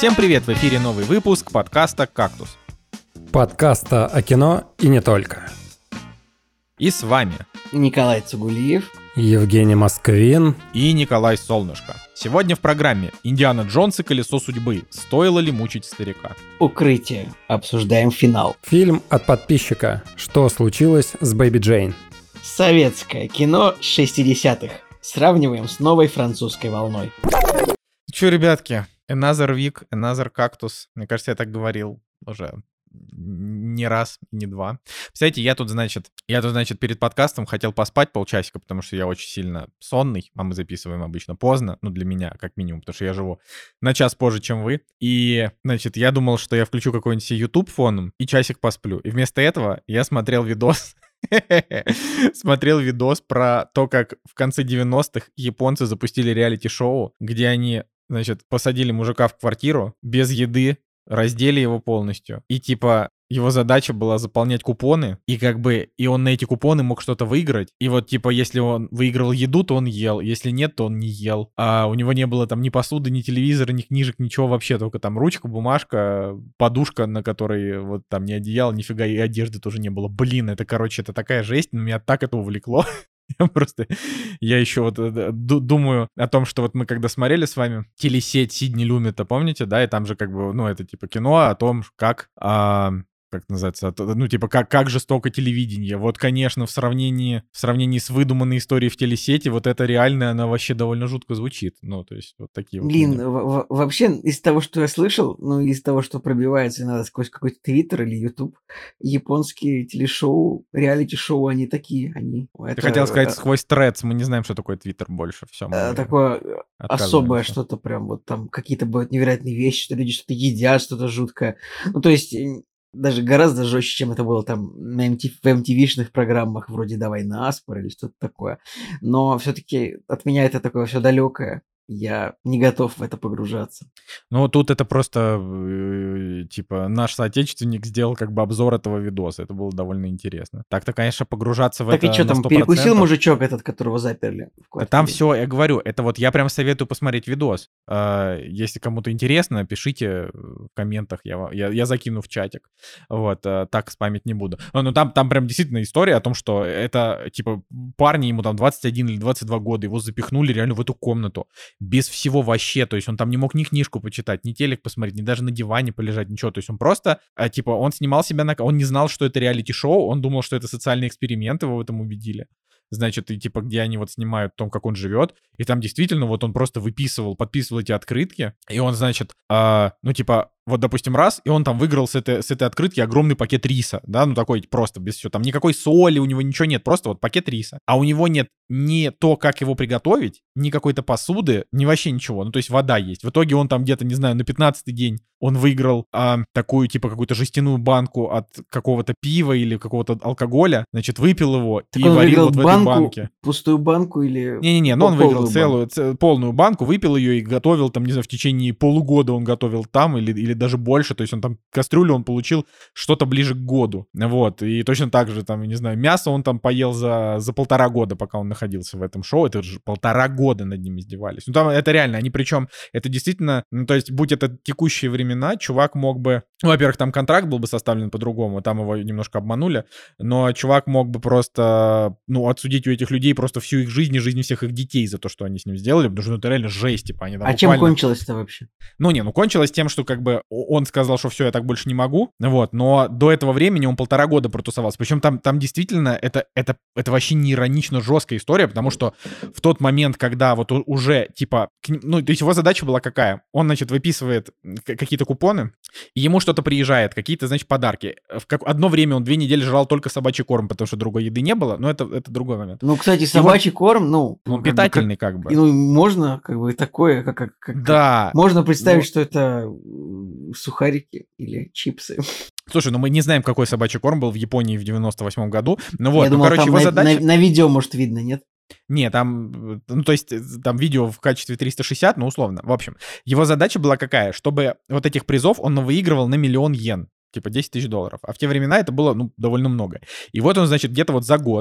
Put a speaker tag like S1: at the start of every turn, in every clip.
S1: Всем привет! В эфире новый выпуск подкаста «Кактус».
S2: Подкаста о кино и не только.
S1: И с вами
S3: Николай Цугулиев,
S2: Евгений Москвин
S1: и Николай Солнышко. Сегодня в программе «Индиана Джонс и колесо судьбы. Стоило ли мучить старика?»
S3: «Укрытие». Обсуждаем финал.
S2: Фильм от подписчика «Что случилось с Бэби Джейн?».
S3: Советское кино 60-х. Сравниваем с новой французской волной.
S1: Чё, ребятки, another week, another cactus. Мне кажется, я так говорил уже не раз, не два. Кстати, я тут, значит, перед подкастом хотел поспать полчасика, потому что я очень сильно сонный, а мы записываем обычно поздно, ну, для меня, как минимум, потому что я живу на час позже, чем вы. И, значит, я думал, что я включу какой-нибудь себе YouTube фоном и часик посплю. И вместо этого я смотрел видос про то, как в конце 90-х японцы запустили реалити-шоу, где они, значит, посадили мужика в квартиру без еды, раздели его полностью. И типа его задача была заполнять купоны, и как бы и он на эти купоны мог что-то выиграть. И вот типа если он выигрывал еду, то он ел, если нет, то он не ел. А у него не было там ни посуды, ни телевизора, ни книжек, ничего вообще, только там ручка, бумажка, подушка, на которой вот там ни одеяло, нифига, и одежды тоже не было. Блин, это, короче, это такая жесть, но меня так это увлекло. Я еще вот думаю о том, что вот мы когда смотрели с вами телесеть Сидни Люмета, помните, да, и там же как бы, ну, это типа кино о том, как называется, ну, типа, как жестоко телевидение. Вот, конечно, в сравнении с выдуманной историей в телесети, вот это реально, она вообще довольно жутко звучит. Ну, то есть, вот такие
S3: Блин,
S1: вот.
S3: вообще, из того, что я слышал, ну, из того, что пробивается иногда сквозь какой-то Твиттер или Ютуб, японские телешоу, реалити-шоу, они такие, они...
S1: Ты хотел сказать сквозь Threads, мы не знаем, что такое Твиттер больше. Все,
S3: такое особое что-то прям, вот там какие-то бывают невероятные вещи, что люди что-то едят, что-то жуткое. Ну, то есть... Даже гораздо жестче, чем это было там в MTV-шных программах вроде «Давай на спор» или что-то такое. Но все-таки от меня это такое все далекое. Я не готов в это погружаться.
S1: Ну, тут это просто, типа, наш соотечественник сделал как бы обзор этого видоса. Это было довольно интересно. Так-то, конечно, погружаться в
S3: так
S1: это
S3: и что там,
S1: 100%.
S3: Перекусил мужичок этот, которого заперли в квартире?
S1: Там все, я говорю, это вот я прям советую посмотреть видос. Если кому-то интересно, пишите в комментах, я закину в чатик. Вот, так спамить не буду. Ну, там прям действительно история о том, что это, типа, парни, ему там 21 или 22 года, его запихнули реально в эту комнату. Без всего вообще, то есть он там не мог ни книжку почитать, ни телек посмотреть, ни даже на диване полежать, ничего, то есть он просто, типа, он снимал себя он не знал, что это реалити-шоу, он думал, что это социальный эксперимент, его в этом убедили. Значит, и типа, где они вот снимают о том, как он живет, и там действительно вот он просто подписывал эти открытки, и он, значит, ну, типа, вот, допустим, раз, и он там выиграл с этой открытки огромный пакет риса, да, ну, такой просто без всего, там никакой соли, у него ничего нет, просто вот пакет риса. А у него нет ни то, как его приготовить, ни какой-то посуды, ни вообще ничего, ну, то есть вода есть. В итоге он там где-то, не знаю, на 15-й день он выиграл такую, типа, какую-то жестяную банку от какого-то пива или какого-то алкоголя, значит, выпил его
S3: так
S1: и варил вот в этой банке.
S3: Пустую банку или...
S1: Не-не-не, но он выиграл полную банку, выпил ее и готовил там, не знаю, в течение полугода он готовил там или даже больше, то есть он там кастрюлю он получил что-то ближе к году, вот, и точно так же там, не знаю, мясо он там поел за 1,5 года, пока он находился в этом шоу, это же 1,5 года над ним издевались, ну там это реально, они причем, это действительно, ну то есть будь это текущие времена, чувак мог бы, ну, во-первых, там контракт был бы составлен по-другому, там его немножко обманули, но чувак мог бы просто, ну, отсудить у этих людей просто всю их жизнь и жизнь всех их детей за то, что они с ним сделали, потому что ну, это реально жесть, типа, они там
S3: буквально... чем кончилось-то вообще?
S1: Ну, кончилось тем, что как бы он сказал, что все, я так больше не могу, вот, но до этого времени он 1,5 года протусовался, причем там действительно это вообще не иронично жесткая история, потому что в тот момент, когда вот уже, типа, ну, то есть его задача была какая? Он, значит, выписывает какие-то купоны, и ему что-то приезжает, какие-то, значит, подарки. Одно время он 2 недели жрал только собачий корм, потому что другой еды не было, но это другой момент.
S3: Ну, кстати, собачий корм, ну...
S1: Он питательный как бы.
S3: Ну, можно, как бы, такое, как
S1: да.
S3: Можно представить, что это сухарики или чипсы.
S1: Слушай, ну мы не знаем, какой собачий корм был в Японии в 98 году. Ну вот,
S3: я думал,
S1: короче, его задача...
S3: на видео, может, видно, нет?
S1: Не, там, ну, то есть, там видео в качестве 360, ну, условно. В общем, его задача была какая? Чтобы вот этих призов он выигрывал на 1 000 000 йен, типа $10 000. А в те времена это было, ну, довольно много. И вот он, значит, где-то вот за год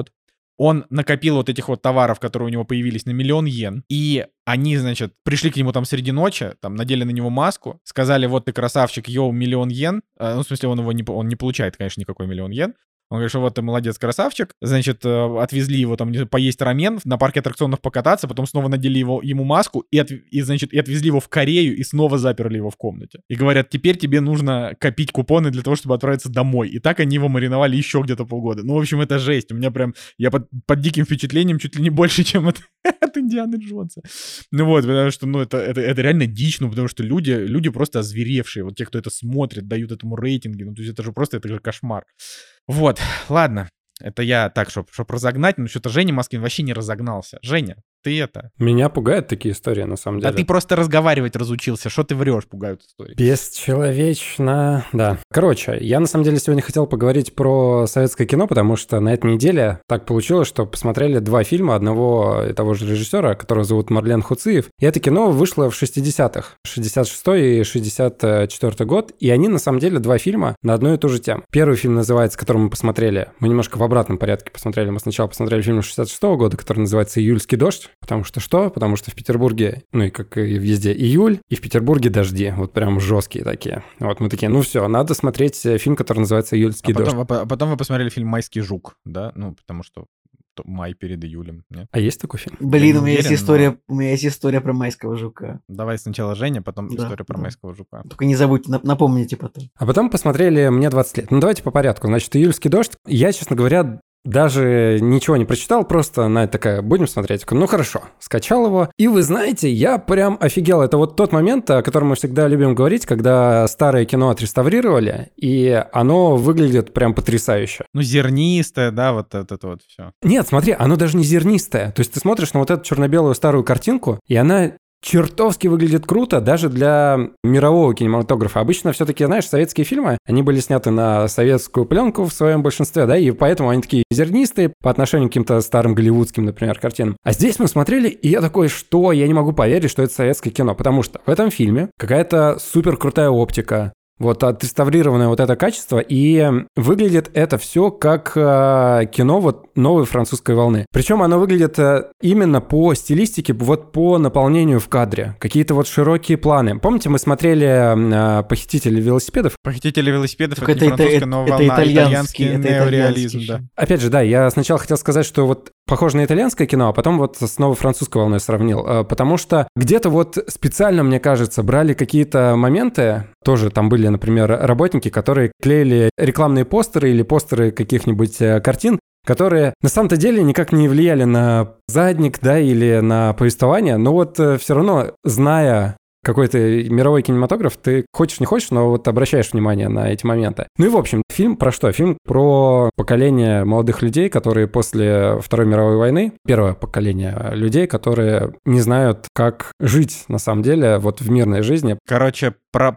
S1: он накопил вот этих вот товаров, которые у него появились, на 1 000 000 йен, и они, значит, пришли к нему там среди ночи, там, надели на него маску, сказали, вот ты красавчик, йоу, 1 000 000 йен, ну, в смысле, он не получает, конечно, никакой 1 000 000 йен, он говорит, что вот ты молодец, красавчик. Значит, отвезли его там поесть рамен, на парке аттракционов покататься, потом снова надели ему маску и отвезли его в Корею и снова заперли его в комнате. И говорят, теперь тебе нужно копить купоны для того, чтобы отправиться домой. И так они его мариновали еще где-то полгода. Ну, в общем, это жесть. У меня прям, я под диким впечатлением чуть ли не больше, чем от Индианы Джонса. Ну вот, потому что, ну, это реально дичь, ну, потому что люди просто озверевшие. Вот те, кто это смотрит, дают этому рейтинги. Ну, то есть это же кошмар. Вот, ладно. Это я так, чтобы разогнать, но что-то Женя Москвин вообще не разогнался. Женя, ты это...
S2: Меня пугают такие истории, на самом деле.
S1: А ты просто разговаривать разучился. Что ты врешь, пугают истории?
S2: Бесчеловечно, да. Короче, я на самом деле сегодня хотел поговорить про советское кино, потому что на этой неделе так получилось, что посмотрели 2 фильма одного и того же режиссера, которого зовут Марлен Хуциев. И это кино вышло в 60-х. 66-й и 64-й год. И они, на самом деле, 2 фильма на одну и ту же тему. Первый фильм называется, который мы посмотрели, мы немножко в обратном порядке посмотрели. Мы сначала посмотрели фильм 66-го года, который называется «Июльский дождь». Потому что что? Потому что в Петербурге, ну и как и везде, июль, и в Петербурге дожди. Вот прям жесткие такие. Вот мы такие, ну все, надо смотреть фильм, который называется «Июльский дождь».
S1: А потом вы посмотрели фильм «Майский жук», да? Ну, потому что май перед июлем, нет?
S2: А есть такой фильм?
S3: Блин, у меня есть история про майского жука.
S1: Давай сначала Женя, потом история про майского жука.
S3: Только не забудьте, напомните потом.
S2: А потом посмотрели «Мне 20 лет». Ну, давайте по порядку. Значит, «Июльский дождь». Я, честно говоря, даже ничего не прочитал, просто на это такая, будем смотреть. Ну хорошо, скачал его. И вы знаете, я прям офигел. Это вот тот момент, о котором мы всегда любим говорить, когда старое кино отреставрировали, и оно выглядит прям потрясающе.
S1: Ну, зернистое, да, вот это вот все.
S2: Нет, смотри, оно даже не зернистое. То есть ты смотришь на вот эту черно-белую старую картинку, и она чертовски выглядит круто даже для мирового кинематографа. Обычно все-таки, знаешь, советские фильмы, они были сняты на советскую пленку в своем большинстве, да, и поэтому они такие зернистые по отношению к каким-то старым голливудским, например, картинам. А здесь мы смотрели, и я такой, что? Я не могу поверить, что это советское кино, потому что в этом фильме какая-то супер крутая оптика, вот отреставрированное вот это качество, и выглядит это все как кино вот новой французской волны. Причем оно выглядит именно по стилистике, вот по наполнению в кадре. Какие-то вот широкие планы. Помните, мы смотрели «Похитители велосипедов»?
S1: «Похитители велосипедов» — это не французская новая волна, а итальянский неореализм, да.
S2: Опять же, да, я сначала хотел сказать, что вот похоже на итальянское кино, а потом вот с новой французской волной сравнил. Потому что где-то вот специально, мне кажется, брали какие-то моменты, тоже там были, например, работники, которые клеили рекламные постеры или постеры каких-нибудь картин, которые на самом-то деле никак не влияли на задник, да, или на повествование, но вот все равно, зная какой-то мировой кинематограф, ты хочешь не хочешь, но вот обращаешь внимание на эти моменты. Ну и в общем, фильм про что? Фильм про поколение молодых людей, которые после Второй мировой войны, первое поколение людей, которые не знают, как жить на самом деле вот в мирной жизни.
S1: Короче, про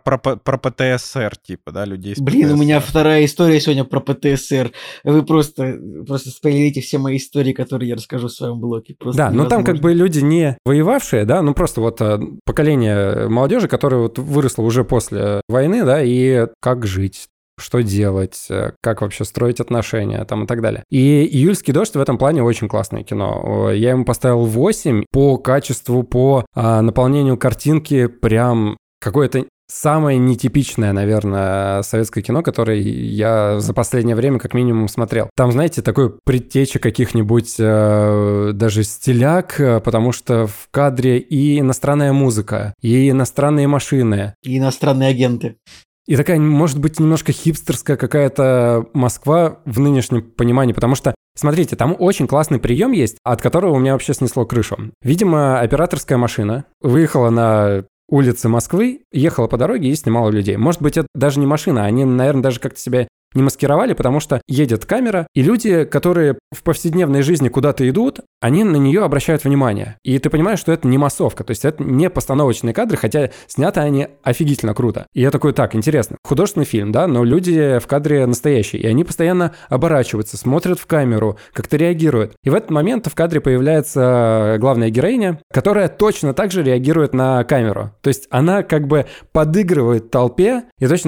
S1: ПТСР, типа, да, людей с
S3: Блин,
S1: ПТСР.
S3: у меня вторая история сегодня про ПТСР. Вы просто спойлерите все мои истории, которые я расскажу в своем блоге. Просто
S2: да, но там как бы люди не воевавшие, да, ну просто вот поколение молодежи, которое вот выросло уже после войны, да, и как жить, что делать, как вообще строить отношения там и так далее. И «Июльский дождь» в этом плане очень классное кино. Я ему поставил 8 по качеству, по наполнению картинки, прям какое-то самое нетипичное, наверное, советское кино, которое я за последнее время как минимум смотрел. Там, знаете, такой предтеча каких-нибудь даже стиляк, потому что в кадре и иностранная музыка, и иностранные машины.
S3: И иностранные агенты.
S2: И такая, может быть, немножко хипстерская какая-то Москва в нынешнем понимании, потому что, смотрите, там очень классный прием есть, от которого у меня вообще снесло крышу. Видимо, операторская машина выехала на улицы Москвы, ехала по дороге и снимала людей. Может быть, это даже не машина, они, наверное, даже как-то себя не маскировали, потому что едет камера, и люди, которые в повседневной жизни куда-то идут, они на нее обращают внимание. И ты понимаешь, что это не массовка, то есть это не постановочные кадры, хотя сняты они офигительно круто. И я такой, так, интересно, художественный фильм, да, но люди в кадре настоящие, и они постоянно оборачиваются, смотрят в камеру, как-то реагируют. И в этот момент в кадре появляется главная героиня, которая точно так же реагирует на камеру. То есть она как бы подыгрывает толпе и точно так же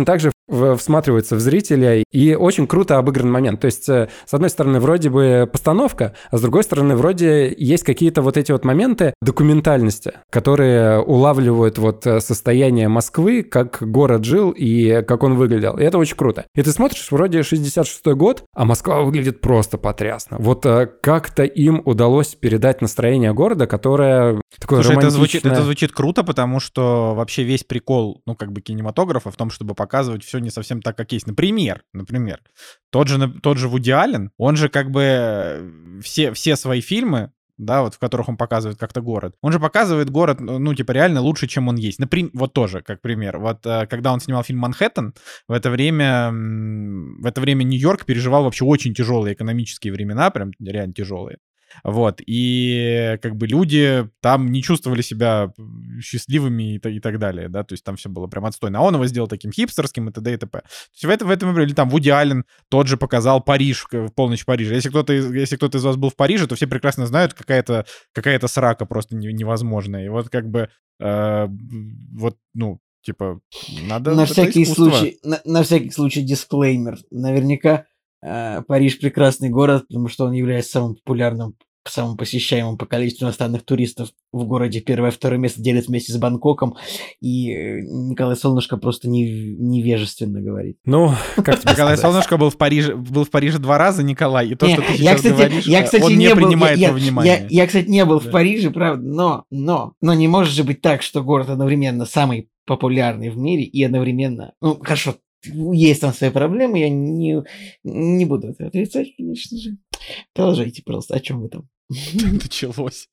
S2: всматривается в зрителя, и очень круто обыгран момент. То есть, с одной стороны, вроде бы постановка, а с другой стороны, вроде есть какие-то вот эти вот моменты документальности, которые улавливают вот состояние Москвы, как город жил и как он выглядел. И это очень круто. И ты смотришь, вроде 66-й год, а Москва выглядит просто потрясно. Вот как-то им удалось передать настроение города, которое такое романтичное.
S1: Это звучит круто, потому что вообще весь прикол, ну, как бы кинематографа в том, чтобы показывать все не совсем так, как есть. Например, тот же Вуди Аллен, он же как бы все свои фильмы, да, вот в которых он показывает как-то город, он же показывает город, ну, типа, реально лучше, чем он есть. Например, вот тоже, как пример. Вот когда он снимал фильм «Манхэттен», в это время Нью-Йорк переживал вообще очень тяжелые экономические времена, прям реально тяжелые. Вот, и как бы люди там не чувствовали себя счастливыми и так далее, да, то есть там все было прям отстойно. А он его сделал таким хипстерским и т.д. и т.п. То есть в этом, или там Вуди Аллен тот же показал Париж, полночь Парижа. Если кто-то из вас был в Париже, то все прекрасно знают, какая-то срака просто невозможная. И вот как бы, вот, ну, типа, надо...
S3: На всякий случай дисклеймер. Наверняка Париж прекрасный город, потому что он является самым популярным, самым посещаемым по количеству иностранных туристов в городе. Первое и второе место делят вместе с Бангкоком, и Николай Солнышко просто невежественно говорит.
S2: Ну, как тебе
S1: Николай Солнышко был в Париже 2 раза, Николай, и то, что ты сейчас говоришь, он не принимает во внимание.
S3: Я, кстати, не был в Париже, правда, но не может же быть так, что город одновременно самый популярный в мире и одновременно... Ну, хорошо, есть там свои проблемы, я не буду это отрицать, конечно же. Продолжайте, пожалуйста, о чем вы там?
S1: Началось.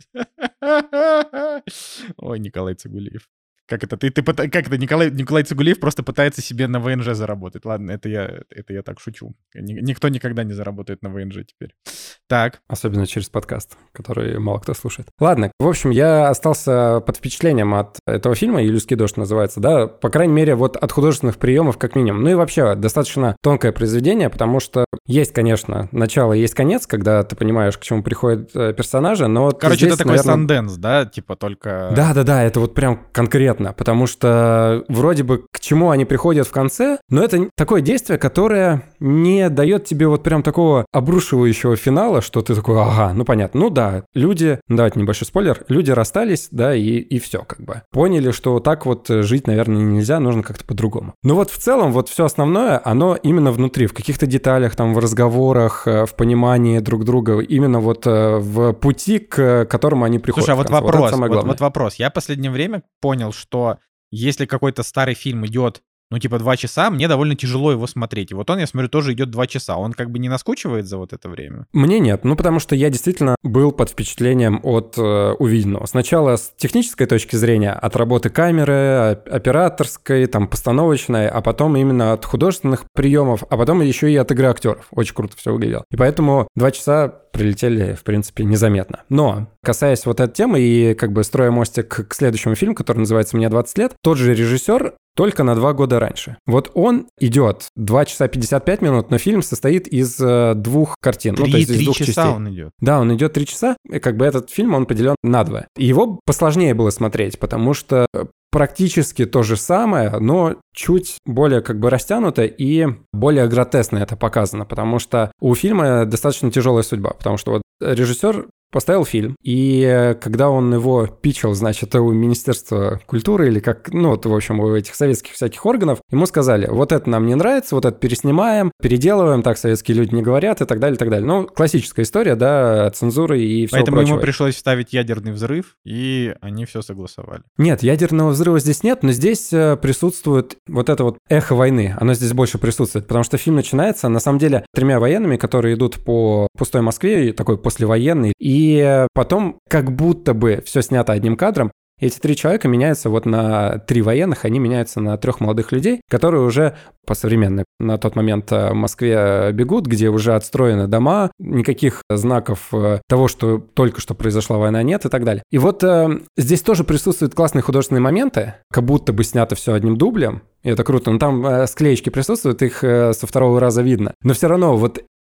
S1: Ой, Николай Цигулиев. Как это? Как это? Николай Цигулиев просто пытается себе на ВНЖ заработать. Ладно, это я так шучу. Никто никогда не заработает на ВНЖ теперь. Так.
S2: Особенно через подкаст, который мало кто слушает. Ладно, в общем, я остался под впечатлением от этого фильма, «Июльский дождь» называется, да, по крайней мере, вот от художественных приемов как минимум. Ну и вообще, достаточно тонкое произведение, потому что есть, конечно, начало, есть конец, когда ты понимаешь, к чему приходят персонажи, но...
S1: Короче, это такой Санденс, да? Типа только...
S2: Да, это вот прям конкретно. Потому что вроде бы к чему они приходят в конце, но это такое действие, которое не дает тебе вот прям такого обрушивающего финала, что ты такой, ага, ну понятно, ну да, люди, давайте небольшой спойлер, люди расстались, да, и все как бы. Поняли, что так вот жить, наверное, нельзя, нужно как-то по-другому. Но вот в целом вот все основное, оно именно внутри, в каких-то деталях, там, в разговорах, в понимании друг друга, именно вот в пути, к которому они приходят.
S1: Слушай, вот вопрос. Я в последнее время понял, что если какой-то старый фильм идет, ну, типа 2 часа, мне довольно тяжело его смотреть. И вот он, я смотрю, тоже идет 2 часа. Он как бы не наскучивает за вот это время?
S2: Мне нет. Ну, потому что я действительно был под впечатлением от увиденного. Сначала с технической точки зрения, от работы камеры, операторской, там, постановочной, а потом именно от художественных приемов, а потом еще и от игры актеров. Очень круто все выглядело. И поэтому 2 часа прилетели, в принципе, незаметно. Но, касаясь вот этой темы и как бы строя мостик к следующему фильму, который называется «Мне 20 лет», тот же режиссер только на 2 года раньше. Вот он идет 2 часа 55 минут, но фильм состоит из 2 картин. Ну, то есть из 2 частей. 3
S1: часа он идет.
S2: Да, он идет 3 часа, и как бы этот фильм, он поделен на 2. И его посложнее было смотреть, потому что практически то же самое, но чуть более как бы растянуто и более гротескно это показано, потому что у фильма достаточно тяжелая судьба, потому что вот режиссер поставил фильм, и когда он его питчил, значит, у Министерства культуры или как, ну, вот, в общем, у этих советских всяких органов, ему сказали, вот это нам не нравится, вот это переснимаем, переделываем, так советские люди не говорят и так далее, и так далее. Ну, классическая история, да, цензуры и все
S1: Поэтому
S2: прочего.
S1: Ему пришлось вставить ядерный взрыв, и они все согласовали.
S2: Нет, ядерного взрыва здесь нет, но здесь присутствует вот это вот эхо войны, оно здесь больше присутствует, потому что фильм начинается, на самом деле, 3 военными, которые идут по пустой Москве, такой послевоенный, и потом как будто бы все снято одним кадром. Эти 3 человека меняются вот на 3 военных, они меняются на 3 молодых людей, которые уже по современной на тот момент в Москве бегут, где уже отстроены дома, никаких знаков того, что только что произошла война, нет и так далее. И вот здесь тоже присутствуют классные художественные моменты, как будто бы снято все одним дублем, и это круто, но там склеечки присутствуют, их со 2-го раза видно. Но все равно вот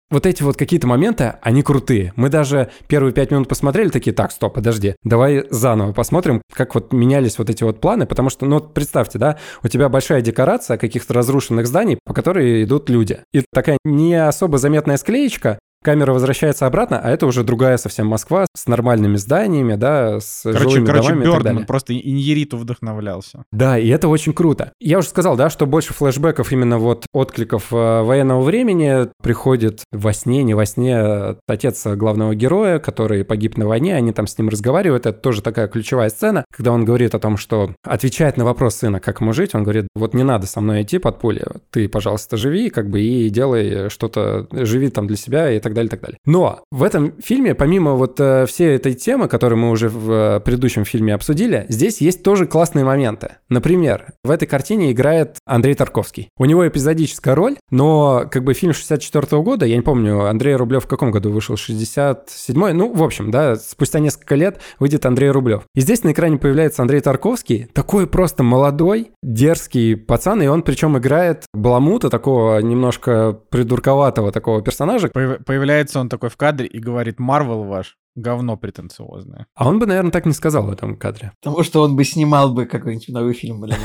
S2: вот эти вот какие-то моменты, они крутые. Мы даже первые 5 минут посмотрели, такие, так, стоп, подожди, давай заново посмотрим, как вот менялись вот эти вот планы, потому что, ну, представьте, да, у тебя большая декорация каких-то разрушенных зданий, по которой идут люди. И такая не особо заметная склеечка, камера возвращается обратно, а это уже другая совсем Москва с нормальными зданиями, да, с жилыми домами и так далее.
S1: Бёрдман просто Иньярриту вдохновлялся.
S2: Да, и это очень круто. Я уже сказал, да, что больше флешбеков, именно вот откликов военного времени приходит во сне, не во сне отец главного героя, который погиб на войне, они там с ним разговаривают. Это тоже такая ключевая сцена, когда он говорит о том, что отвечает на вопрос сына, как ему жить, он говорит, вот не надо со мной идти под пули, ты, пожалуйста, живи, как бы, и делай что-то, живи там для себя и так далее, и так далее. Но в этом фильме, помимо вот всей этой темы, которую мы уже в предыдущем фильме обсудили, здесь есть тоже классные моменты. Например, в этой картине играет Андрей Тарковский. У него эпизодическая роль, но как бы фильм 64-го года, я не помню, Андрей Рублев в каком году вышел? 67-й? Ну, в общем, да, спустя несколько лет выйдет Андрей Рублев. И здесь на экране появляется Андрей Тарковский, такой просто молодой, дерзкий пацан, и он причем играет баламута, такого немножко придурковатого такого персонажа.
S1: Появляется он такой в кадре и говорит: «Марвел ваш говно претенциозное».
S2: А он бы, наверное, так не сказал в этом кадре.
S3: Потому что он бы снимал бы какой-нибудь новый фильм или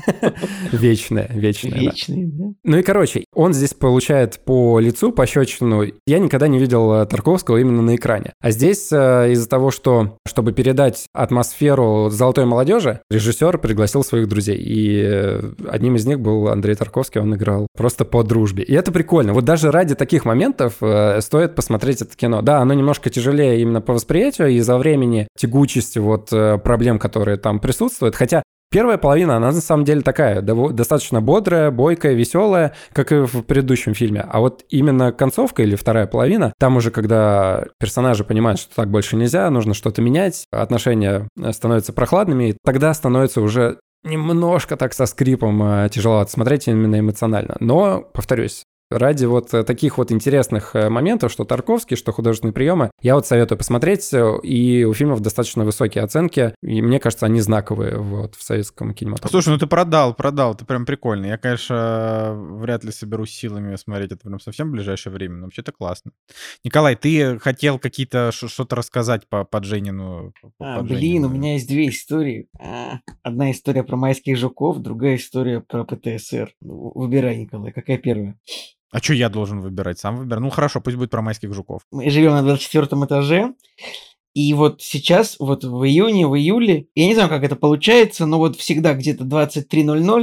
S2: Вечное.
S3: Вечный, да.
S2: Ну и, короче, он здесь получает по лицу пощечину. Я никогда не видел Тарковского именно на экране. А здесь из-за того, что, чтобы передать атмосферу золотой молодежи, режиссер пригласил своих друзей. И одним из них был Андрей Тарковский, он играл просто по дружбе. И это прикольно. Вот даже ради таких моментов стоит посмотреть это кино. Да, оно немножко тяжелее именно по восприятию из-за времени, тягучести вот проблем, которые там присутствуют. Хотя первая половина, она на самом деле такая, достаточно бодрая, бойкая, веселая, как и в предыдущем фильме. А вот именно концовка или вторая половина, там уже когда персонажи понимают, что так больше нельзя, нужно что-то менять, отношения становятся прохладными, и тогда становится уже немножко так со скрипом тяжеловато смотреть именно эмоционально. Но, повторюсь, ради вот таких вот интересных моментов, что Тарковский, что художественные приемы, я вот советую посмотреть, и у фильмов достаточно высокие оценки, и мне кажется, они знаковые вот в советском кинематографе.
S1: Слушай, ну ты продал, это прям прикольно. Я, конечно, вряд ли соберусь силами смотреть это прям совсем в ближайшее время, но вообще-то классно. Николай, ты хотел какие-то что-то рассказать по Женину?
S3: Блин, у меня есть две истории. Одна история про майских жуков, другая история про ПТСР. Выбирай, Николай, какая первая?
S1: А что я должен выбирать? Сам выбираю. Ну хорошо, пусть будет про майских жуков. Мы
S3: живем на 24 этаже, и вот сейчас, вот в июне, в июле, я не знаю, как это получается, но вот всегда где-то 23:00,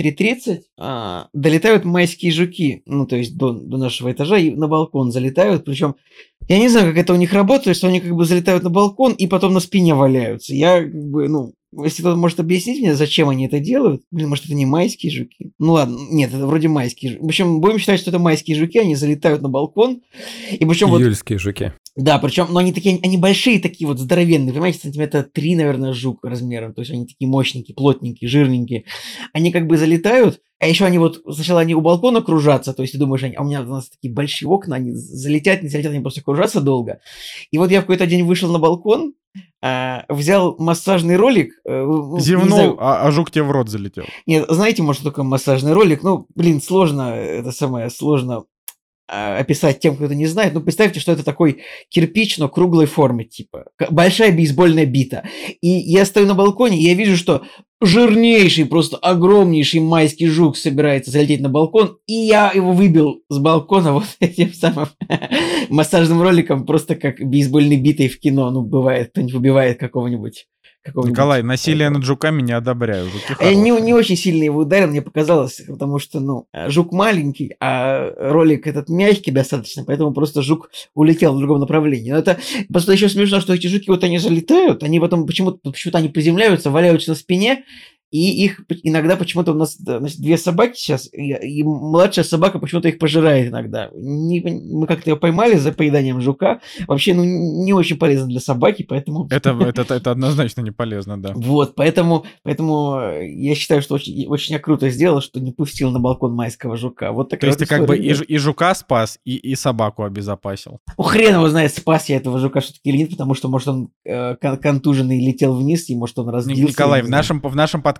S3: 23:30 долетают майские жуки, ну то есть до нашего этажа, и на балкон залетают, причем я не знаю, как это у них работает, что они как бы залетают на балкон и потом на спине валяются. Я как бы, если кто-то может объяснить мне, зачем они это делают? Блин, может, это не майские жуки? Ну ладно, нет, это вроде майские жуки. В общем, будем считать, что это майские жуки, они залетают на балкон. И причем
S2: июльские жуки.
S3: Да, причем, но они такие, они большие такие вот, здоровенные, понимаете, сантиметра 3, наверное, жук размером. То есть они такие мощненькие, плотненькие, жирненькие. Они как бы залетают, а еще они вот, сначала они у балкона кружатся, то есть ты думаешь, у нас такие большие окна, они залетят, не залетят, они просто кружатся долго. И вот я в какой-то день вышел на балкон, взял массажный ролик.
S1: Зевнул, а жук тебе в рот залетел.
S3: Нет, знаете, может, что такое массажный ролик? Ну, блин, сложно описать тем, кто это не знает. Ну, представьте, что это такой кирпич, но круглой формы, типа. Большая бейсбольная бита. И я стою на балконе, и я вижу, что жирнейший, просто огромнейший майский жук собирается залететь на балкон, и я его выбил с балкона вот этим самым массажным роликом, просто как бейсбольной битой в кино. Ну, бывает, кто-нибудь убивает какого-нибудь.
S1: Николай, насилие над жуками не одобряю.
S3: Я не очень сильно его ударил, мне показалось, потому что, жук маленький, а ролик этот мягкий достаточно, поэтому просто жук улетел в другом направлении. Но это просто еще смешно, что эти жуки, вот они залетают, они потом почему-то они приземляются, валяются на спине, и их иногда почему-то у нас, значит, 2 собаки сейчас, и младшая собака почему-то их пожирает иногда. Мы как-то ее поймали за поеданием жука. Вообще, не очень полезно для собаки, поэтому...
S1: Это однозначно не полезно, да.
S3: Вот, поэтому я считаю, что очень, очень круто сделал, что не пустил на балкон майского жука. Вот такая.
S1: То есть ты как бы и жука спас, и собаку обезопасил.
S3: Хрен его знает, спас я этого жука все-таки или нет, потому что, может, он контуженный летел вниз, и, может, он разбился.
S1: Николай, в нашем подкасте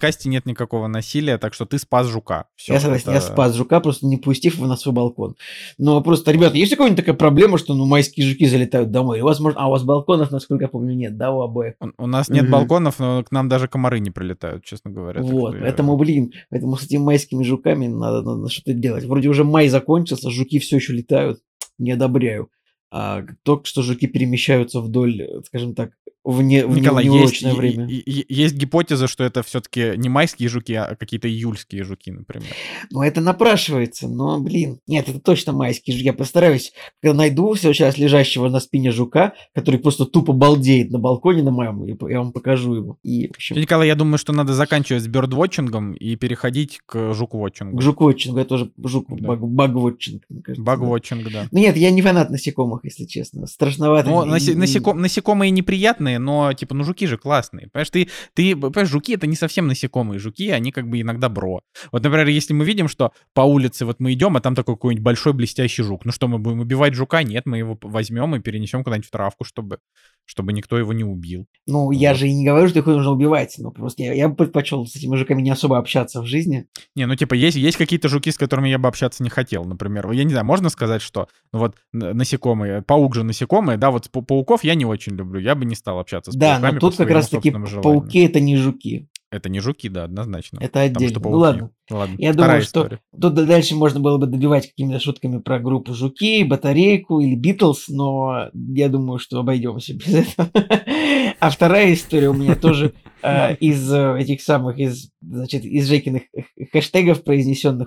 S1: подкасте нет никакого насилия, так что ты спас жука. Всё,
S3: Я согласен, я спас жука, просто не пустив его на свой балкон. Но просто, ребята, есть какая-нибудь такая проблема, что майские жуки залетают домой? У вас балконов, насколько я помню, нет, да, у обоих?
S1: У нас нет балконов, но к нам даже комары не прилетают, честно говоря.
S3: Вот, поэтому с этими майскими жуками надо что-то делать. Вроде уже май закончился, жуки все еще летают, не одобряю. А только что жуки перемещаются вдоль, скажем так, в неурочное время.
S1: Есть гипотеза, что это все-таки не майские жуки, а какие-то июльские жуки, например.
S3: Ну, это напрашивается, но, нет, это точно майские жуки. Я постараюсь, когда найду сейчас лежащего на спине жука, который просто тупо балдеет на балконе на моем, я вам покажу его. И, в общем...
S1: Николай, я думаю, что надо заканчивать с бёрдвотчингом и переходить к жук-вотчингу.
S3: К жук-вотчингу, я тоже баг-вотчинг.
S1: Баг-вотчинг, да.
S3: Ну, нет, я не фанат насекомых, если честно. Страшновато.
S1: Ну, насекомые неприятные, но, типа, жуки же классные. Понимаешь, жуки — это не совсем насекомые. Жуки, они как бы иногда бро. Вот, например, если мы видим, что по улице вот мы идем, а там такой какой-нибудь большой блестящий жук. Ну что, мы будем убивать жука? Нет, мы его возьмем и перенесем куда-нибудь в травку, чтобы никто его не убил.
S3: Ну, я же и не говорю, что их нужно убивать. Но просто я бы предпочел с этими жуками не особо общаться в жизни.
S1: Не, ну, типа, есть какие-то жуки, с которыми я бы общаться не хотел, например. Я не знаю, можно сказать, что вот насекомые, паук же насекомые, да, вот пауков я не очень люблю, я бы не стал общаться с пауками.
S3: Да, но тут как раз-таки пауки — это не жуки.
S1: Это не жуки, да, однозначно.
S3: Это отдельно. Ну ладно. Я думаю, что тут дальше можно было бы добивать какими-то шутками про группу Жуки, Батарейку или Битлз, но я думаю, что обойдемся без этого. А вторая история у меня тоже из этих самых, из Жекиных хэштегов, произнесенных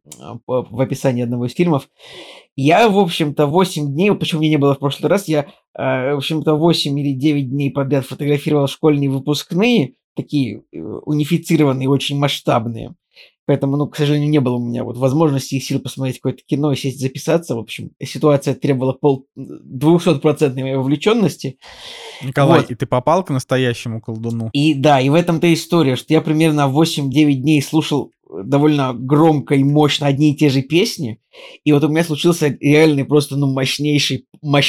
S3: в описании одного из фильмов. Я, в общем-то, 8 дней, почему меня не было в прошлый раз, я, в общем-то, 8 или 9 дней подряд фотографировал школьные выпускные, такие унифицированные, очень масштабные. Поэтому, к сожалению, не было у меня возможности и сил посмотреть какое-то кино и сесть записаться. В общем, ситуация требовала 200% моей вовлеченности.
S1: Николай, и ты попал к настоящему колдуну?
S3: И да, и в этом-то история, что я примерно 8-9 дней слушал довольно громко и мощно одни и те же песни, и вот у меня случился реальный просто, мощнейший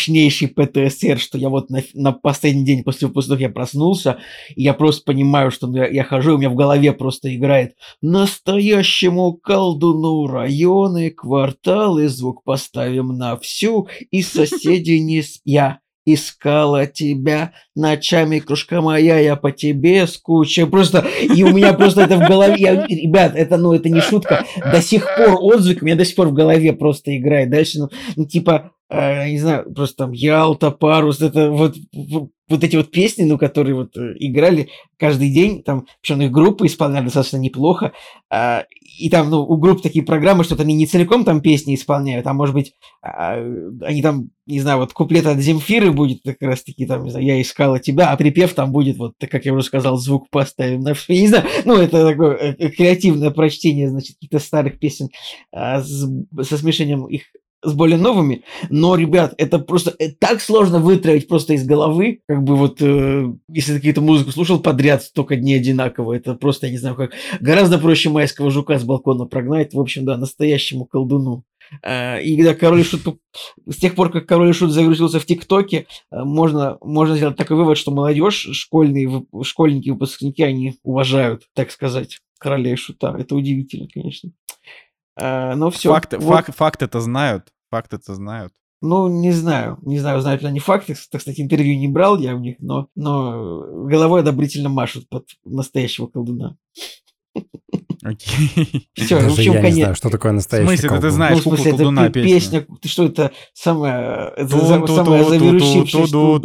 S3: ПТСР, что я на последний день после выпускных я проснулся, и я просто понимаю, что я хожу, и у меня в голове просто играет «Настоящему колдуну районы, кварталы, звук поставим на всю, и соседи не я искала тебя ночами, кружка моя, я по тебе скучаю». Просто, и у меня просто это в голове, ребят, это не шутка, до сих пор отзвук у меня до сих пор в голове просто играет. Дальше, типа, не знаю, просто там Ялта, Парус, это вот эти песни, которые играли каждый день, там, причем их группы исполняли достаточно неплохо, и там, у групп такие программы, что они не целиком там песни исполняют, а может быть, они там, не знаю, куплет от Земфиры будет как раз таки, там, не знаю, «Я искала тебя», а припев там будет, как я уже сказал, «Звук поставим на все». Я не знаю, это такое креативное прочтение, значит, каких-то старых песен со смешением их с более новыми, но, ребят, это просто так сложно вытравить просто из головы, если ты какую-то музыку слушал подряд столько дней одинаково, это просто, я не знаю, как гораздо проще майского жука с балкона прогнать, в общем, да, настоящему колдуну. И да, Король и Шут, с тех пор, как Король и Шут загрузился в ТикТоке, можно сделать такой вывод, что молодежь, школьники, выпускники, они уважают, так сказать, Короля и Шута. Это удивительно, конечно. Но все.
S1: Факт это знают. Факт это знают.
S3: Ну, не знаю, знают ли они факты. Кстати, интервью не брал я у них, но головой одобрительно машут под настоящего колдуна.
S1: Окей.
S2: Все, в общем, я не знаю, что такое настоящий колдун.
S1: В смысле, ты знаешь куклу колдуна
S3: песня? Ты что, это самая завирущая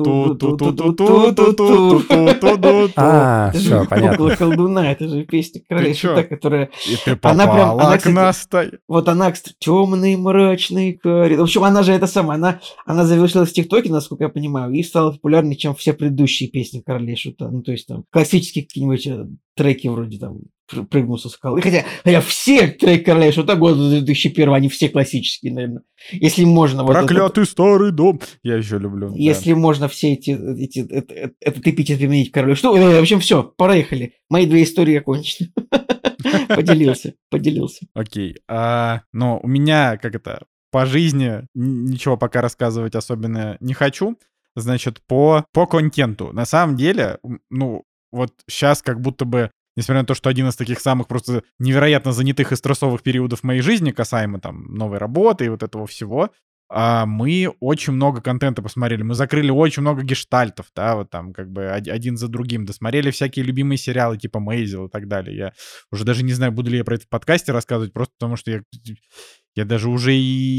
S2: все, понятно.
S3: Кукла колдуна, это же песня Короля и Шута, которая...
S1: И ты попала к нас.
S3: Вот она, кстати, темный, мрачный коридор. В общем, она же это самая, она завершилась в ТикТоке, насколько я понимаю, и стала популярнее, чем все предыдущие песни Короля и Шута. Ну, то есть там классические какие-нибудь треки вроде там «Прыгнул со скалы». Хотя все треки Короля и Шута года 2001, они все классические, наверное. Если можно...
S1: Проклятый старый дом. Я еще люблю.
S3: Если можно все этот эпитет применить к Королю и Шуту. В общем, все, проехали. Мои 2 истории окончены. Поделился.
S1: Окей. Но у меня, по жизни ничего пока рассказывать особенно не хочу. Значит, по контенту. На самом деле, вот сейчас как будто бы несмотря на то, что один из таких самых просто невероятно занятых и стрессовых периодов в моей жизни, касаемо там новой работы и вот этого всего, мы очень много контента посмотрели. Мы закрыли очень много гештальтов, да, вот там как бы один за другим. Досмотрели всякие любимые сериалы типа Мейзел и так далее. Я уже даже не знаю, буду ли я про это в подкасте рассказывать, просто потому что я даже уже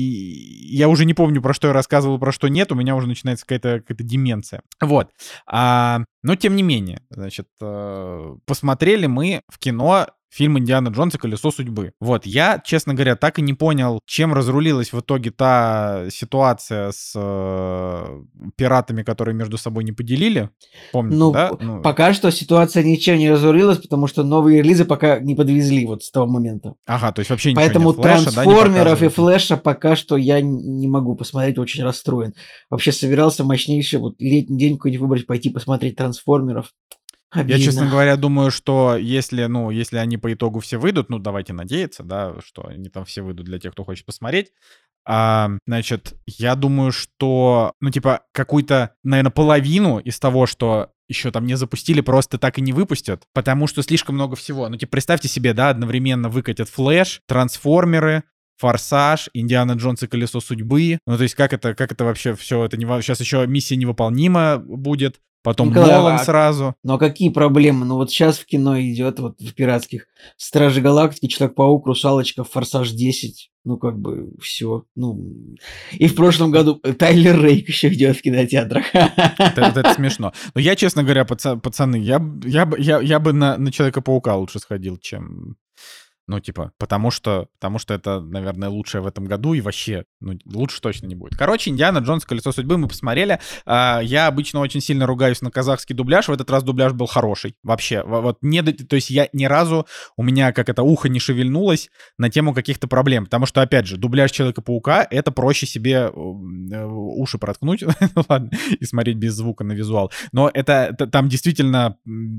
S1: я уже не помню, про что я рассказывал, про что нет. У меня уже начинается какая-то деменция. Вот. Но тем не менее, значит, посмотрели мы в кино фильм «Индиана Джонс и колесо судьбы». Вот, я, честно говоря, так и не понял, чем разрулилась в итоге та ситуация с пиратами, которые между собой не поделили. Помните, да?
S3: Пока что ситуация ничем не разрулилась, потому что новые релизы пока не подвезли вот с того момента.
S1: Ага, то есть вообще ничего
S3: Поэтому
S1: нет. Флэша,
S3: трансформеров и Флэша пока что я не могу посмотреть, очень расстроен. Вообще собирался мощнейший вот летний день какой-нибудь выбрать, пойти посмотреть трансформеров. Обидно.
S1: Я, честно говоря, думаю, что если они по итогу все выйдут, давайте надеяться, да, что они там все выйдут для тех, кто хочет посмотреть. Значит, я думаю, что, какую-то, наверное, половину из того, что еще там не запустили, просто так и не выпустят, потому что слишком много всего. Представьте себе, да, одновременно выкатят Флэш, Трансформеры, Форсаж, Индиана Джонс и колесо судьбы. То есть как это вообще все это сейчас еще миссия невыполнима будет. Потом Нолан сразу.
S3: Но какие проблемы? Вот сейчас в кино идет, вот в пиратских, Стражи Галактики, Человек-паук, Русалочка, Форсаж 10. Все. И в прошлом году Тайлер Рейк еще идет в кинотеатрах.
S1: Это смешно. Но я, честно говоря, пацаны, я бы на Человека-паука лучше сходил, чем... потому что это, наверное, лучшее в этом году, и вообще, лучше точно не будет. Короче, «Индиана Джонс. Колесо судьбы» мы посмотрели. Я обычно очень сильно ругаюсь на казахский дубляж, в этот раз дубляж был хороший. Вообще, то есть я ни разу, у меня ухо не шевельнулось на тему каких-то проблем, потому что, опять же, дубляж Человека-паука — это проще себе уши проткнуть, ладно, и смотреть без звука на визуал. Но это там действительно,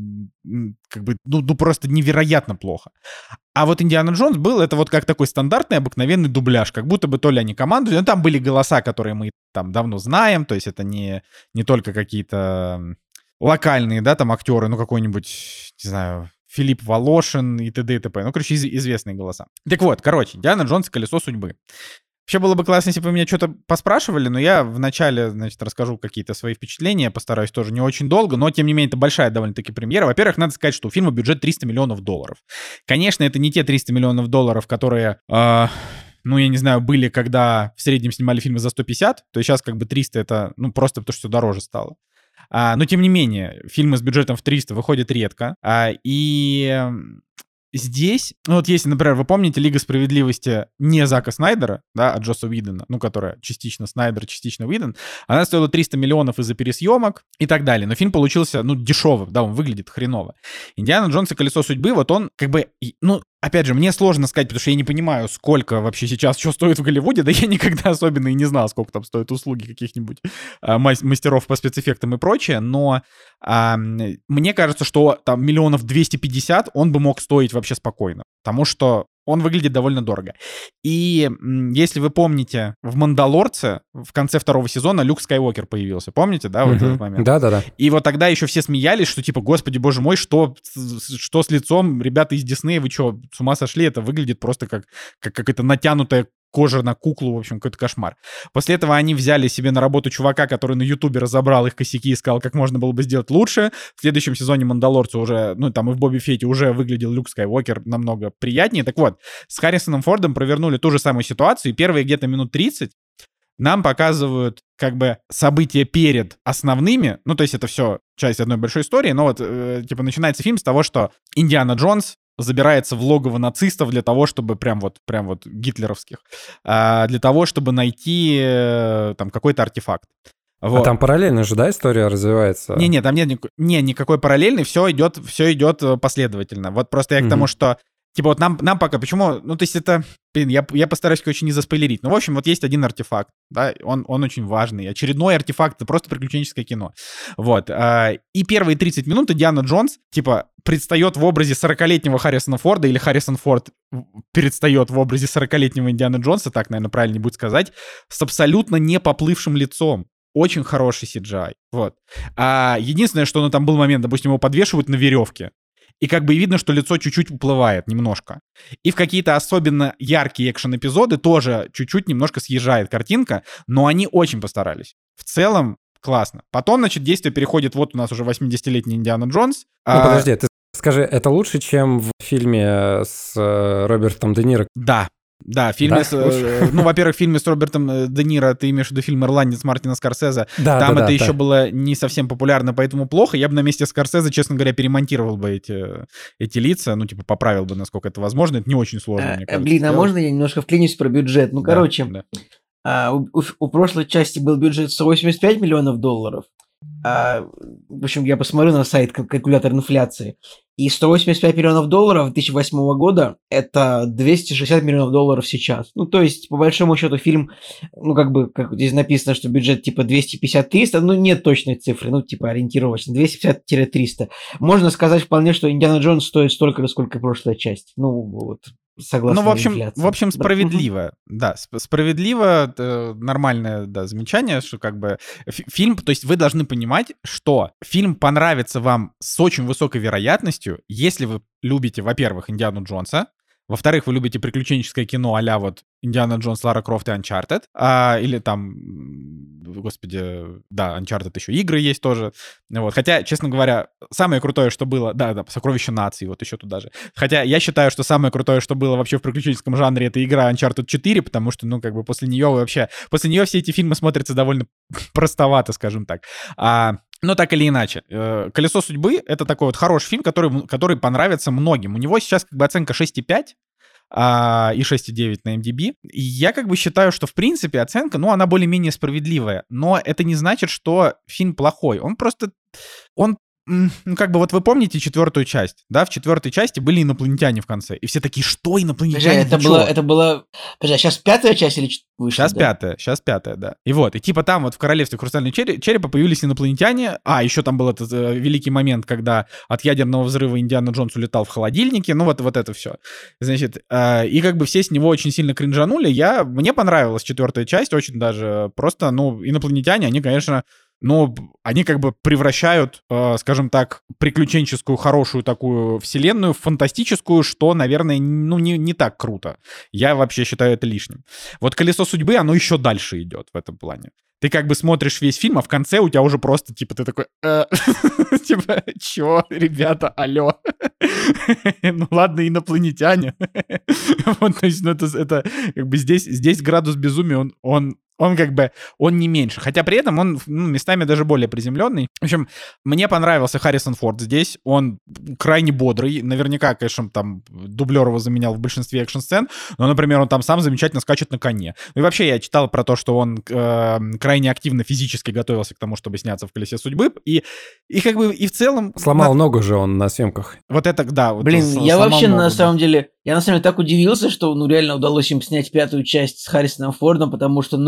S1: просто невероятно плохо. А вот «Индиана Джонс» был, это как такой стандартный, обыкновенный дубляж, как будто бы то ли они командуют, но там были голоса, которые мы там давно знаем, то есть это не только какие-то локальные, да, там актеры, какой-нибудь, не знаю, Филипп Волошин и т.д. и т.п. Известные голоса. Так вот, «Индиана Джонс и колесо судьбы». Вообще было бы классно, если бы меня что-то поспрашивали, но я вначале, расскажу какие-то свои впечатления, постараюсь тоже не очень долго, но, тем не менее, это большая довольно-таки премьера. Во-первых, надо сказать, что у фильма бюджет $300 миллионов. Конечно, это не те $300 миллионов, которые... я не знаю, были, когда в среднем снимали фильмы за 150, то есть сейчас 300 это, просто потому что все дороже стало. Но, тем не менее, фильмы с бюджетом в 300 выходят редко, и... Здесь, если, например, вы помните «Лига справедливости» не Зака Снайдера, да, а Джосса Уидона, которая частично Снайдер, частично Уидон, она стоила $300 миллионов из-за пересъемок и так далее. Но фильм получился, дешевым, да, он выглядит хреново. «Индиана Джонс и колесо судьбы», он опять же, мне сложно сказать, потому что я не понимаю, сколько вообще сейчас что стоит в Голливуде, да я никогда особенно и не знал, сколько там стоят услуги каких-нибудь мастеров по спецэффектам и прочее, но мне кажется, что там 250 000 он бы мог стоить вообще спокойно, потому что он выглядит довольно дорого. И если вы помните, в «Мандалорце» в конце 2-го сезона Люк Скайуокер появился. Помните, да, в этот момент?
S2: Да-да-да.
S1: И тогда еще все смеялись, что господи, боже мой, что с лицом? Ребята из Диснея, вы что, с ума сошли? Это выглядит просто как это натянутая кожа на куклу, в общем, какой-то кошмар. После этого они взяли себе на работу чувака, который на Ютубе разобрал их косяки и сказал, как можно было бы сделать лучше. В следующем сезоне «Мандалорца» уже, там и в «Боби Фетте» уже выглядел Люк Скайуокер намного приятнее. Так вот, с Харрисоном Фордом провернули ту же самую ситуацию, и первые где-то минут 30 нам показывают события перед основными, то есть это все часть одной большой истории, но начинается фильм с того, что Индиана Джонс забирается в логово нацистов для того, чтобы прям гитлеровских, для того, чтобы найти там какой-то артефакт.
S2: Вот. А там параллельно же, да, история развивается?
S1: Не, там нет никакой параллельной, все идет последовательно. Вот просто я к тому, что нам пока, почему, то есть это, я постараюсь очень не заспойлерить. В общем, есть один артефакт, да, он очень важный. Очередной артефакт, это просто приключенческое кино. Вот. И первые 30 минут Индиана Джонс, предстает в образе 40-летнего Харрисона Форда, или Харрисон Форд предстает в образе 40-летнего Индиана Джонса, так, наверное, правильнее будет сказать, с абсолютно не поплывшим лицом. Очень хороший CGI. Вот. Единственное, что там был момент, допустим, его подвешивают на веревке. и как бы видно, что лицо чуть-чуть уплывает немножко. И в какие-то особенно яркие экшен-эпизоды тоже чуть-чуть немножко съезжает картинка, но они очень постарались. В целом, классно. Потом, значит, действие переходит, вот у нас уже 80-летний Индиана Джонс.
S2: Ну, подожди, ты скажи, это лучше, чем в фильме с Робертом Де Ниро?
S1: Да, в фильме во-первых, в фильме с Робертом Де Ниро, ты имеешь в виду фильм «Ирландец» Мартина Скорсезе, там это еще было не совсем популярно, поэтому плохо. Я бы на месте Скорсезе, честно говоря, перемонтировал бы эти лица, поправил бы, насколько это возможно. Это не очень сложно, мне кажется.
S3: Блин, а можно я немножко вклинюсь про бюджет? Ну, короче, у прошлой части был бюджет $185 миллионов. В общем, я посмотрю на сайт калькулятор инфляции. И $185 миллионов 2008 года – это $260 миллионов сейчас. Ну, то есть, по большому счету, фильм, как здесь написано, что бюджет 250-300, нет точной цифры, ориентировочно, 250-300. Можно сказать вполне, что «Индиана Джонс» стоит столько же, сколько и прошлая часть. Согласно инфляции.
S1: В общем, справедливо. Да, справедливо, нормальное замечание, что фильм, то есть вы должны понимать, что фильм понравится вам с очень высокой вероятностью, если вы любите, во-первых, Индиану Джонса, во-вторых, вы любите приключенческое кино а-ля Индиана Джонс, Лара Крофт и Uncharted, или там, господи, да, Uncharted еще игры есть тоже. Хотя, честно говоря, самое крутое, что было, да, Сокровище нации, еще туда же. Хотя я считаю, что самое крутое, что было вообще в приключенческом жанре, это игра Uncharted 4, потому что, после нее все эти фильмы смотрятся довольно простовато, скажем так. Но так или иначе, «Колесо судьбы» — это такой хороший фильм, который понравится многим. У него сейчас оценка 6,5 и 6,9 на MDB. И я считаю, что в принципе оценка, она более-менее справедливая. Но это не значит, что фильм плохой. Вы помните 4-ю часть, да? В 4-й части были инопланетяне в конце. И все такие, что инопланетяне?
S3: Это было... Подожди, сейчас 5-я часть или вышла?
S1: Сейчас пятая, да. И там в Королевстве Хрустального Черепа появились инопланетяне. Еще там был этот великий момент, когда от ядерного взрыва Индиана Джонс улетал в холодильнике. Вот это все. Значит, и все с него очень сильно кринжанули. Мне понравилась 4-я часть, очень даже. Просто, инопланетяне, они, конечно... они превращают, скажем так, приключенческую, хорошую такую вселенную в фантастическую, что, наверное, не так круто. Я вообще считаю это лишним. «Колесо судьбы», оно еще дальше идет в этом плане. Ты смотришь весь фильм, а в конце у тебя уже просто, ты такой... чё, ребята, алло? Ладно, инопланетяне. То есть, это здесь градус безумия, он не меньше. Хотя при этом он местами даже более приземленный. В общем, мне понравился Харрисон Форд здесь. Он крайне бодрый. Наверняка, конечно, там дублер его заменял в большинстве экшн-сцен. Но, например, он там сам замечательно скачет на коне. И вообще я читал про то, что он крайне активно физически готовился к тому, чтобы сняться в «Колесе судьбы». И в целом...
S2: Сломал ногу же он на съемках.
S3: Блин, я вообще на самом деле так удивился, что реально удалось им снять 5-ю часть с Харрисоном Фордом, потому что,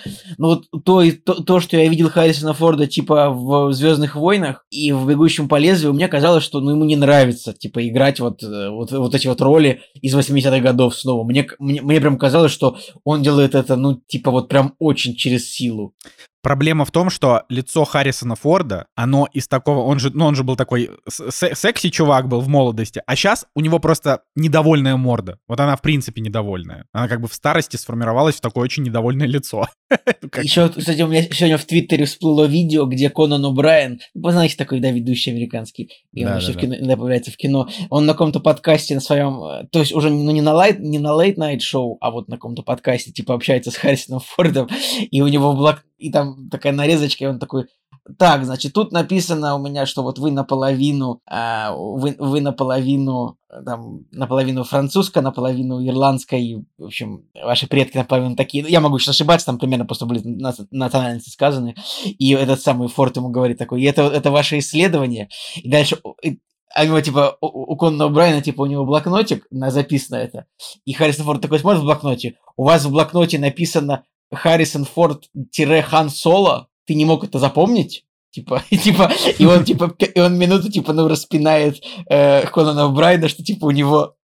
S3: то, что я видел Харрисона Форда, в «Звездных войнах» и в «Бегущем по лезвию», мне казалось, что, ему не нравится, играть вот эти роли из 80-х годов снова. Мне прям казалось, что он делает это, прям очень через силу.
S1: Проблема в том, что лицо Харрисона Форда, оно из такого... Он же был такой секси-чувак был в молодости, а сейчас у него просто недовольная морда. Она, в принципе, недовольная. Она в старости сформировалась в такое очень недовольное лицо.
S3: Еще, кстати, у меня сегодня в Твиттере всплыло видео, где Конан О'Брайен, вы знаете, такой, ведущий американский, и он еще появляется в кино, он на каком-то подкасте на своем... То есть уже не на Late Night Show, а на каком-то подкасте, общается с Харрисоном Фордом, и у него и там такая нарезочка, и он такой: так, значит, тут написано у меня, что вы наполовину, вы наполовину французская, наполовину ирландская, в общем, ваши предки наполовину такие. Я могу сейчас ошибаться, там примерно просто были национальности сказаны. И этот самый Форд ему говорит такой: и это ваше исследование. И дальше... А у него, у Конана О'Брайена, у него блокнотик, записано это. И Харрисон Форд такой смотрит в блокноте: у вас в блокноте написано Харрисон Форд-Хан Соло, ты не мог это запомнить? И он минуту, распинает Конана О'Брайена, что, у него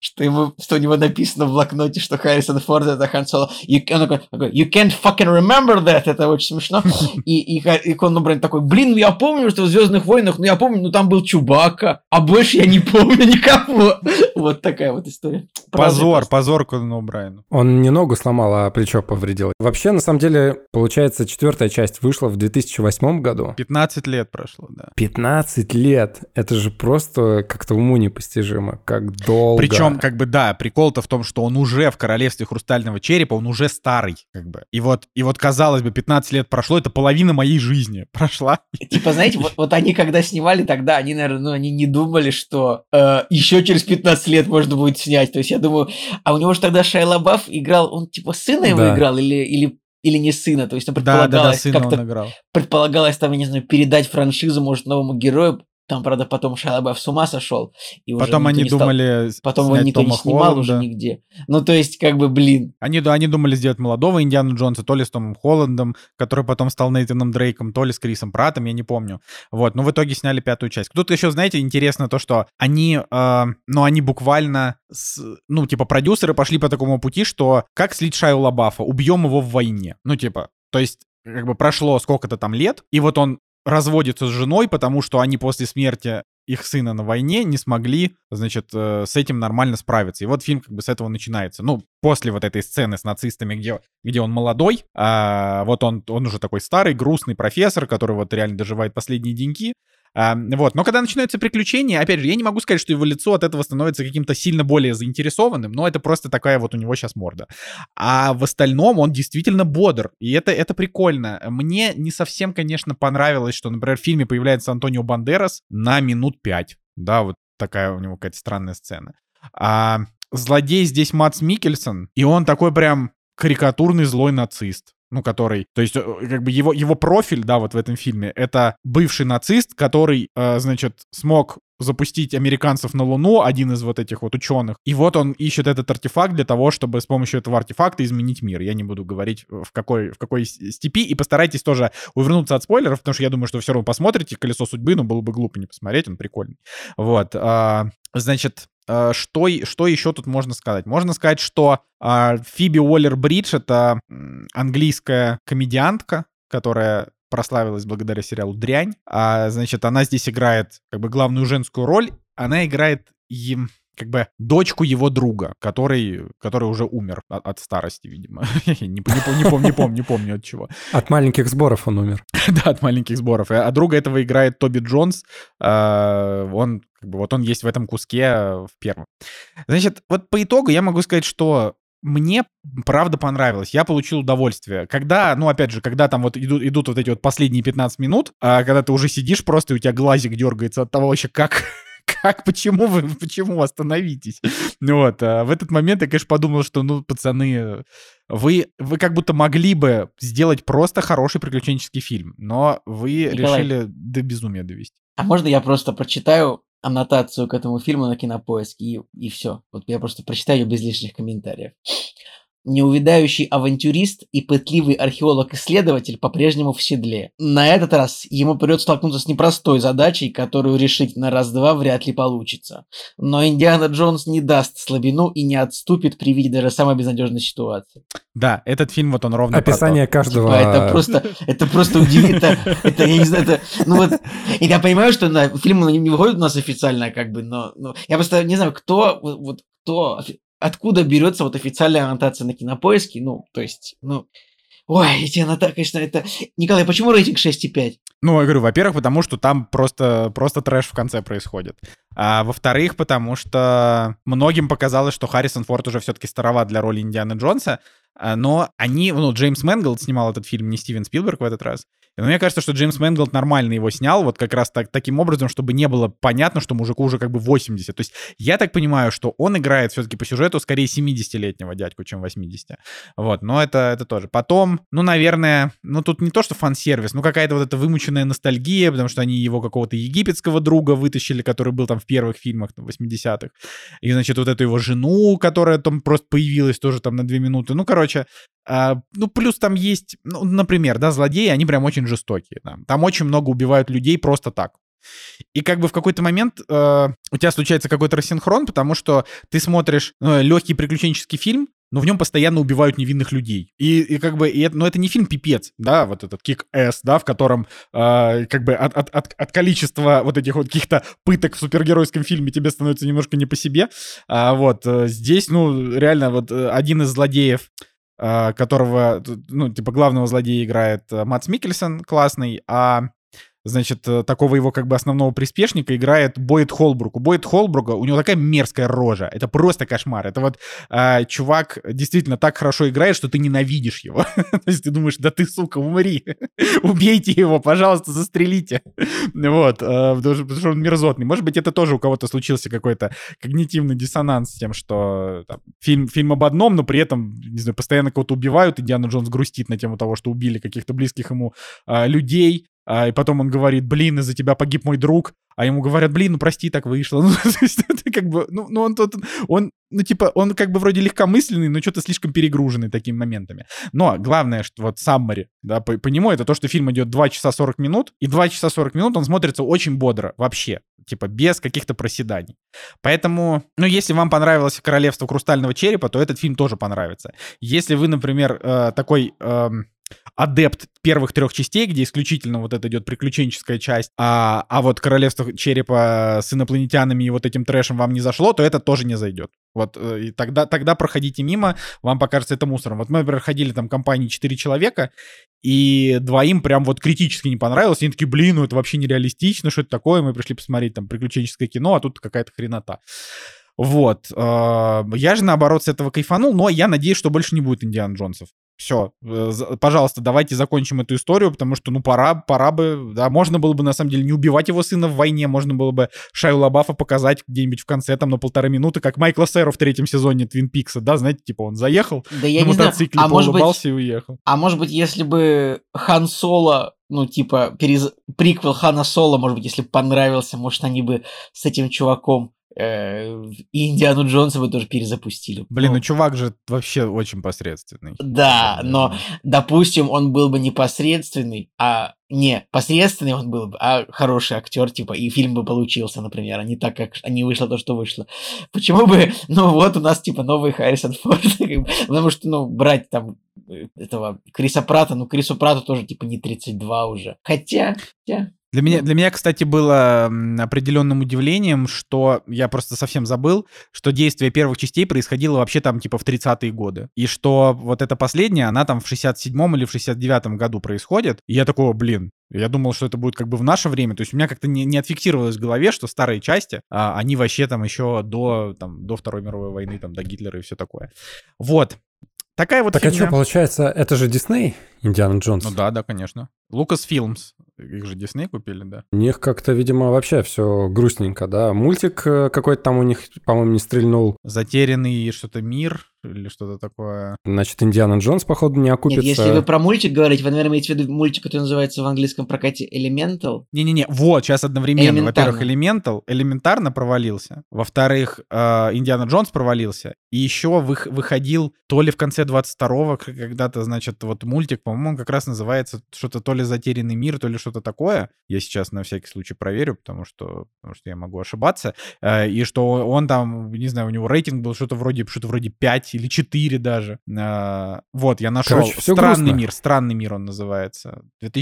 S3: что у него написано в блокноте, что Харрисон Форд это Хан Соло. Он такой, you can't fucking remember that, это очень смешно. И Конан О'Брайен такой, блин, я помню, что в «Звездных войнах», я помню, там был Чубакка, а больше я не помню никого. Вот такая вот история.
S1: Позор Конану О'Брайену.
S2: Он не ногу сломал, а плечо повредил. Вообще, на самом деле, получается, 4-я часть вышла в 2008 году.
S1: 15 лет прошло, да.
S2: 15 лет. Это же просто как-то уму непостижимо, как долго.
S1: Причем, прикол-то в том, что он уже в «Королевстве хрустального черепа», он уже старый, И вот, казалось бы, 15 лет прошло, это половина моей жизни прошла.
S3: Типа, знаете, вот они когда снимали тогда, они, наверное, они не думали, что еще через 15 лет можно будет снять. То есть я думаю, а у него же тогда Шайа ЛаБаф играл, он типа сына его играл или не сына, то есть предполагалось,
S1: сына он играл.
S3: Предполагалось там, я не знаю, передать франшизу, может, новому герою. Там, правда, потом Шайа ЛаБаф с ума сошел. И
S1: потом они думали
S3: потом его никто не снимал Холланда. Уже нигде. Ну, то есть, блин.
S1: Они думали сделать молодого Индиану Джонса, то ли с Томом Холландом, который потом стал Нейтаном Дрейком, то ли с Крисом Праттом, я не помню. Вот, но в итоге сняли 5-ю часть. Тут еще, знаете, интересно то, что они буквально, продюсеры пошли по такому пути, что как слить Шайю ЛаБафа, убьем его в войне. То есть, прошло сколько-то там лет, и вот он разводится с женой, потому что они после смерти их сына на войне не смогли, с этим нормально справиться. И вот фильм с этого начинается. После вот этой сцены с нацистами, где он молодой, вот он уже такой старый, грустный профессор, который вот реально доживает последние деньки. Но когда начинаются приключения, опять же, я не могу сказать, что его лицо от этого становится каким-то сильно более заинтересованным, но это просто такая вот у него сейчас морда. А в остальном он действительно бодр, и это прикольно. Мне не совсем, конечно, понравилось, что, например, в фильме появляется Антонио Бандерас на минут 5. Да, вот такая у него какая-то странная сцена. А злодей здесь Мадс Миккельсен, и он такой прям карикатурный злой нацист. Который, то есть, его профиль, да, вот в этом фильме, это бывший нацист, который, смог запустить американцев на Луну, один из вот этих вот ученых. И вот он ищет этот артефакт для того, чтобы с помощью этого артефакта изменить мир. Я не буду говорить, в какой степи, и постарайтесь тоже увернуться от спойлеров, потому что я думаю, что вы все равно посмотрите «Колесо судьбы», но было бы глупо не посмотреть, он прикольный. Вот, что еще тут можно сказать? Можно сказать, что Фиби Уоллер-Бридж — это английская комедиантка, которая прославилась благодаря сериалу «Дрянь». Она здесь играет главную женскую роль. Она играет дочку его друга, который уже умер от старости, видимо. Не помню от чего.
S2: От маленьких сборов он умер.
S1: Да, от маленьких сборов. А друга этого играет Тоби Джонс. Он есть в этом куске в первом. Вот по итогу я могу сказать, что мне правда понравилось. Я получил удовольствие. Когда, когда там вот идут вот эти вот последние 15 минут, когда ты уже сидишь просто, и у тебя глазик дергается от того вообще, почему остановитесь? Вот, в этот момент я, конечно, подумал, что, пацаны, вы как будто могли бы сделать просто хороший приключенческий фильм, но вы решили до безумия довести.
S3: А можно я просто прочитаю аннотацию к этому фильму на Кинопоиске, и все. Вот я просто прочитаю ее без лишних комментариев. Неувядающий авантюрист и пытливый археолог-исследователь по-прежнему в седле. На этот раз ему придется столкнуться с непростой задачей, которую решить на раз-два вряд ли получится. Но Индиана Джонс не даст слабину и не отступит при виде даже самой безнадежной ситуации.
S1: Да, этот фильм вот он ровно
S2: описание каждого...
S3: Это просто удивительно. Это, я не знаю, и я понимаю, что фильмы не выходят у нас официально, но я просто не знаю, кто откуда берется вот официальная аннотация на Кинопоиске, ой, эти аннотации, конечно, это... Николай, почему рейтинг 6,5?
S1: Я говорю, во-первых, потому что там просто трэш в конце происходит. А во-вторых, потому что многим показалось, что Харрисон Форд уже все-таки староват для роли Индианы Джонса, но Джеймс Мэнголд снимал этот фильм, не Стивен Спилберг в этот раз. Но мне кажется, что Джеймс Мэнголд нормально его снял, вот как раз таким образом, чтобы не было понятно, что мужику уже 80. То есть я так понимаю, что он играет все-таки по сюжету скорее 70-летнего дядьку, чем 80. Вот, но это тоже. Потом, наверное, тут не то, что фан-сервис, какая-то вот эта вымученная ностальгия, потому что они его какого-то египетского друга вытащили, который был там в первых фильмах 80-х. И, вот эту его жену, которая там просто появилась тоже там на 2 минуты. Плюс там есть, например, да, злодеи, они прям очень жестокие. Да. Там очень много убивают людей просто так. И как бы в какой-то момент у тебя случается какой-то рассинхрон, потому что ты смотришь легкий приключенческий фильм, но в нем постоянно убивают невинных людей. И как бы, но это не фильм «Пипец», да, вот этот Kick-Ass, да, в котором как бы от количества вот этих вот каких-то пыток в супергеройском фильме тебе становится немножко не по себе. Вот здесь, ну, реально вот один из злодеев, которого, ну, типа главного злодея играет Мадс Миккельсен, классный, значит, такого его как бы основного приспешника играет Бойд Холбрук. У Бойд Холбрука, у него такая мерзкая рожа. Это просто кошмар. Это вот чувак действительно так хорошо играет, что ты ненавидишь его. То есть ты думаешь, да ты, сука, умри. Убейте его, пожалуйста, застрелите. Вот. Потому что он мерзотный. Может быть, это тоже у кого-то случился какой-то когнитивный диссонанс с тем, что там, фильм об одном, но при этом, не знаю, постоянно кого-то убивают. Индиана Джонс грустит на тему того, что убили каких-то близких ему людей. И потом он говорит, блин, из-за тебя погиб мой друг. А ему говорят, блин, ну прости, так вышло. Ну, то есть это как бы, он как бы вроде легкомысленный, но что-то слишком перегруженный такими моментами. Но главное, что вот summary, да, по нему, это то, что фильм идет 2 часа 40 минут, и 2 часа 40 минут он смотрится очень бодро вообще, типа без каких-то проседаний. Поэтому, ну, если вам понравилось «Королевство хрустального черепа», то этот фильм тоже понравится. Если вы, например, такой... адепт первых 3 частей, где исключительно вот это идет приключенческая часть, а вот «Королевство черепа» с инопланетянами и вот этим трэшем вам не зашло, то это тоже не зайдет. Вот, и тогда проходите мимо, вам покажется это мусором. Вот мы, например, ходили там компанией 4 человека, и 2 прям вот критически не понравилось, и они такие, блин, ну это вообще нереалистично, что это такое, мы пришли посмотреть там приключенческое кино, а тут какая-то хренота. Вот. Я же, наоборот, с этого кайфанул, но я надеюсь, что больше не будет Индиана Джонсов. Все, пожалуйста, давайте закончим эту историю, потому что, ну, пора бы, да, можно было бы, на самом деле, не убивать его сына в войне, можно было бы Шайю Лабафа показать где-нибудь в конце, там, на 1,5 минуты, как Майкла Сэру в 3-м сезоне Твин Пикса, да, знаете, типа, он заехал,
S3: да я
S1: на мотоцикле поулыбался и уехал.
S3: А может быть, если бы Хан Соло, ну, типа, приквел Хана Соло, может быть, если бы понравился, может, они бы с этим чуваком и Индиану Джонса вы тоже перезапустили.
S1: Блин, ну чувак же вообще очень посредственный.
S3: Да, но, допустим, он был бы не посредственный, посредственный он был бы, а хороший актер, типа, и фильм бы получился, например, а не так, как не вышло то, что вышло. Почему бы, ну вот у нас, типа, новый Харрисон Форд, потому что, ну, брать там этого Криса Пратта, ну, Крису Пратту тоже, типа, не 32 уже. Хотя...
S1: Для меня, кстати, было определенным удивлением, что я просто совсем забыл, что действие первых частей происходило вообще там типа в 30-е годы. И что вот эта последняя, она там в 67-м или в 69-м году происходит. И я такой, блин, я думал, что это будет как бы в наше время. То есть у меня как-то не отфиксировалось в голове, что старые части, они вообще там еще до Второй мировой войны, там, до Гитлера и все такое. Вот. Такая вот
S2: фигня.
S1: А
S2: что, получается, это же Дисней, Индиана Джонс?
S1: Ну да, конечно. Lucasfilms. Их же Дисней купили, да?
S2: У них как-то, видимо, вообще все грустненько, да? Мультик какой-то там у них, по-моему, не стрельнул.
S1: Затерянный что-то мир или что-то такое.
S2: Значит, Индиана Джонс, походу, не окупится.
S3: Нет, если вы про мультик говорите, вы, наверное, имеете в виду мультик, который называется в английском прокате Elemental?
S1: Не-не-не, вот, сейчас одновременно. Во-первых, элементарно провалился. Во-вторых, Индиана Джонс провалился. И еще выходил то ли в конце 22-го когда-то, значит, вот мультик, по-моему, он как раз называется что-то то ли «Затерянный мир», то ли что-то такое. Я сейчас на всякий случай проверю, потому что я могу ошибаться. И что он там, не знаю, у него рейтинг был что-то вроде 5 или 4 даже. Вот, я нашел.
S2: Короче,
S1: «Странный мир» он называется.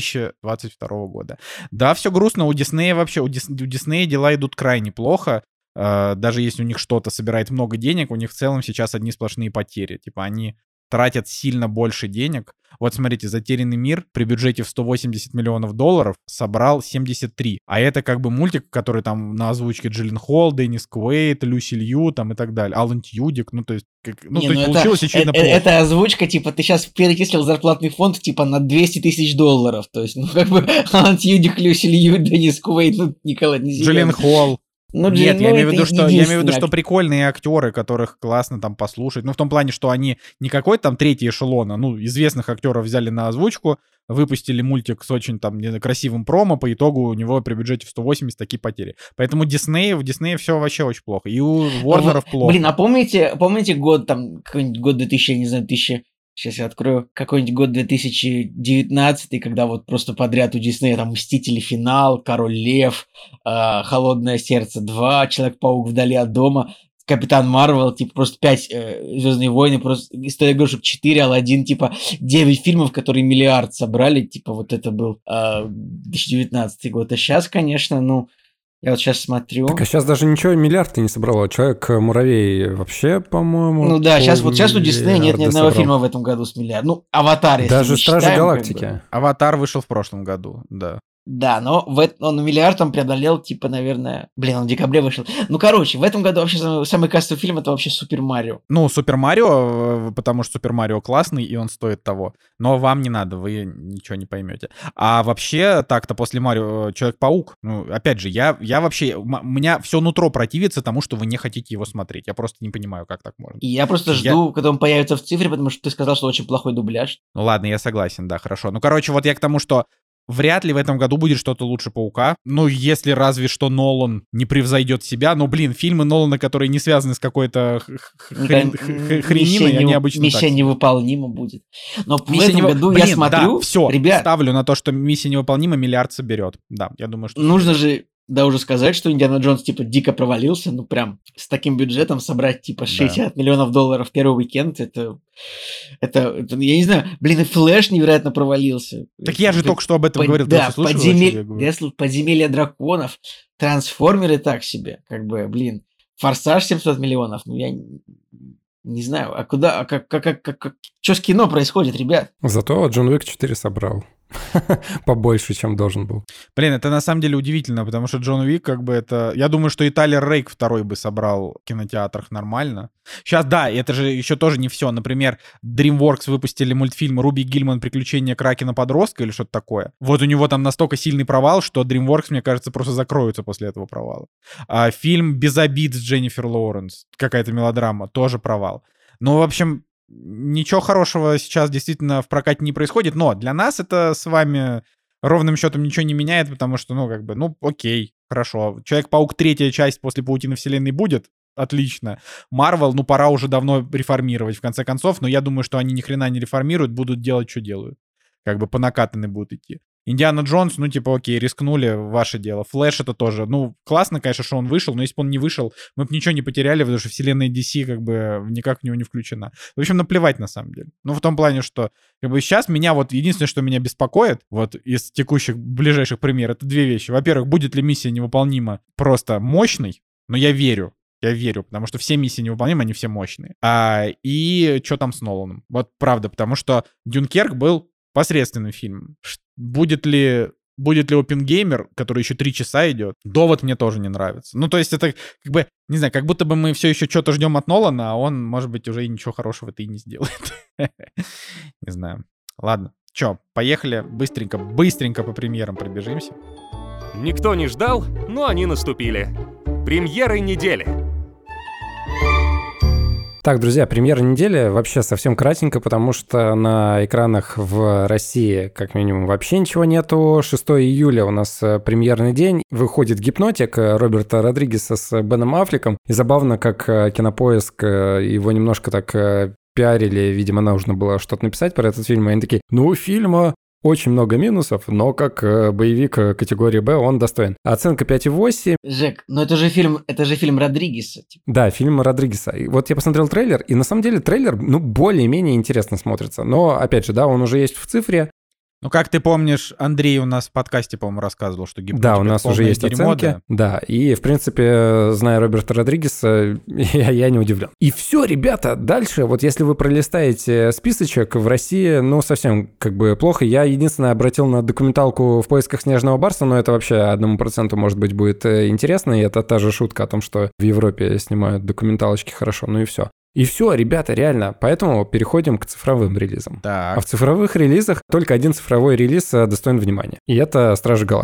S1: 2022 года. Да, все грустно. У Диснея вообще, у Диснея дела идут крайне плохо. Даже если у них что-то собирает много денег, у них в целом сейчас одни сплошные потери. Типа они тратят сильно больше денег. Вот смотрите, «Затерянный мир» при бюджете в $180 миллионов собрал 73. А это как бы мультик, который там на озвучке Джилленхол, Деннис Куэйд, Люси Лью там и так далее. Алан Тьюдик, ну то есть... получилось очевидно плохо.
S3: Это озвучка, типа, ты сейчас перечислил зарплатный фонд, типа, на $200 тысяч. То есть, ну как бы Алан Тьюдик, Люси Лью, Деннис Куэйд, ну, Николай, не
S1: Джилленхол. Нет, я имею в виду, что прикольные актеры, которых классно там послушать. Ну, в том плане, что они не какой-то там третий эшелон, а, ну, известных актеров взяли на озвучку, выпустили мультик с очень там красивым промо, по итогу у него при бюджете в 180 такие потери. Поэтому в Диснее все вообще очень плохо. И у Ворнеров плохо.
S3: Блин, а помните год, там, какой-нибудь год 2000, я не знаю, Сейчас я открою какой-нибудь год 2019, когда вот просто подряд у Диснея там «Мстители. Финал», «Король Лев», «Холодное сердце 2», «Человек-паук вдали от дома», «Капитан Марвел», типа просто 5 «Звездные войны», просто «История игрушек 4», «Аладдин», типа 9 фильмов, которые миллиард собрали, типа вот это был 2019 год. А сейчас, конечно, ну, я вот сейчас смотрю.
S2: Так, а сейчас даже ничего миллиард не собрало. Человек-муравей вообще, по-моему...
S3: Ну да, сейчас у Диснея нет ни одного фильма в этом году с миллиардом. Ну, «Аватар», если
S2: даже
S3: мы
S2: «Стражи
S3: считаем,
S2: Галактики».
S3: Как бы.
S1: «Аватар» вышел в прошлом году, да.
S3: Да, но он миллиард он преодолел, типа, наверное... Блин, он в декабре вышел. Ну, короче, в этом году вообще самый кассовый фильм — это вообще «Супер Марио».
S1: Ну, «Супер Марио», потому что «Супер Марио» классный, и он стоит того. Но вам не надо, вы ничего не поймете. А вообще, так-то после «Марио» «Человек-паук», ну, опять же, я вообще... У меня все нутро противится тому, что вы не хотите его смотреть. Я просто не понимаю, как так можно.
S3: И я просто жду, когда он появится в цифре, потому что ты сказал, что очень плохой дубляж.
S1: Ну, ладно, я согласен, да, хорошо. Ну, короче, вот я к тому, что вряд ли в этом году будет что-то лучше «Паука». Ну, если разве что Нолан не превзойдет себя. Но, блин, фильмы Нолана, которые не связаны с какой-то хрениной, они обычно
S3: «Миссия невыполнима» будет. Но в
S1: «Миссия
S3: этом году я смотрю...
S1: Да, все,
S3: ребят,
S1: ставлю на то, что «Миссия невыполнима» миллиард соберет. Да, я думаю, что...
S3: Нужно же... Да, уже сказать, что «Индиана Джонс» типа дико провалился, ну прям с таким бюджетом собрать типа 60 миллионов долларов в первый уикенд, это, я не знаю, блин, и «Флэш» невероятно провалился.
S1: Так я же только что об этом говорил,
S3: да,
S1: ты слушал,
S3: «Подземелье драконов», «Трансформеры» так себе, как бы, блин, «Форсаж» 700 миллионов, ну я не знаю, а куда, что с кино происходит, ребят?
S2: Зато Джон Уик 4 собрал. Побольше, чем должен был.
S1: Блин, это на самом деле удивительно, потому что Джон Уик, как бы это... Я думаю, что и Тайлер Рейк второй бы собрал в кинотеатрах нормально. Сейчас, да, это же еще тоже не все. Например, DreamWorks выпустили мультфильм «Руби Гиллман. Приключения Кракена-подростка» или что-то такое. Вот у него там настолько сильный провал, что DreamWorks, мне кажется, просто закроются после этого провала. Фильм «Без обид» с Дженнифер Лоуренс, какая-то мелодрама, тоже провал. Ну, в общем... Ничего хорошего сейчас действительно в прокате не происходит, но для нас это с вами ровным счетом ничего не меняет, потому что, ну, как бы, ну, окей, хорошо. «Человек-паук» 3-я часть после «Паутины вселенной» будет? Отлично. Марвел, ну, пора уже давно реформировать, в конце концов, но я думаю, что они ни хрена не реформируют, будут делать, что делают. Как бы по накатанной будут идти. «Индиана Джонс», ну, типа, окей, рискнули, ваше дело. «Флэш» это тоже, ну, классно, конечно, что он вышел, но если бы он не вышел, мы бы ничего не потеряли, потому что вселенная DC как бы никак в него не включена. В общем, наплевать на самом деле. Ну, в том плане, что как бы сейчас меня вот единственное, что меня беспокоит, вот из текущих ближайших примеров, это две вещи. Во-первых, будет ли «Миссия невыполнима» просто мощной, но я верю, потому что все «Миссии невыполнимы», они все мощные. И что там с Ноланом? Вот правда, потому что «Дюнкерк» был посредственный фильм. Будет ли «Оппенгеймер», который еще 3 часа идет? «Довод» мне тоже не нравится. Ну, то есть это как бы, не знаю, как будто бы мы все еще что-то ждем от Нолана, а он, может быть, уже и ничего хорошего-то и не сделает. Не знаю. Ладно. Че, поехали быстренько по премьерам пробежимся.
S4: Никто не ждал, но они наступили. Премьеры недели.
S2: Так, друзья, премьера недели вообще совсем кратенько, потому что на экранах в России как минимум вообще ничего нету. 6 июля у нас премьерный день. Выходит «Гипнотик» Роберта Родригеса с Беном Аффлеком. И забавно, как Кинопоиск его немножко так пиарили. Видимо, нужно было что-то написать про этот фильм. И они такие, ну, у фильма очень много минусов, но как боевик категории «Б» он достоин. Оценка 5,8.
S3: Жек, но это же фильм Родригеса. Типа.
S2: Да, фильм Родригеса. И вот я посмотрел трейлер, и на самом деле трейлер, ну, более-менее интересно смотрится. Но, опять же, да, он уже есть в цифре.
S1: Ну, как ты помнишь, Андрей у нас в подкасте, по-моему, рассказывал, что «Гипнотик»
S2: да, у нас уже есть дерьмо, оценки. Да, и, в принципе, зная Роберта Родригеса, я не удивлен. И все, ребята, дальше, вот если вы пролистаете списочек, в России, ну, совсем как бы плохо. Я единственное обратил на документалку «В поисках снежного барса», но это вообще 1%, может быть, будет интересно, и это та же шутка о том, что в Европе снимают документалочки хорошо, ну и все. И все, ребята, реально. Поэтому переходим к цифровым релизам.
S1: Так.
S2: А в цифровых релизах только один цифровой релиз достоин внимания. И это «Стражи Галактики».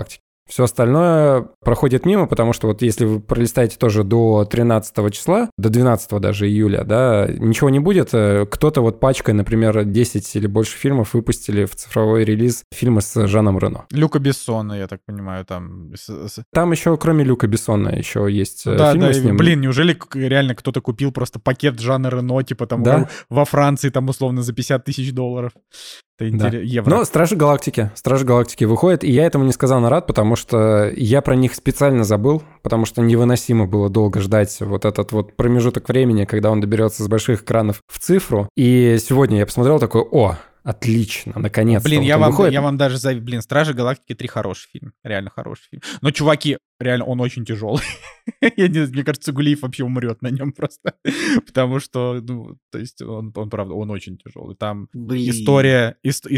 S2: Все остальное проходит мимо, потому что вот если вы пролистаете тоже до 13 числа, до 12 даже июля, да, ничего не будет. Кто-то вот пачкой, например, 10 или больше фильмов выпустили в цифровой релиз фильмы с Жаном Рено.
S1: Люка Бессона, я так понимаю, там...
S2: Там еще, кроме Люка Бессона, еще есть
S1: да,
S2: фильмы
S1: да,
S2: с ним.
S1: Блин, неужели реально кто-то купил просто пакет Жана Рено, типа там во Франции там условно за $50 тысяч? Это евро.
S2: Но Стражи Галактики выходят, и я этому несказанно рад, потому что я про них специально забыл, потому что невыносимо было долго ждать вот этот вот промежуток времени, когда он доберется с больших экранов в цифру. И сегодня я посмотрел такой, отлично, наконец-то.
S1: Блин, я вам даже Стражи Галактики 3 хороший фильм, реально хороший фильм. Но, чуваки, реально, он очень тяжелый. Мне кажется, Гулиев вообще умрет на нем просто. Потому что, то есть он правда, он очень тяжелый. Там история,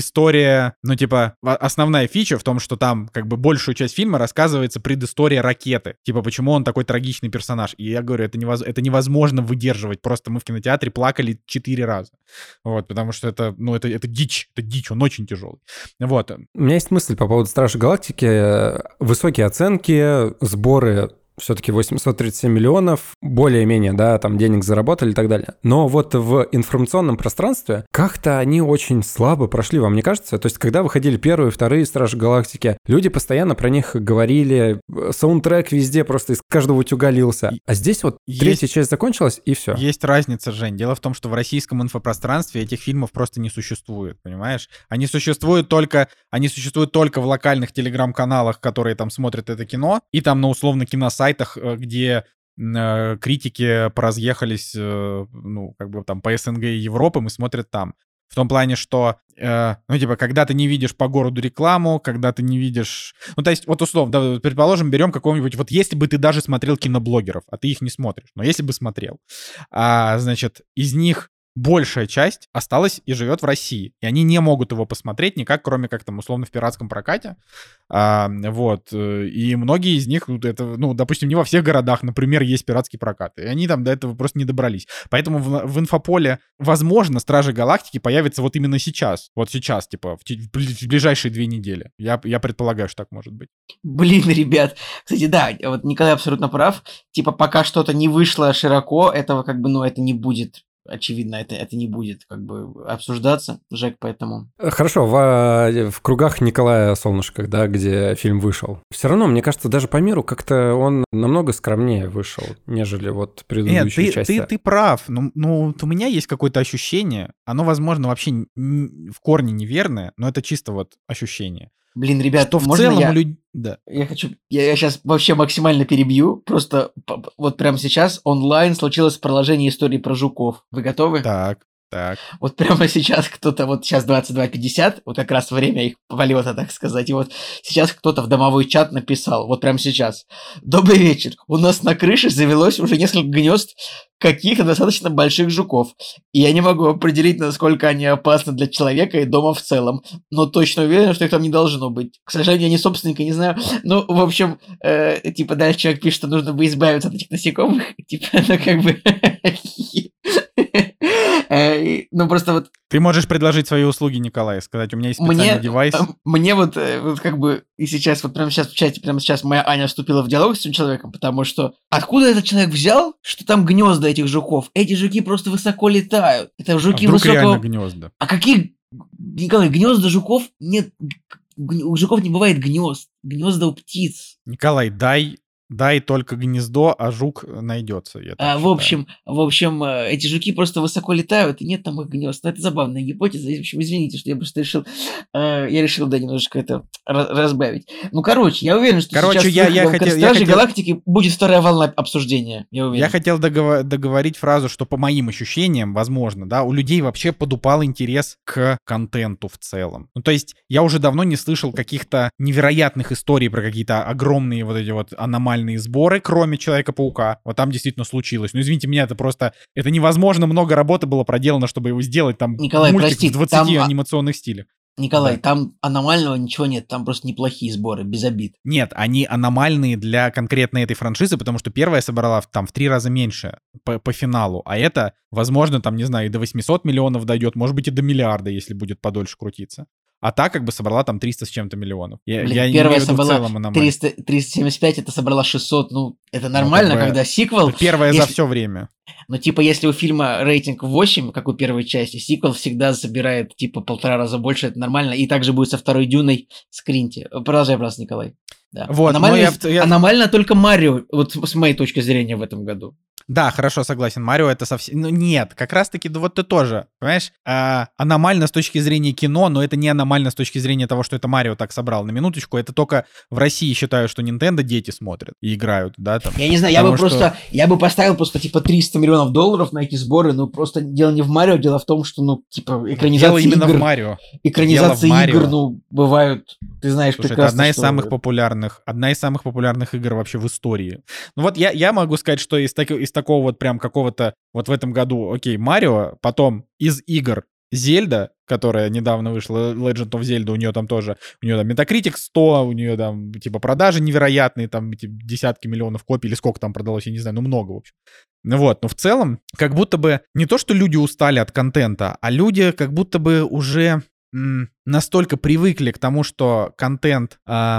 S1: основная фича в том, что там как бы большую часть фильма рассказывается предыстория ракеты. Типа, почему он такой трагичный персонаж. И я говорю, это невозможно выдерживать. Просто мы в кинотеатре плакали 4 раза. Вот, потому что это дичь, он очень тяжелый. Вот.
S2: У меня есть мысль по поводу Стражей Галактики. Высокие оценки, сборы все-таки 837 миллионов, более-менее, да, там денег заработали и так далее. Но вот в информационном пространстве как-то они очень слабо прошли, вам не кажется? То есть, когда выходили первые, вторые Стражи Галактики, люди постоянно про них говорили, саундтрек везде просто из каждого утюга лился. А здесь вот третья часть закончилась, и все.
S1: Есть разница, Жень. Дело в том, что в российском инфопространстве этих фильмов просто не существует, понимаешь? Они существуют только в локальных телеграм-каналах, которые там смотрят это кино, и там на условно киносайтах, где критики поразъехались, там по СНГ и Европам и смотрят там. В том плане, что, когда ты не видишь по городу рекламу, когда ты не видишь... то есть, вот условно, да, предположим, берем какого-нибудь... Вот если бы ты даже смотрел киноблогеров, а ты их не смотришь, но если бы смотрел, значит, из них большая часть осталась и живет в России. И они не могут его посмотреть никак, кроме как там условно в пиратском прокате. И многие из них, допустим, не во всех городах, например, есть пиратский прокат. И они там до этого просто не добрались. Поэтому в инфополе, возможно, Стражи Галактики появятся вот именно сейчас. Вот сейчас, типа, в ближайшие 2 недели. Я предполагаю, что так может быть.
S3: Блин, ребят. Кстати, да, вот Николай абсолютно прав. Типа, пока что-то не вышло широко, этого это не будет. Очевидно, это не будет обсуждаться, Жек, поэтому...
S2: Хорошо, в кругах Николая Солнышко, да, где фильм вышел. Все равно, мне кажется, даже по миру как-то он намного скромнее вышел, нежели вот предыдущие части.
S1: Ты прав, но у меня есть какое-то ощущение, оно, возможно, вообще в корне неверное, но это чисто вот ощущение.
S3: Блин, ребят,
S1: что в
S3: можно
S1: целом
S3: Да. Я сейчас вообще максимально перебью. Просто вот прямо сейчас онлайн случилось продолжение истории про жуков. Вы готовы?
S1: Так.
S3: Вот прямо сейчас кто-то, вот сейчас 22:50, вот как раз время их полета, так сказать, и вот сейчас кто-то в домовой чат написал, вот прямо сейчас. Добрый вечер. У нас на крыше завелось уже несколько гнезд каких-то достаточно больших жуков. И я не могу определить, насколько они опасны для человека и дома в целом. Но точно уверен, что их там не должно быть. К сожалению, я не собственник и не знаю. Ну, в общем, дальше человек пишет, что нужно бы избавиться от этих насекомых. Просто вот...
S1: Ты можешь предложить свои услуги, Николай, сказать, у меня есть специальный девайс.
S3: Мне и сейчас, вот прямо сейчас в чате, прямо сейчас моя Аня вступила в диалог с этим человеком, потому что откуда этот человек взял, что там гнезда этих жуков? Эти жуки просто высоко летают. Это жуки высокого...
S1: реально гнезда?
S3: А какие... Николай, гнезда жуков нет... У жуков не бывает гнезд. Гнезда у птиц.
S1: Николай, дай только гнездо, а жук найдется.
S3: В общем, эти жуки просто высоко летают, и нет там их гнезд. Но это забавная гипотеза. В общем, извините, что я просто решил, немножечко это разбавить. Я уверен, что сейчас Стражи Галактики будет вторая волна обсуждения. Я уверен.
S1: Я хотел договорить фразу, что по моим ощущениям, возможно, да, у людей вообще подупал интерес к контенту в целом. То есть я уже давно не слышал каких-то невероятных историй про какие-то огромные вот эти вот аномальные сборы, кроме Человека-паука. Вот там действительно случилось. Ну, извините меня, это невозможно, много работы было проделано, чтобы его сделать. Там
S3: Николай,
S1: мультик
S3: прости,
S1: в 20 анимационных стилях.
S3: Николай, да. Там аномального ничего нет, там просто неплохие сборы, без обид.
S1: Нет, они аномальные для конкретно этой франшизы, потому что первая собрала там в 3 раза меньше по финалу, а это, возможно, там, не знаю, и до 800 миллионов дойдет, может быть, и до миллиарда, если будет подольше крутиться. А та как бы собрала там 300 с чем-то миллионов. Я
S3: Блин,
S1: не имею
S3: первая
S1: в виду в
S3: собрала
S1: целом аномалию.
S3: 375, это собрала 600. Ну, это нормально,
S1: как бы
S3: когда сиквел...
S1: Первая за
S3: если-
S1: все время.
S3: Ну, типа, если у фильма рейтинг 8, как у первой части, сиквел всегда собирает, типа, 1,5 раза больше, это нормально. И также будет со второй Дюной скриньте. Продолжай, просто, Николай. Да.
S1: Вот,
S3: аномально,
S1: но я-
S3: аномально только Марио, вот с моей точки зрения, в этом году.
S1: Да, хорошо, согласен. Марио это совсем... Ну, нет, как раз-таки, да вот ты тоже, понимаешь, аномально с точки зрения кино, но это не аномально с точки зрения того, что это Марио так собрал. На минуточку, это только в России считаю, что Nintendo дети смотрят и играют, да, там.
S3: Я не знаю, я бы поставил просто, типа, $300 миллионов на эти сборы, ну, просто дело не в Марио, дело в том, что, ну, типа, экранизации
S1: Дело именно
S3: игр...
S1: в Марио.
S3: Экранизации
S1: Дело в Марио.
S3: игр, ну, бывают, ты знаешь,
S1: Слушай, это
S3: прекрасно,
S1: одна из
S3: что-
S1: самых популярных игр вообще в истории. Ну вот я могу сказать, что из такого вот прям какого-то вот в этом году, окей, Марио, потом из игр Зельда, которая недавно вышла, Legend of Zelda, у нее там Metacritic 100, у нее там типа продажи невероятные, там эти десятки миллионов копий, или сколько там продалось, я не знаю, ну много, в общем. Ну вот, но в целом, как будто бы не то, что люди устали от контента, а люди как будто бы уже настолько привыкли к тому, что контент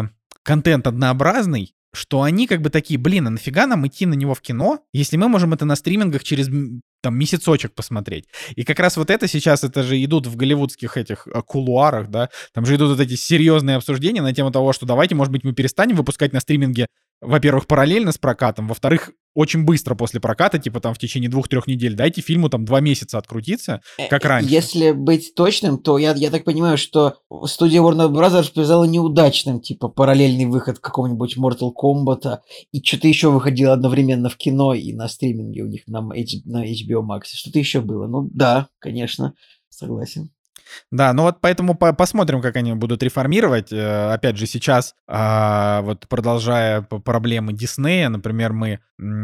S1: однообразный, что они как бы такие, блин, а нафига нам идти на него в кино, если мы можем это на стримингах через там месяцочек посмотреть. И как раз вот это сейчас, это же идут в голливудских этих кулуарах, да, там же идут вот эти серьезные обсуждения на тему того, что давайте, может быть, мы перестанем выпускать на стриминге, во-первых, параллельно с прокатом, во-вторых, очень быстро после проката, типа там в течение 2-3 недель, дайте фильму там 2 месяца открутиться, как раньше.
S3: Если быть точным, то я так понимаю, что студия Warner Bros. Признала неудачным, типа, параллельный выход какого-нибудь Mortal Kombat, и что-то еще выходило одновременно в кино и на стриминге у них на HBO Max. Что-то еще было. Ну да, конечно, согласен.
S1: Да, ну вот поэтому посмотрим, как они будут реформировать. Опять же, сейчас, вот продолжая проблемы Диснея, например, мы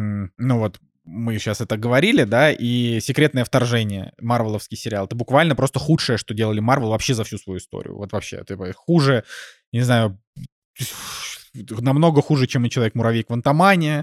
S1: сейчас это говорили, да, и «Секретное вторжение», марвеловский сериал, это буквально просто худшее, что делали Марвел вообще за всю свою историю. Вот вообще, это хуже, не знаю, намного хуже, чем и «Человек-муравей Квантомания»,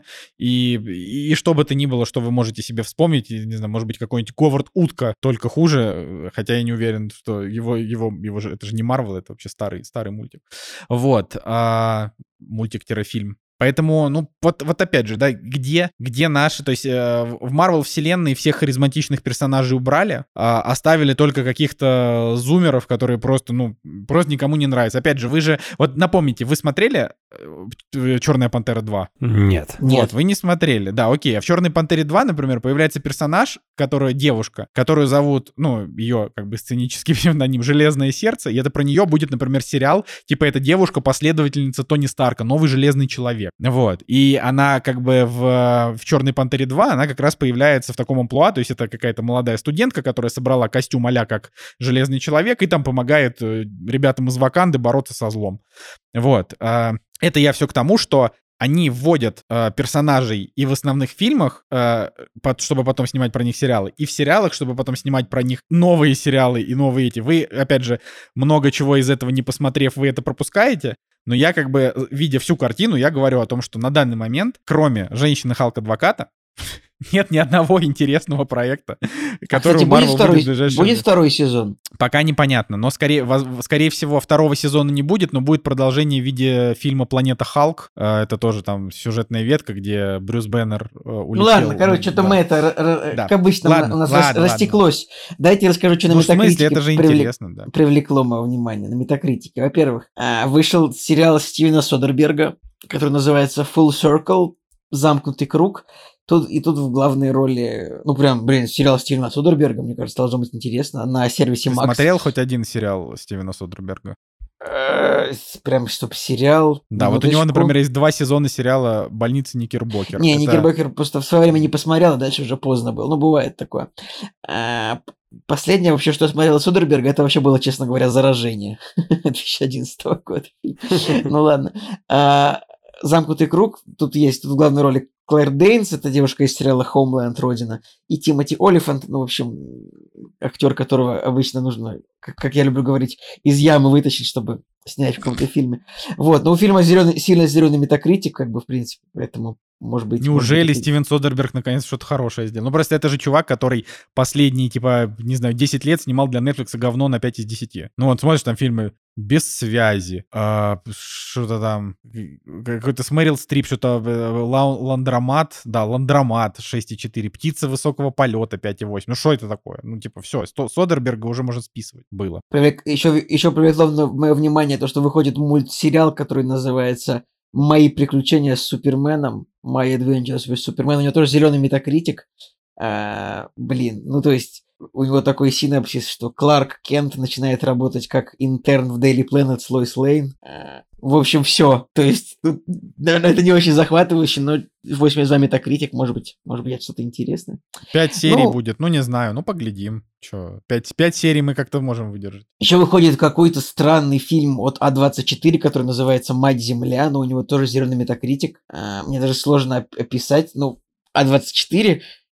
S1: и что бы то ни было, что вы можете себе вспомнить, не знаю, может быть, какой-нибудь Говард Утка, только хуже, хотя я не уверен, что его же, это же не Марвел, это вообще старый мультик. Вот, мультик-фильм. Поэтому, ну, вот опять же, да, где наши, то есть в Марвел вселенной всех харизматичных персонажей убрали, оставили только каких-то зумеров, которые просто никому не нравятся. Опять же, вы же, вот напомните, вы смотрели «Черная пантера 2»?
S2: Нет.
S1: Вот, вы не смотрели, да, окей. А в «Черной пантере 2», например, появляется персонаж, девушка, которую зовут, ее как бы сценический псевдоним «Железное сердце», и это про нее будет, например, сериал, типа это девушка-последовательница Тони Старка, новый Железный человек. Вот. И она как бы в «Черной пантере 2», она как раз появляется в таком амплуа, то есть это какая-то молодая студентка, которая собрала костюм а-ля как Железный человек и там помогает ребятам из Ваканды бороться со злом. Вот. Это я все к тому, что они вводят персонажей и в основных фильмах, чтобы потом снимать про них сериалы, и в сериалах, чтобы потом снимать про них новые сериалы и новые эти. Вы, опять же, много чего из этого не посмотрев, вы это пропускаете, но я как бы, видя всю картину, я говорю о том, что на данный момент, кроме «Женщины Халк-адвоката», нет ни одного интересного проекта, который у Marvel будет в ближайшее время.
S3: Будет второй сезон?
S1: Пока непонятно, но скорее всего второго сезона не будет, но будет продолжение в виде фильма «Планета Халк». Это тоже там сюжетная ветка, где Брюс Бэннер улетел.
S3: Ну ладно, короче, что-то мы это, как обычно, у нас растеклось. Дайте расскажу, что на Метакритике
S1: это же интересно, да.
S3: Привлекло мое внимание. На Метакритике. Во-первых, вышел сериал Стивена Содерберга, который называется «Full Circle», «Замкнутый круг». Тут в главной роли, сериал Стивена Содерберга, мне кажется, должно быть интересно, на сервисе Max.
S1: Ты смотрел хоть один сериал Стивена Содерберга?
S3: Прям, чтоб сериал...
S1: Да, вот у него, например, есть 2 сезона сериала «Больница Никербокер».
S3: Никербокер просто в свое время не посмотрел, а дальше уже поздно было. Ну, бывает такое. Последнее вообще, что я смотрел Содерберга, это вообще было, честно говоря, «Заражение» 2011 года. Ну, ладно. «Замкнутый круг». Тут в главной роли Клэр Дейнс, это девушка из сериала «Homeland. Родина», и Тимоти Олифант, в общем, актер, которого обычно нужно, как я люблю говорить, из ямы вытащить, чтобы снять в каком-то фильме. Вот, но у фильма сильно зеленый метакритик, как бы, в принципе, поэтому может быть...
S1: Неужели
S3: может быть,
S1: Стивен Содерберг наконец что-то хорошее сделал? Ну, просто это же чувак, который последние, типа, не знаю, 10 лет снимал для Netflix говно на 5 из 10. Ну, вот смотришь там фильмы «Без связи», что-то там, какой-то с Мэрил Стрип, что-то «Ландромат», да, «Ландромат» 6,4, «Птица высокого полета» 5,8. Ну, что это такое? Ну, типа, все, Содерберга уже можно списывать было.
S3: Еще привлекло мое внимание то, что выходит мультсериал, который называется «Мои приключения с Суперменом», «My Adventures with Superman». У него тоже зеленый метакритик. Ну то есть у него такой синопсис, что Кларк Кент начинает работать как интерн в Daily Planet с Лоис Лейн. В общем, все. То есть, наверное, это не очень захватывающе, но 82 метакритик, может быть, это что-то интересное.
S1: 5 серий будет, ну не знаю, ну поглядим. Че, 5 серий мы как-то можем выдержать.
S3: Еще выходит какой-то странный фильм от А24, который называется «Мать-Земля», но у него тоже зеленый метакритик. Мне даже сложно описать. Ну, А24...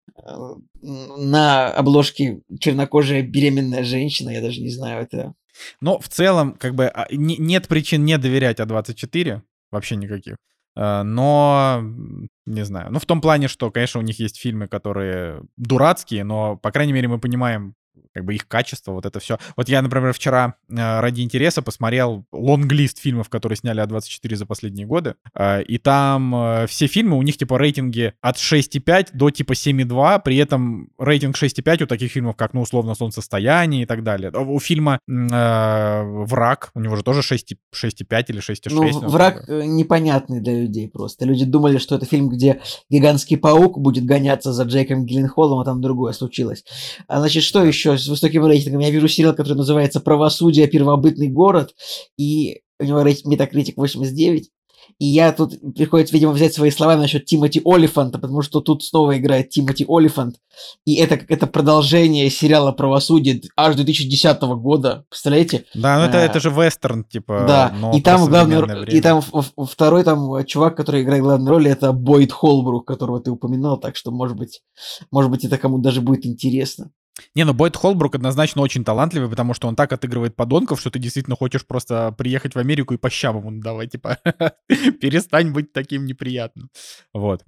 S3: на обложке чернокожая беременная женщина, я даже не знаю, это...
S1: Но в целом, как бы, нет причин не доверять А24, вообще никаких. Но, не знаю, ну в том плане, что, конечно, у них есть фильмы, которые дурацкие, но, по крайней мере, мы понимаем, как бы их качество, вот это все. Вот я, например, вчера ради интереса посмотрел лонглист фильмов, которые сняли А24 за последние годы, и там все фильмы, у них типа рейтинги от 6,5 до типа 7,2, при этом рейтинг 6,5 у таких фильмов, как, ну, условно, «Солнцестояние» и так далее. У фильма «Враг», у него же тоже 6,5 или 6,6.
S3: Ну, «Враг» непонятный для людей просто. Люди думали, что это фильм, где гигантский паук будет гоняться за Джейком Гилленхолом, а там другое случилось. Значит, что еще с высоким рейтингом? Я вижу сериал, который называется «Правосудие. Первобытный город», и у него рейтинг метакритик 89. И я тут приходится, видимо, взять свои слова насчет Тимоти Олифанта, потому что тут снова играет Тимоти Олифант. И это продолжение сериала «Правосудие» аж 2010 года. Представляете?
S1: Да, ну это же вестерн, типа.
S3: Да, и там и там второй там чувак, который играет главную роль, это Бойд Холбрук, которого ты упоминал, так что, может быть, это кому-то даже будет интересно.
S1: Не, ну Бойд Холбрук однозначно очень талантливый, потому что он так отыгрывает подонков, что ты действительно хочешь просто приехать в Америку и по щам ему давай, типа, перестань быть таким неприятным. Вот,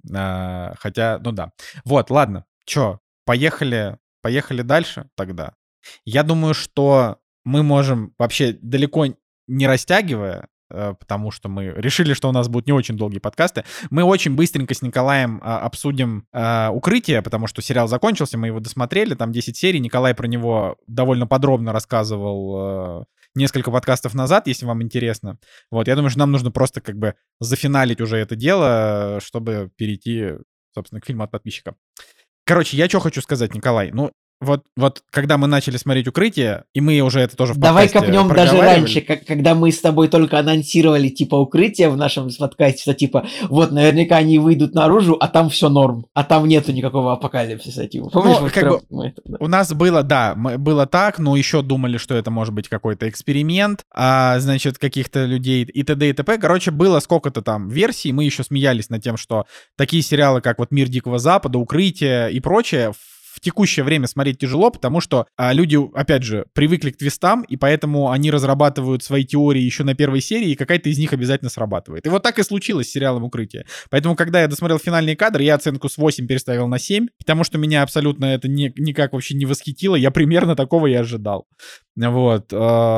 S1: хотя, ну да. Вот, ладно, чё, поехали дальше тогда. Я думаю, что мы можем вообще далеко не растягивая, потому что мы решили, что у нас будут не очень долгие подкасты. Мы очень быстренько с Николаем обсудим «Укрытие», потому что сериал закончился, мы его досмотрели, там 10 серий. Николай про него довольно подробно рассказывал несколько подкастов назад, если вам интересно. Вот, я думаю, что нам нужно просто как бы зафиналить уже это дело, чтобы перейти, собственно, к фильму от подписчика. Короче, я что хочу сказать, Николай, ну, вот когда мы начали смотреть «Укрытие», и мы уже это тоже в подкасте
S3: Давай копнем даже раньше, когда мы с тобой только анонсировали, типа, «Укрытие» в нашем подкасте, что, типа, вот, наверняка они выйдут наружу, а там все норм, а там нету никакого апокалипсиса, типа. Помнишь,
S1: ну, как бы, у нас было, да, было так, но еще думали, что это может быть какой-то эксперимент, значит, каких-то людей и т.д. и т.п. Короче, было сколько-то там версий, мы еще смеялись над тем, что такие сериалы, как вот «Мир Дикого Запада», «Укрытие» и прочее, в текущее время смотреть тяжело, потому что люди, опять же, привыкли к твистам, и поэтому они разрабатывают свои теории еще на первой серии, и какая-то из них обязательно срабатывает. И вот так и случилось с сериалом «Укрытие». Поэтому, когда я досмотрел финальные кадры, я оценку с 8 переставил на 7, потому что меня абсолютно это никак вообще не восхитило. Я примерно такого и ожидал. Вот.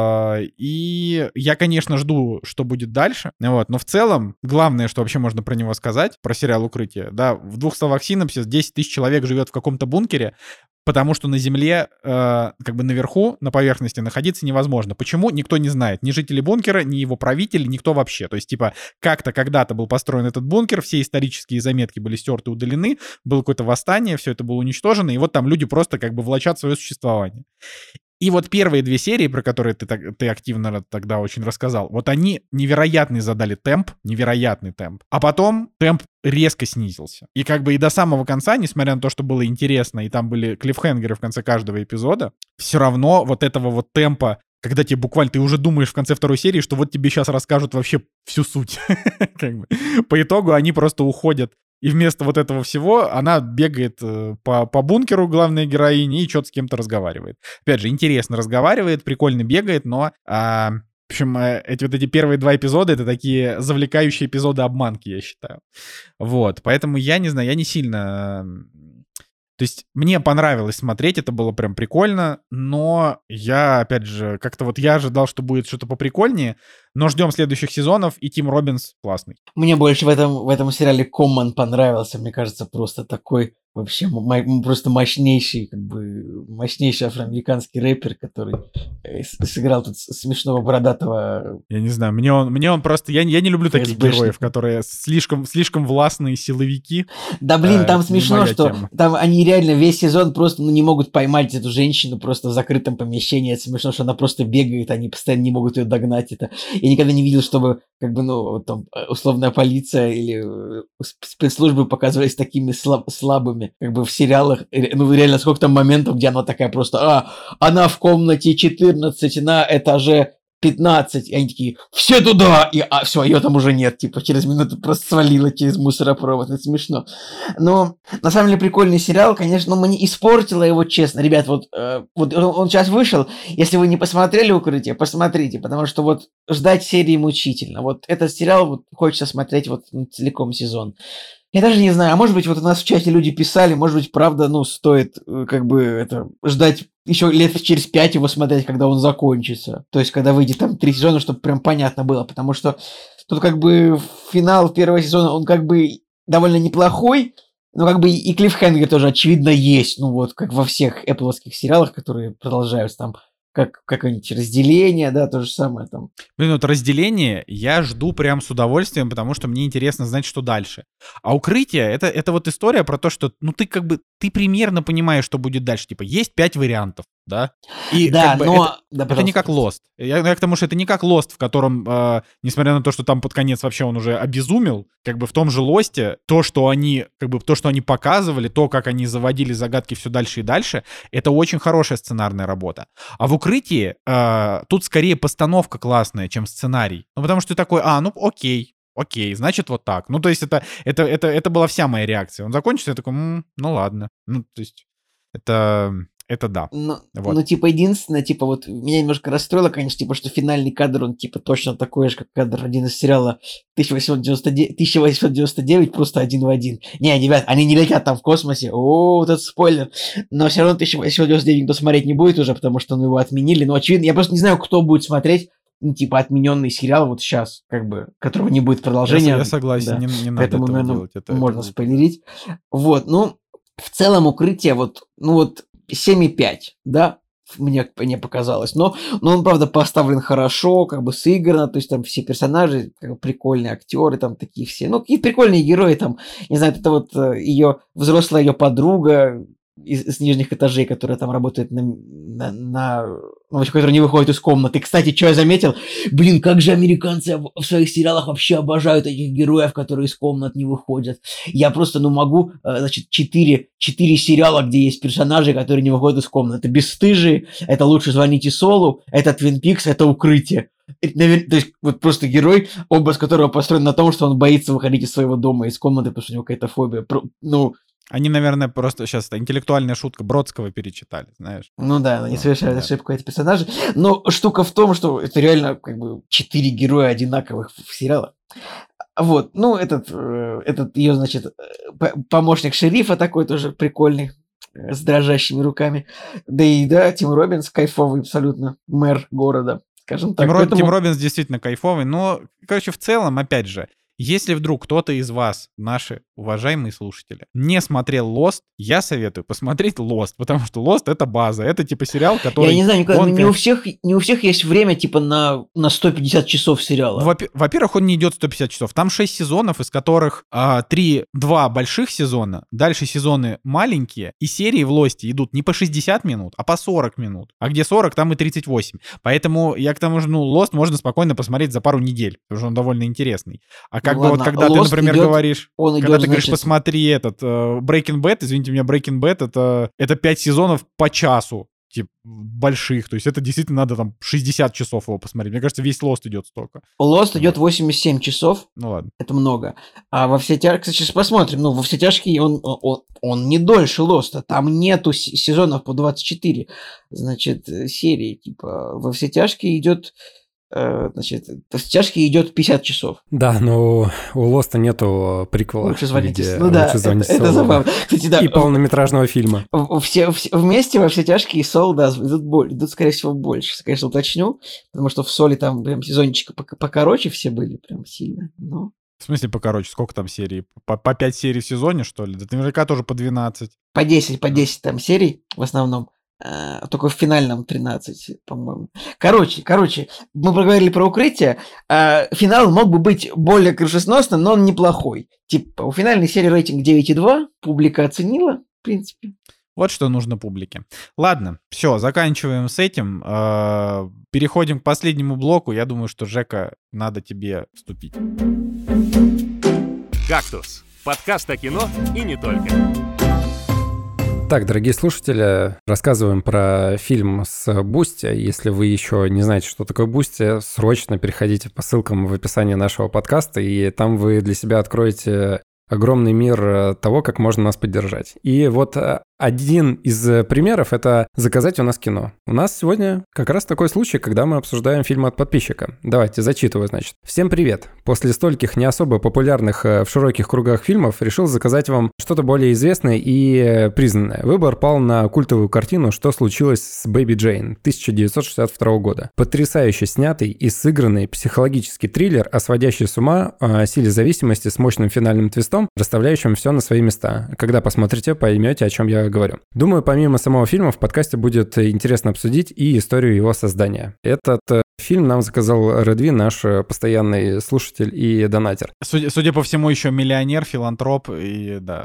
S1: И я, конечно, жду, что будет дальше. Вот. Но в целом, главное, что вообще можно про него сказать, про сериал «Укрытие», да, в 2 словах синопсис: 10 тысяч человек живет в каком-то бункере, потому что на земле, как бы наверху, на поверхности находиться невозможно. Почему? Никто не знает. Ни жители бункера, ни его правители, никто вообще. То есть, типа, как-то когда-то был построен этот бункер, все исторические заметки были стерты, удалены, было какое-то восстание, все это было уничтожено, и вот там люди просто как бы влачат свое существование. И вот первые 2 серии, про которые ты активно тогда очень рассказал, вот они невероятный задали темп, невероятный темп. А потом темп резко снизился. И как бы и до самого конца, несмотря на то, что было интересно, и там были клиффхенгеры в конце каждого эпизода, все равно вот этого вот темпа, когда тебе буквально, ты уже думаешь в конце 2 серии, что вот тебе сейчас расскажут вообще всю суть. По итогу они просто уходят. И вместо вот этого всего она бегает по бункеру, главной героини, и что-то с кем-то разговаривает. Опять же, интересно разговаривает, прикольно бегает, но В общем, эти первые 2 эпизода — это такие завлекающие эпизоды обманки, я считаю. Вот, поэтому я не знаю, я не сильно... То есть мне понравилось смотреть, это было прям прикольно, но я, опять же, как-то вот я ожидал, что будет что-то поприкольнее, но ждем следующих сезонов, и Тим Роббинс классный.
S3: Мне больше в этом сериале Комман понравился, мне кажется, просто такой вообще просто мощнейший афроамериканский рэпер, который сыграл тут смешного бородатого.
S1: Я не знаю, мне он просто... Я не люблю таких героев, которые слишком властные силовики.
S3: Да блин, там смешно, что там они реально весь сезон просто не могут поймать эту женщину просто в закрытом помещении. Это смешно, что она просто бегает, они постоянно не могут ее догнать. Это я никогда не видел, чтобы там условная полиция или спецслужбы показывались такими слабыми, в сериалах. Реально, сколько там моментов, где она такая просто, она в комнате 14 на этаже 15, и они такие, все туда, и все, ее там уже нет, через минуту просто свалила через мусоропровод, это смешно. Но, на самом деле, прикольный сериал, конечно, но мне испортило его, честно. Ребят, вот он сейчас вышел, если вы не посмотрели «Укрытие», посмотрите, потому что ждать серии мучительно. Этот сериал хочется смотреть целиком сезон. Я даже не знаю, а может быть, у нас в чате люди писали, может быть, правда, стоит ждать еще лет через 5 его смотреть, когда он закончится. То есть, когда выйдет там 3 сезона, чтобы прям понятно было, потому что тут финал первого сезона, он довольно неплохой, но и клиффхенгер тоже очевидно есть, как во всех Apple-овских сериалах, которые продолжаются там, как какое-нибудь разделение, да, то же самое там.
S1: Блин, разделение я жду прям с удовольствием, потому что мне интересно знать, что дальше. А «Укрытие» — это история про то, что, ты примерно понимаешь, что будет дальше. Есть 5 вариантов, да? И
S3: да,
S1: это не как Lost. Я к тому, что это не как Lost, в котором, несмотря на то, что там под конец вообще он уже обезумел, в том же Лосте, то, что они показывали, то, как они заводили загадки все дальше и дальше, это очень хорошая сценарная работа. А в «Укрытии» тут скорее постановка классная, чем сценарий. Потому что ты такой, окей, значит, вот так. То есть это была вся моя реакция. Он закончится, я такой, ладно. То есть это да.
S3: Единственное, меня немножко расстроило, конечно, что финальный кадр, он, точно такой же, как кадр один из сериала 1899, просто один в один. Не, ребят, они не летят там в космосе, этот спойлер. Но все равно 1899 никто смотреть не будет уже, потому что его отменили. Но, очевидно, я просто не знаю, кто будет смотреть отмененный сериал сейчас, которого не будет продолжения.
S1: Я согласен, да. не надо
S3: поэтому,
S1: этого
S3: наверное,
S1: делать.
S3: можно спойлерить. В целом «Укрытие», 7,5, да, мне показалось. Но он, правда, поставлен хорошо, сыграно, то есть там все персонажи, прикольные актеры, там такие все. какие прикольные герои, там, не знаю, это ее взрослая ее подруга из нижних этажей, которая там работает которая не выходит из комнаты. Кстати, что я заметил? Блин, как же американцы в своих сериалах вообще обожают этих героев, которые из комнат не выходят. Я просто, могу, 4 сериала, где есть персонажи, которые не выходят из комнаты. Это «Бесстыжие», это «Лучше звоните Солу», это «Твин Пикс», это «Укрытие». То есть, просто герой, образ которого построен на том, что он боится выходить из своего дома, из комнаты, потому что у него какая-то фобия.
S1: Они, наверное, просто сейчас это интеллектуальная шутка Бродского перечитали, знаешь.
S3: Они совершают ошибку, эти персонажи. Но штука в том, что это реально 4 героя одинаковых в сериалах. Этот ее, помощник шерифа такой тоже прикольный, с дрожащими руками. Тим Роббинс кайфовый абсолютно, мэр города, скажем так.
S1: Тим Роббинс действительно кайфовый, но, в целом, опять же, если вдруг кто-то из вас, наши уважаемые слушатели, не смотрел Lost, я советую посмотреть Lost, потому что Lost — это база, это сериал, который...
S3: Я не знаю, не у всех есть время на 150 часов сериала.
S1: Во-первых, он не идет 150 часов. Там 6 сезонов, из которых 2 больших сезона, дальше сезоны маленькие, и серии в Lost идут не по 60 минут, а по 40 минут. А где 40, там и 38. Поэтому я к тому же, Lost можно спокойно посмотреть за пару недель, потому что он довольно интересный. А когда ты, например, говоришь, когда ты говоришь, посмотри Breaking Bad, извините меня, Breaking Bad это 5 сезонов по часу, больших, то есть это действительно надо там 60 часов его посмотреть. Мне кажется, весь Lost идет столько.
S3: Lost идет 87 часов.
S1: Ладно.
S3: Это много. А во все тяжкие, кстати, сейчас посмотрим, во все тяжкие он не дольше Lost, там нету сезонов по 24, серий, во все тяжкие идет значит, «Во все тяжкие» идет 50 часов.
S2: Да, но у Лоста нету приквела.
S3: «Лучше звоните».
S2: Это
S3: забавно. Кстати, да.
S2: И полнометражного фильма.
S3: Все вместе «Во все тяжкие» и «Сол», да, идут, скорее всего, больше. Конечно, уточню, потому что в «Соле» там прям сезончика покороче все были, прям сильно, но...
S1: В смысле покороче? Сколько там серий? По 5 серий в сезоне, что ли? Да наверняка тоже по 12.
S3: По 10 там серий в основном. Только в финальном 13, по-моему. Короче, мы проговорили про «Укрытие». Финал мог бы быть более крышесносным, но он неплохой. Типа, у финальной серии рейтинг 9,2. Публика оценила, в принципе.
S1: Вот что нужно публике. Ладно, все, заканчиваем с этим. Переходим к последнему блоку. Я думаю, что, Жека, надо тебе вступить.
S4: «Кактус» — подкаст о кино и не только.
S2: Так, дорогие слушатели, рассказываем про фильм с Бусти. Если вы еще не знаете, что такое Бусти, срочно переходите по ссылкам в описании нашего подкаста, и там вы для себя откроете огромный мир того, как можно нас поддержать. И вот один из примеров — это заказать у нас кино. У нас сегодня как раз такой случай, когда мы обсуждаем фильм от подписчика. Давайте, зачитываю, значит. Всем привет! После стольких не особо популярных в широких кругах фильмов решил заказать вам что-то более известное и признанное. Выбор пал на культовую картину «Что случилось с Бэби Джейн» 1962 года. Потрясающе снятый и сыгранный психологический триллер, сводящий с ума о силе зависимости с мощным финальным твистом, расставляющим все на свои места. Когда посмотрите, поймете, о чем я говорю. Думаю, помимо самого фильма в подкасте будет интересно обсудить и историю его создания. Этот фильм нам заказал Редви, наш постоянный слушатель и донатер.
S1: Судя по всему, еще миллионер, филантроп и да.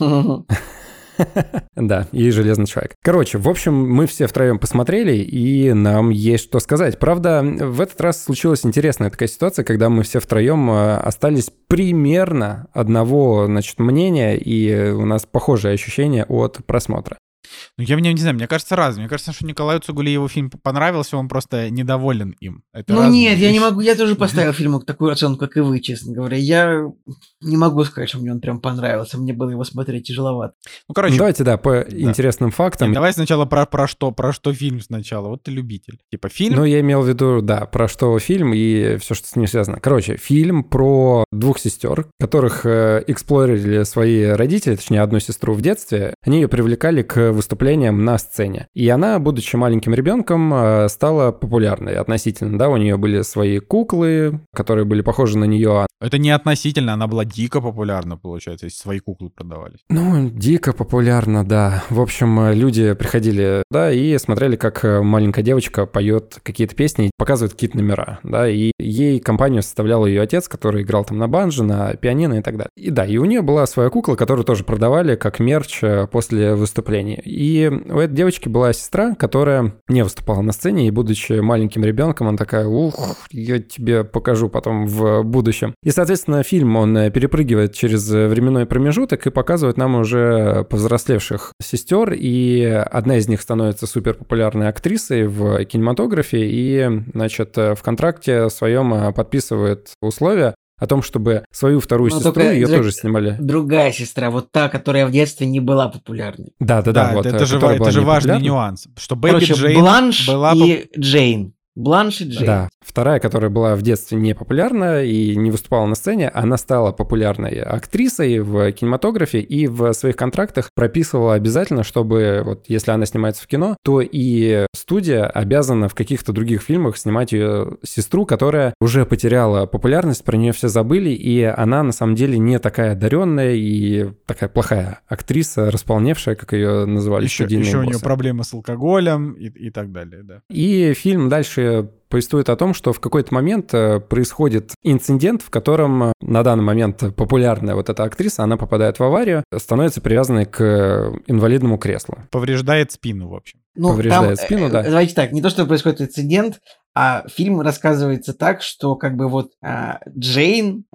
S2: Да, и Железный человек. Короче, в общем, мы все втроем посмотрели, и нам есть что сказать. Правда, в этот раз случилась интересная такая ситуация, когда мы все втроем остались примерно одного, значит, мнения, и у нас похожие ощущения от просмотра.
S1: Ну, я не знаю, мне кажется, разным. Мне кажется, что Николаю Цугулиеву фильм понравился, он просто недоволен им. Это
S3: нет, я не могу, я тоже поставил фильму такую оценку, как и вы, честно говоря. Я не могу сказать, что мне он прям понравился, мне было его смотреть тяжеловато.
S1: Ну, короче...
S2: Давайте, да, по интересным фактам.
S1: Нет, давай сначала про что фильм сначала. Вот ты любитель. Типа фильм?
S2: Ну, я имел в виду, да, про что фильм и все, что с ним связано. Короче, фильм про двух сестер, которых эксплорировали свои родители, точнее, одну сестру в детстве. Они ее привлекали к выступлениям на сцене. И она, будучи маленьким ребенком, стала популярной относительно, да, у нее были свои куклы, которые были похожи на нее.
S1: Это не относительно, она была дико популярна, получается, если свои куклы продавались.
S2: Ну, дико популярна, да. В общем, люди приходили, да, и смотрели, как маленькая девочка поет какие-то песни, показывает какие-то номера, да, и ей компанию составлял ее отец, который играл там на банджо, на пианино и так далее. И да, и у нее была своя кукла, которую тоже продавали как мерч после выступления. И у этой девочки была сестра, которая не выступала на сцене, и будучи маленьким ребенком, она такая: ух, я тебе покажу потом в будущем. И, соответственно, фильм, он перепрыгивает через временной промежуток и показывает нам уже повзрослевших сестер, и одна из них становится суперпопулярной актрисой в кинематографе, и, значит, в контракте своем подписывает условия о том, чтобы свою вторую сестру, ее тоже снимали.
S3: Другая сестра, вот та, которая в детстве не была популярной.
S2: Да,
S1: вот, это же важный нюанс, что Бэби Джейн
S3: Бланш
S1: была...
S3: и Джейн. Бланш и Джейн.
S2: Да, вторая, которая была в детстве не популярна и не выступала на сцене, она стала популярной актрисой в кинематографе и в своих контрактах прописывала обязательно, чтобы вот если она снимается в кино, то и студия обязана в каких-то других фильмах снимать ее сестру, которая уже потеряла популярность, про нее все забыли, и она на самом деле не такая одаренная и такая плохая актриса, располневшая, как ее называли студийные боссы.
S1: Еще у нее проблемы с алкоголем и так далее, да.
S2: И фильм дальше повествует о том, что в какой-то момент происходит инцидент, в котором на данный момент популярная вот эта актриса, она попадает в аварию, становится привязанной к инвалидному креслу.
S1: Повреждает спину, в общем.
S2: Повреждает спину, да.
S3: Давайте так, не то, что происходит инцидент, а фильм рассказывается так, что как бы вот Джейн...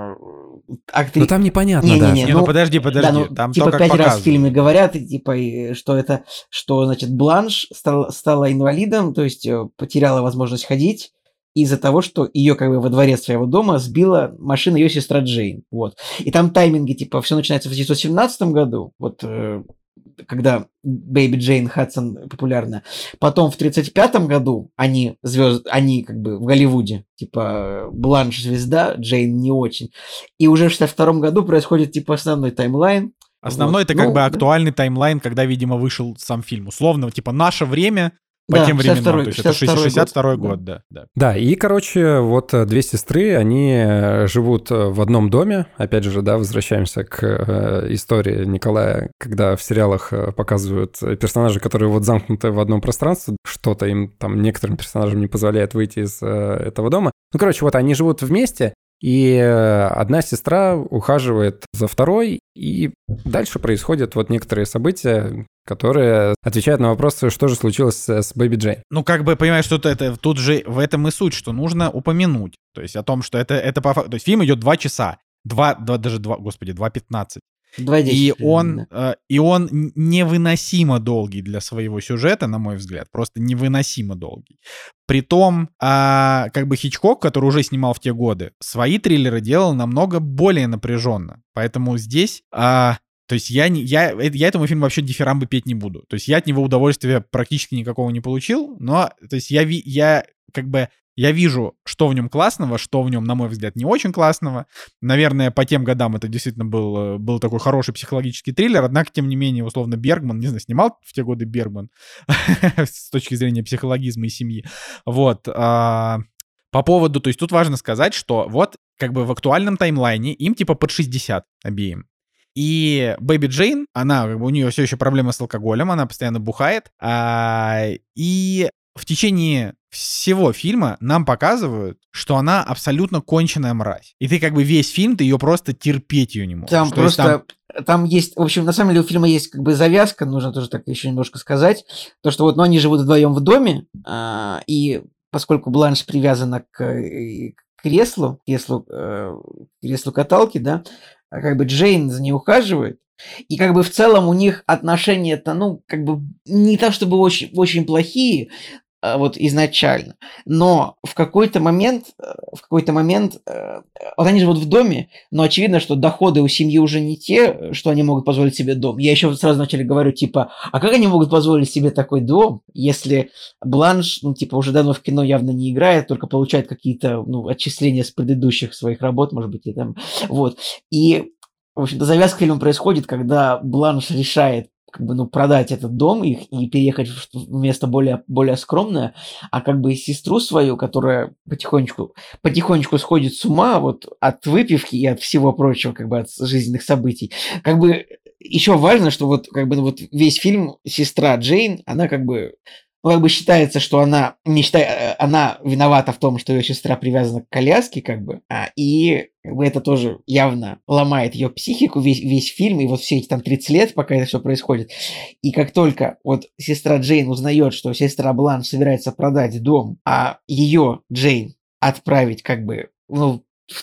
S2: Ну там непонятно, да.
S1: Ну подожди. Да, там
S3: типа
S1: то, как
S3: 5 раз
S1: показывают.
S3: в фильме говорят, типа, что значит, Бланш стала инвалидом, то есть потеряла возможность ходить из-за того, что ее как бы во дворе своего дома сбила машина ее сестра Джейн. Вот. И там тайминги, типа, все начинается в 1917 году, вот когда Бэйби Джейн Хадсон популярна. Потом в 1935 году они как бы в Голливуде, типа Бланш звезда, Джейн не очень. И уже в 1962 году происходит типа основной таймлайн.
S1: Основной это как бы актуальный таймлайн, когда, видимо, вышел сам фильм. Условно, типа наше время по тем временам. То есть это 62-й год, да.
S2: Да, и, короче, вот две сестры, они живут в одном доме. Опять же, да, возвращаемся к истории Николая, когда в сериалах показывают персонажей, которые вот замкнуты в одном пространстве, что-то им там некоторым персонажам не позволяет выйти из этого дома. Ну, короче, вот они живут вместе, и одна сестра ухаживает за второй, и дальше происходят вот некоторые события, которые отвечают на вопрос, что же случилось с Бэйби Джейн.
S1: Ну, как бы, понимаешь, что это тут же в этом и суть, что нужно упомянуть. То есть о том, что это по факту... То есть фильм идет 2 часа. 2:15.
S3: 2:10.
S1: И он невыносимо долгий для своего сюжета, на мой взгляд. Просто невыносимо долгий. Притом, как бы Хичкок, который уже снимал в те годы, свои триллеры делал намного более напряженно. Поэтому здесь... То есть я этому фильму вообще дифирамбы петь не буду. То есть я от него удовольствия практически никакого не получил, но то есть я вижу, что в нем классного, что в нем, на мой взгляд, не очень классного. Наверное, по тем годам это действительно был такой хороший психологический триллер, однако, тем не менее, условно, Бергман, не знаю, снимал в те годы Бергман с точки зрения психологизма и семьи. Вот. По поводу, то есть тут важно сказать, что вот как бы в актуальном таймлайне им типа под 60 обеим. И Бэйби Джейн, она, как бы, у нее все еще проблема с алкоголем, она постоянно бухает. И в течение всего фильма нам показывают, что она абсолютно конченая мразь. И ты как бы весь фильм, ты ее просто терпеть ее не можешь.
S3: Там просто... Там есть, в общем, на самом деле у фильма есть как бы завязка, нужно тоже так еще немножко сказать. То, что вот они живут вдвоем в доме, и поскольку Бланш привязана к креслу каталки, да, как бы Джейн за ней ухаживает, и как бы в целом у них отношения-то, ну, как бы не так, чтобы очень, очень плохие, вот изначально, но в какой-то момент, вот они живут в доме, но очевидно, что доходы у семьи уже не те, что они могут позволить себе дом. Я еще сразу вначале говорю, типа, а как они могут позволить себе такой дом, если Бланш, ну, типа, уже давно в кино явно не играет, только получает какие-то, ну, отчисления с предыдущих своих работ, может быть, и там, вот. И, в общем-то, завязка фильма происходит, когда Бланш решает как бы, ну, продать этот дом и переехать в место более скромное, а как бы сестру свою, которая потихонечку сходит с ума вот от выпивки и от всего прочего, как бы от жизненных событий. Как бы еще важно, что вот как бы вот весь фильм сестра Джейн, она как бы считается, что она виновата в том, что ее сестра привязана к коляске, как бы, и как бы это тоже явно ломает ее психику, весь фильм, и вот все эти там 30 лет, пока это все происходит. И как только вот сестра Джейн узнает, что сестра Бланш собирается продать дом, а ее, Джейн, отправить как бы, ну,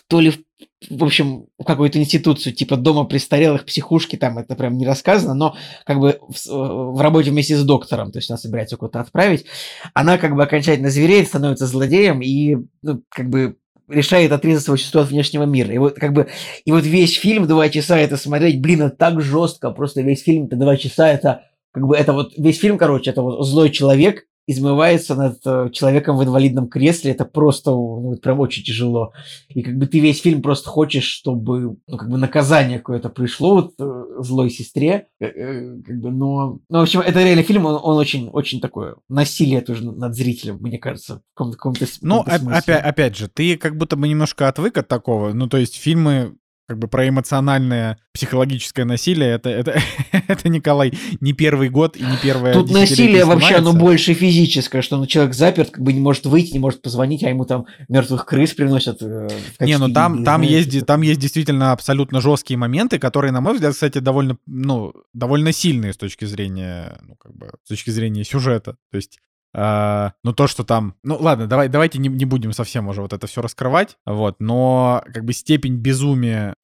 S3: в общем, в какую-то институцию, типа дома престарелых, психушки, там это прям не рассказано, но как бы в работе вместе с доктором, то есть она собирается куда-то отправить, она как бы окончательно звереет, становится злодеем и, ну, как бы решает отрезать свое существо от внешнего мира. И вот как бы, и вот весь фильм 2 часа это смотреть, блин, это так жестко, просто весь фильм это 2 часа, это как бы, это вот весь фильм, короче, это вот злой человек измывается над человеком в инвалидном кресле, это просто, ну, прям очень тяжело. И как бы ты весь фильм просто хочешь, чтобы, ну, как бы наказание какое-то пришло вот злой сестре, как бы, но... Ну, в общем, это реально фильм, он очень, очень такое насилие тоже над зрителем, мне кажется, в каком-то
S1: Ну,
S3: смысле.
S1: опять же, ты как будто бы немножко отвык от такого, ну, то есть фильмы как бы про эмоциональное психологическое насилие, это, Николай, не первый год и не первое
S3: Тут
S1: десятилетие
S3: насилие вообще, оно
S1: снимается.
S3: больше физическое, что ну, человек заперт, как бы не может выйти, не может позвонить, а ему там мертвых крыс приносят в качестве
S1: Не, ну там
S3: еды,
S1: есть действительно абсолютно жесткие моменты, которые, на мой взгляд, кстати, довольно сильные с точки зрения, ну, как бы, с точки зрения сюжета. То есть Ну, то, что там... Ну, ладно, давайте не будем совсем уже вот это все раскрывать, вот, но как бы степень безумия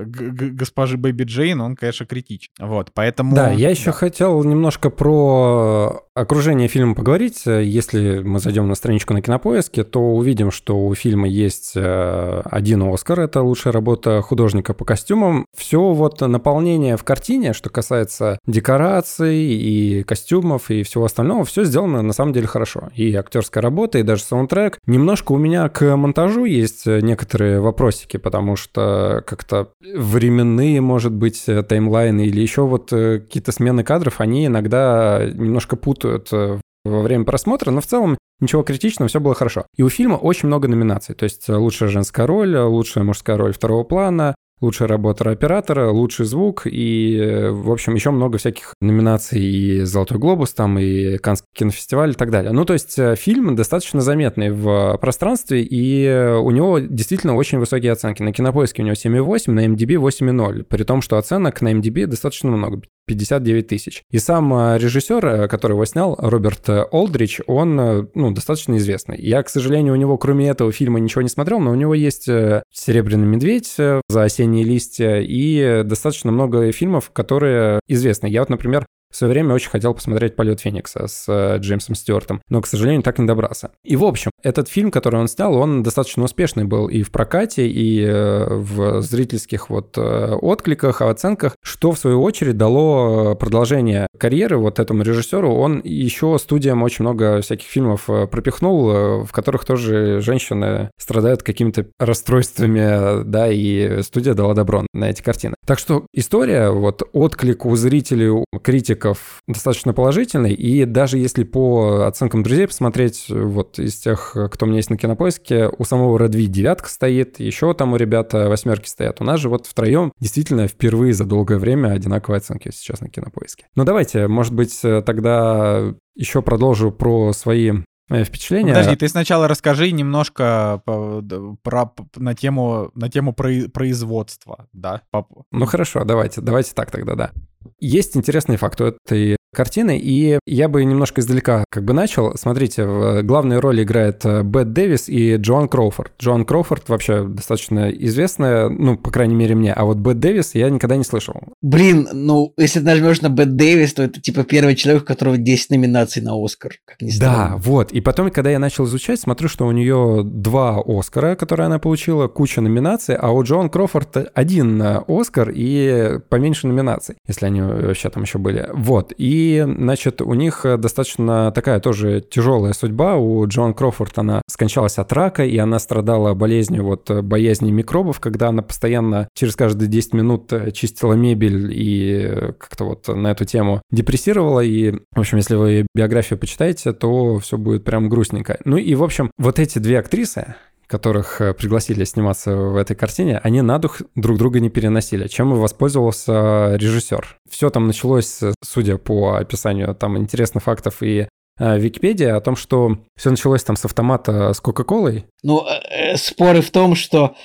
S1: госпожи Бэби Джейн, он, конечно, критичен, вот, поэтому...
S2: Да, я еще хотел немножко про окружение фильма поговорить. Если мы зайдем на страничку на Кинопоиске, то увидим, что у фильма есть один Оскар, это лучшая работа художника по костюмам. Все вот наполнение в картине, что касается декораций и костюмов и всего остального, все сделано на самом деле хорошо. И актерская работа, и даже саундтрек. Немножко у меня к монтажу есть некоторые вопросики, потому что как-то временные, может быть, таймлайны или еще вот какие-то смены кадров, они иногда немножко путают во время просмотра, но в целом ничего критичного, все было хорошо. И у фильма очень много номинаций, то есть лучшая женская роль, лучшая мужская роль второго плана, лучшая работа оператора, лучший звук и, в общем, еще много всяких номинаций, и «Золотой глобус», там, и Каннский кинофестиваль и так далее. Ну, то есть фильм достаточно заметный в пространстве, и у него действительно очень высокие оценки. На Кинопоиске у него 7,8, на MDB 8,0, при том, что оценок на MDB достаточно много, 59 тысяч. И сам режиссер, который его снял, Роберт Олдрич, он, достаточно известный. Я, к сожалению, у него, кроме этого фильма, ничего не смотрел, но у него есть «Серебряный медведь», «За осенние листья» и достаточно много фильмов, которые известны. Я вот, например, в свое время очень хотел посмотреть «Полет Феникса» с Джеймсом Стюартом, но, к сожалению, так и не добрался. И, в общем, этот фильм, который он снял, он достаточно успешный был и в прокате, и в зрительских откликах, оценках, что, в свою очередь, дало продолжение карьеры вот этому режиссеру. Он еще студиям очень много всяких фильмов пропихнул, в которых тоже женщины страдают какими-то расстройствами, да, и студия дала добро на эти картины. Так что история, отклик у зрителей, у критиков достаточно положительный, и даже если по оценкам друзей посмотреть, из тех, кто у меня есть на Кинопоиске, у самого Редви 9 стоит, еще там у ребят 8 стоят. У нас же втроем действительно впервые за долгое время одинаковые оценки сейчас на Кинопоиске. Ну давайте, может быть, тогда еще продолжу про свои впечатления.
S1: Подожди, ты сначала расскажи немножко на тему производства, да?
S2: Ну хорошо, давайте так тогда, да. Есть интересный факт у этой картины, и я бы немножко издалека начал. Смотрите, в главной роли играет Бет Дэвис и Джоан Кроуфорд. Джоан Кроуфорд вообще достаточно известная, по крайней мере, мне, а вот Бет Дэвис я никогда не слышал.
S3: Блин, если ты нажмешь на Бет Дэвис, то это первый человек, у которого 10 номинаций на Оскар, как ни странно.
S2: Да, и потом, когда я начал изучать, смотрю, что у нее 2 Оскара, которые она получила, куча номинаций, а у Джоан Кроуфорд 1 Оскар и поменьше номинаций, если они вообще там еще были. И, значит, у них достаточно такая тоже тяжелая судьба. У Джоан Кроуфорд она скончалась от рака, и она страдала болезнью, боязнью микробов, когда она постоянно через каждые 10 минут чистила мебель и как-то на эту тему депрессировала. И, в общем, если вы ее биографию почитаете, то все будет прям грустненько. Ну и, в общем, эти 2 актрисы, которых пригласили сниматься в этой картине, они на дух друг друга не переносили, чем и воспользовался режиссер. Все там началось, судя по описанию там интересных фактов и Википедия, о том, что все началось там с автомата с Кока-Колой.
S3: Споры в том, что,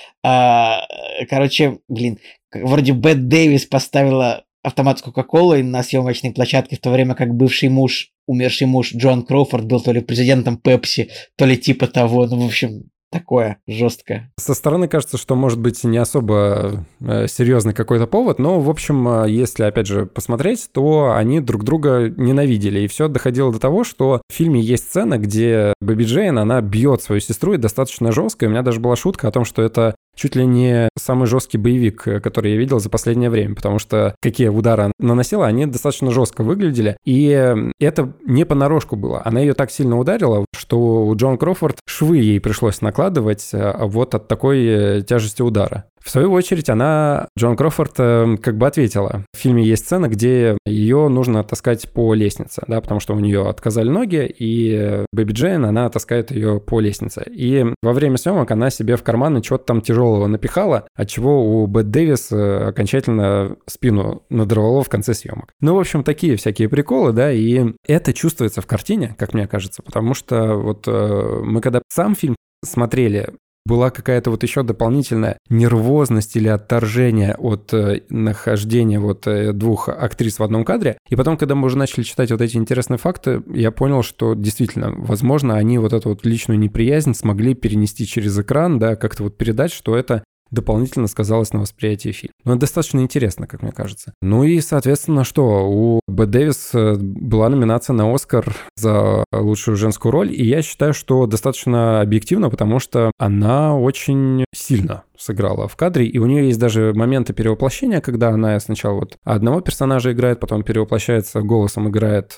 S3: вроде Бет Дэвис поставила автомат с Кока-Колой на съемочной площадке, в то время как умерший муж Джоан Кроуфорд был то ли президентом Пепси, то ли типа того, в общем... Такое жесткое.
S2: Со стороны кажется, что может быть не особо серьезный какой-то повод, но, в общем, если, опять же, посмотреть, то они друг друга ненавидели. И все доходило до того, что в фильме есть сцена, где Бэби Джейн, она бьет свою сестру и достаточно жестко. И у меня даже была шутка о том, что это чуть ли не самый жесткий боевик, который я видел за последнее время, потому что какие удары она наносила, они достаточно жестко выглядели, и это не понарошку было. Она ее так сильно ударила, что у Джоан Кроуфорд швы ей пришлось накладывать от такой тяжести удара. В свою очередь, Джоан Кроуфорд, ответила. В фильме есть сцена, где ее нужно таскать по лестнице, да, потому что у нее отказали ноги, и Бэби Джейн, она таскает ее по лестнице. И во время съемок она себе в карманы чего-то там тяжелого напихала, отчего у Бет Дэвис окончательно спину надорвало в конце съемок. В общем, такие всякие приколы, да, и это чувствуется в картине, как мне кажется, потому что мы когда сам фильм смотрели, была какая-то вот еще дополнительная нервозность или отторжение от нахождения вот двух актрис в одном кадре. И потом, когда мы уже начали читать вот эти интересные факты, я понял, что действительно, возможно, они вот эту вот личную неприязнь смогли перенести через экран, да, как-то вот передать, что это дополнительно сказалось на восприятии фильма. Но это достаточно интересно, как мне кажется. Ну и, соответственно, что? У Бет Дэвис была номинация на «Оскар» за лучшую женскую роль, и я считаю, что достаточно объективно, потому что она очень сильно сыграла в кадре, и у нее есть даже моменты перевоплощения, когда она сначала вот одного персонажа играет, потом перевоплощается, голосом играет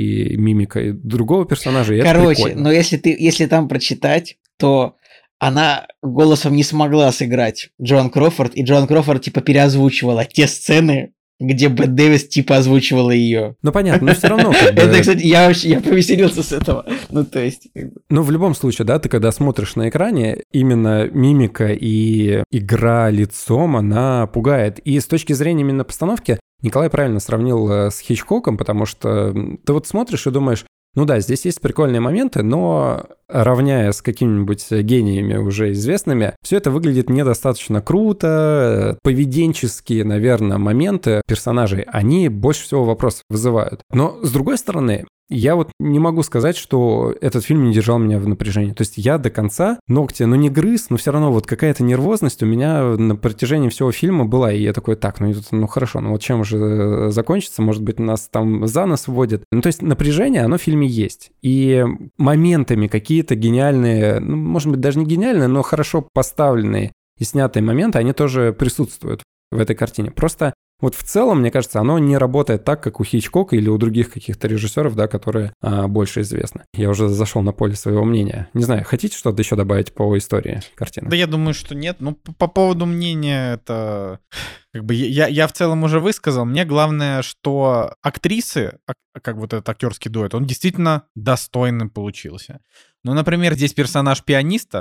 S2: и мимикой другого персонажа, и
S3: короче,
S2: это прикольно.
S3: Но если там прочитать, то она голосом не смогла сыграть Джоан Кроуфорд, и Джоан Кроуфорд типа переозвучивала те сцены, где Бет Дэвис типа озвучивала ее.
S2: Ну понятно, но все равно как бы...
S3: Это, кстати, я повеселился с этого. Ну то есть...
S2: Ну в любом случае, да, ты когда смотришь на экране, именно мимика и игра лицом, она пугает. И с точки зрения именно постановки, Николай правильно сравнил с Хичкоком, потому что ты вот смотришь и думаешь, ну да, здесь есть прикольные моменты, но равняя с какими-нибудь гениями уже известными, все это выглядит недостаточно круто. Поведенческие, наверное, моменты персонажей, они больше всего вопросов вызывают. Но, с другой стороны, я вот не могу сказать, что этот фильм не держал меня в напряжении. То есть я до конца ногти, ну не грыз, но все равно вот какая-то нервозность у меня на протяжении всего фильма была. И я такой, так, ну хорошо, ну вот чем же закончится? Может быть, нас там за нос вводят. Ну то есть напряжение, оно в фильме есть. И моментами какие-то гениальные, ну может быть, даже не гениальные, но хорошо поставленные и снятые моменты, они тоже присутствуют в этой картине. Просто вот в целом, мне кажется, оно не работает так, как у Хичкока или у других каких-то режиссеров, да, которые больше известны. Я уже зашел на поле своего мнения. Не знаю, хотите что-то еще добавить по истории картины?
S1: Да я думаю, что нет. Ну, по поводу мнения, это... Как бы я в целом уже высказал. Мне главное, что актрисы, как вот этот актерский дуэт, он действительно достойно получился. Ну, например, здесь персонаж пианиста,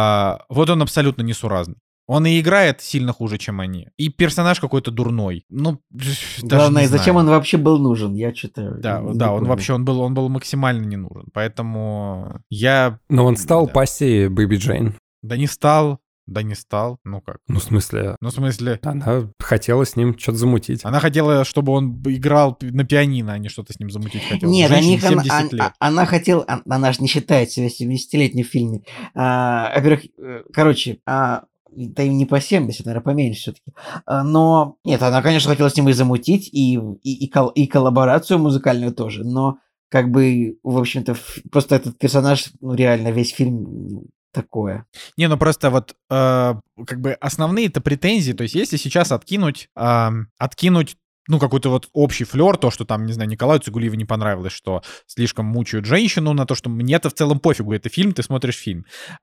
S1: вот он абсолютно несуразный. Он и играет сильно хуже, чем они. И персонаж какой-то дурной. Ну,
S3: главное, зачем он вообще был нужен? Я что-то...
S1: Да, он вообще, он был максимально не нужен. Поэтому я...
S2: Но он стал пассией Бэби Джейн.
S1: Да не стал. Ну как?
S2: Ну, в смысле? Она хотела с ним что-то замутить.
S1: Она хотела, чтобы он играл на пианино, а не что-то с ним замутить хотела.
S3: Нет, она хотела... Она же не считает себя 70-летней в фильме. Во-первых, короче... Да и не по 70, наверное, поменьше все-таки. Но, нет, она, конечно, хотела с ним и замутить, и коллаборацию музыкальную тоже, но, как бы, в общем-то, просто этот персонаж, ну, реально, весь фильм такое.
S1: Не, ну просто вот, как бы, основные-то претензии, то есть если сейчас откинуть ну, какой-то вот общий флёр, то, что там, не знаю, Николаю Цигулиеву не понравилось, что слишком мучают женщину, на то, что мне-то в целом пофигу, это фильм, ты смотришь фильм.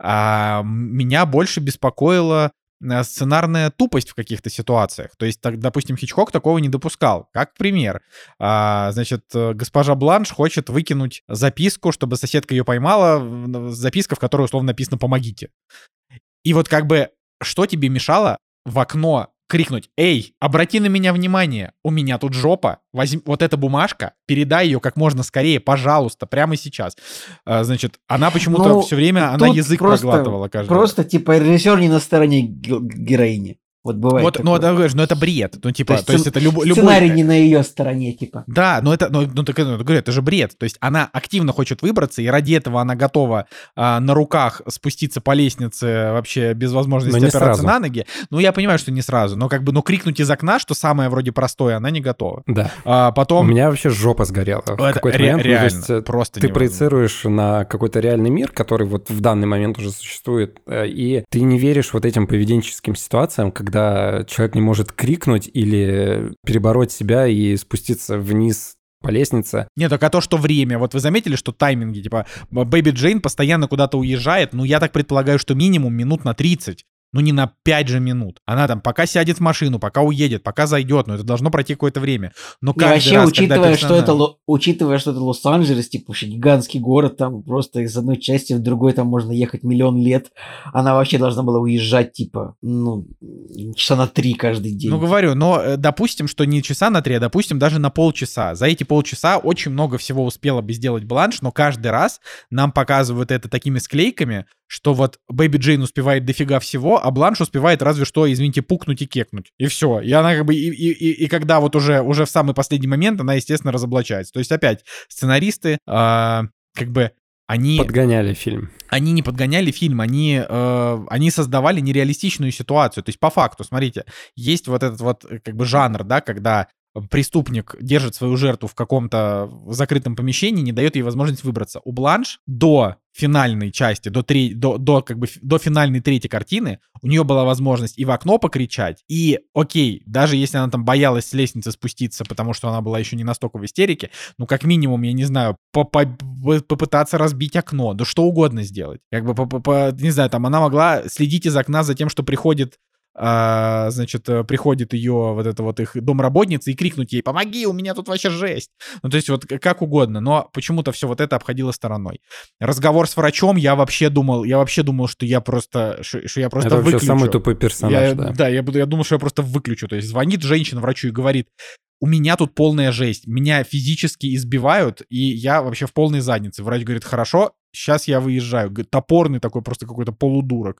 S1: Меня больше беспокоила сценарная тупость в каких-то ситуациях. То есть, допустим, Хичкок такого не допускал. Как пример. Значит, госпожа Бланш хочет выкинуть записку, чтобы соседка ее поймала, записка, в которой условно написано «помогите». И вот как бы, что тебе мешало в окно крикнуть: «Эй, обрати на меня внимание, у меня тут жопа, возьми вот эта бумажка, передай ее как можно скорее, пожалуйста, прямо сейчас». Значит, она почему-то все время, она язык проглатывала каждый раз.
S3: Просто, типа, режиссер не на стороне героини. Вот бывает
S1: вот,
S3: такое.
S1: Ну, это бред. Ну, типа, то есть это
S3: сценарий не на ее стороне, типа.
S1: Да, но это же бред. То есть она активно хочет выбраться, и ради этого она готова на руках спуститься по лестнице вообще без возможности опираться
S2: сразу
S1: на ноги. Ну, я понимаю, что не сразу, но как бы, крикнуть из окна, что самое вроде простое, она не готова.
S2: Да.
S1: Потом...
S2: У меня вообще жопа сгорела в какой-то момент.
S1: Реально,
S2: ну, то есть,
S1: просто
S2: ты
S1: невозможно.
S2: проецируешь на какой-то реальный мир, который вот в данный момент уже существует, и ты не веришь вот этим поведенческим ситуациям, когда человек не может крикнуть или перебороть себя и спуститься вниз по лестнице.
S1: Нет, только то, что время. Вот вы заметили, что тайминги, типа, Бэби Джейн постоянно куда-то уезжает, ну, я так предполагаю, что минимум минут на 30. Ну, не на 5 же минут. Она там пока сядет в машину, пока уедет, пока зайдет, но это должно пройти какое-то время. Но каждый
S3: вообще,
S1: раз,
S3: учитывая, что это Лос-Анджелес, типа, вообще гигантский город, там просто из одной части в другой там можно ехать миллион лет, она вообще должна была уезжать, типа, ну, часа на 3 каждый день.
S1: Ну, говорю, но допустим, что не часа на 3, а допустим, даже на полчаса. За эти полчаса очень много всего успела бы сделать Бланш, но каждый раз нам показывают это такими склейками, что вот Бэби Джейн успевает дофига всего, а Бланш успевает разве что, извините, пукнуть и кекнуть. И все. И она как бы... И когда вот уже в самый последний момент, она, естественно, разоблачается. То есть опять сценаристы как бы... Они
S2: подгоняли фильм.
S1: Они не подгоняли фильм, они создавали нереалистичную ситуацию. То есть по факту, смотрите, есть вот этот вот как бы жанр, да, когда преступник держит свою жертву в каком-то закрытом помещении, не дает ей возможность выбраться. У Бланш до финальной части, до финальной третьей картины у нее была возможность и в окно покричать, и, окей, даже если она там боялась с лестницы спуститься, потому что она была еще не настолько в истерике, ну, как минимум, я не знаю, попытаться разбить окно, да что угодно сделать. Как бы, не знаю, там она могла следить из окна за тем, что приходит приходит ее вот это вот их домработница и крикнуть ей: «Помоги, у меня тут вообще жесть!» Ну, то есть вот как угодно, но почему-то все вот это обходило стороной. Разговор с врачом, я вообще думал, что я просто
S2: это
S1: выключу.
S2: вообще самый тупой персонаж,
S1: Да, я думал, что я просто выключу. То есть звонит женщина врачу и говорит: «У меня тут полная жесть, меня физически избивают, и я вообще в полной заднице». Врач говорит: «Хорошо, сейчас я выезжаю». Топорный такой, просто какой-то полудурок.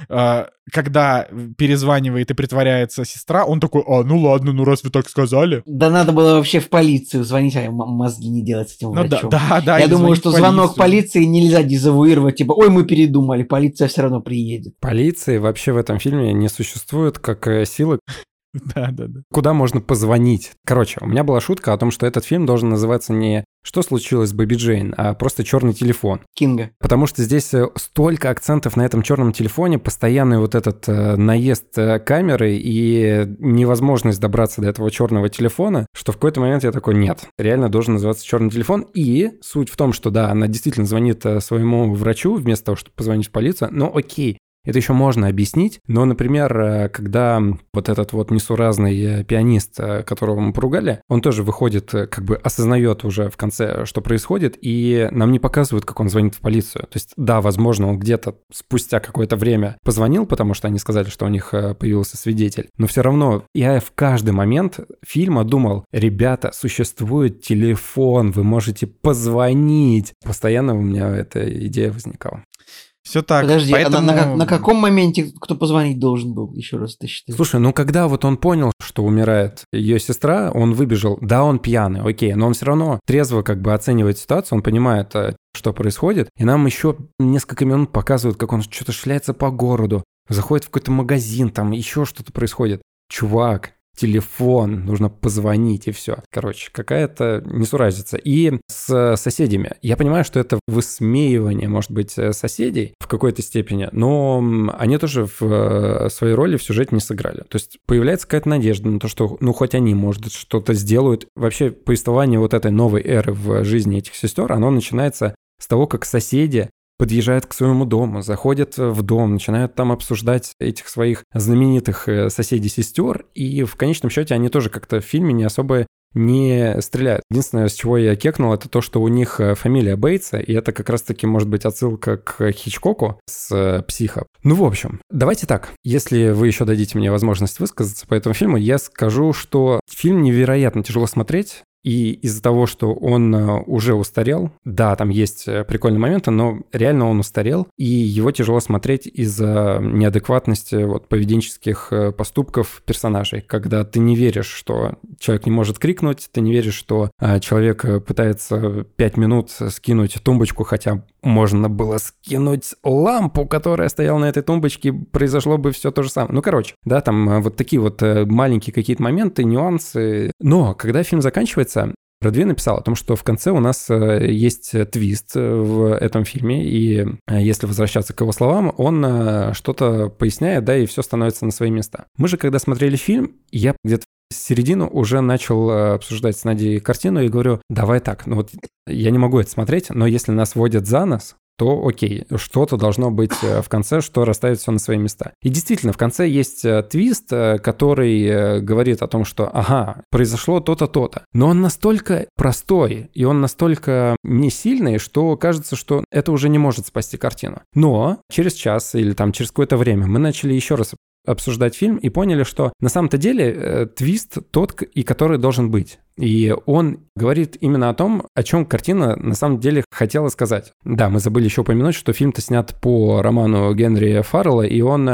S1: Когда перезванивает и притворяется сестра, он такой: ну ладно, ну раз вы так сказали.
S3: Да надо было вообще в полицию звонить, а мозги не делать с этим врачом.
S1: Да,
S3: я думаю, что звонок полиции нельзя дезавуировать, типа: ой, мы передумали, полиция все равно приедет.
S2: Полиции вообще в этом фильме не существует как силы.
S1: Да.
S2: Куда можно позвонить? Короче, у меня была шутка о том, что этот фильм должен называться не «Что случилось с Бэби Джейн?», а просто «Черный телефон».
S3: Кинга.
S2: Потому что здесь столько акцентов на этом черном телефоне, постоянный вот этот наезд камеры и невозможность добраться до этого черного телефона, что в какой-то момент я такой: нет, реально должен называться «Черный телефон». И суть в том, что да, она действительно звонит своему врачу вместо того, чтобы позвонить в полицию, но окей. Это еще можно объяснить, но, например, когда вот этот вот несуразный пианист, которого мы поругали, он тоже выходит, как бы осознает уже в конце, что происходит, и нам не показывают, как он звонит в полицию. То есть, да, возможно, он где-то спустя какое-то время позвонил, потому что они сказали, что у них появился свидетель, но все равно я в каждый момент фильма думал: ребята, существует телефон, вы можете позвонить. Постоянно у меня эта идея возникала.
S1: Все так.
S3: Подожди, поэтому... на каком моменте кто позвонить должен был? Еще раз ты считаешь?
S2: Слушай, ну когда вот он понял, что умирает ее сестра, он выбежал. Да, он пьяный, окей, но он все равно трезво как бы оценивает ситуацию, он понимает, что происходит. И нам еще несколько минут показывают, как он что-то шляется по городу, заходит в какой-то магазин, там еще что-то происходит. Чувак, телефон, нужно позвонить, и все. Короче, какая-то несуразица. И с соседями. Я понимаю, что это высмеивание, может быть, соседей в какой-то степени, но они тоже в своей роли в сюжете не сыграли. То есть появляется какая-то надежда на то, что, ну, хоть они, может, что-то сделают. Вообще, повествование вот этой новой эры в жизни этих сестер, оно начинается с того, как соседи подъезжают к своему дому, заходят в дом, начинают там обсуждать этих своих знаменитых соседей-сестер, и в конечном счете они тоже как-то в фильме не особо не стреляют. Единственное, с чего я кекнул, это то, что у них фамилия Бейтса, и это как раз-таки может быть отсылка к Хичкоку с «Психо». Ну, в общем, давайте так. Если вы еще дадите мне возможность высказаться по этому фильму, я скажу, что фильм невероятно тяжело смотреть. И из-за того, что он уже устарел, да, там есть прикольные моменты, но реально он устарел, и его тяжело смотреть из-за неадекватности вот, поведенческих поступков персонажей, когда ты не веришь, что человек не может крикнуть, ты не веришь, что человек пытается 5 минут скинуть тумбочку, хотя можно было скинуть лампу, которая стояла на этой тумбочке, произошло бы все то же самое. Ну, короче, да, там вот такие вот маленькие какие-то моменты, нюансы. Но когда фильм заканчивается, Бродвей написал о том, что в конце у нас есть твист в этом фильме, и если возвращаться к его словам, он что-то поясняет, да, и все становится на свои места. Мы же, когда смотрели фильм, я где-то с середины уже начал обсуждать с Надей картину и говорю: давай так, ну вот я не могу это смотреть, но если нас водят за нос, то окей, что-то должно быть в конце, что расставит все на свои места. И действительно, в конце есть твист, который говорит о том, что ага, произошло то-то, то-то. Но он настолько простой, и он настолько не сильный, что кажется, что это уже не может спасти картину. Но через час или там через какое-то время мы начали еще раз обсуждать фильм и поняли, что на самом-то деле твист тот, и который должен быть. И он говорит именно о том, о чем картина на самом деле хотела сказать. Да, мы забыли еще упомянуть, что фильм-то снят по роману Генри Фаррелла, и он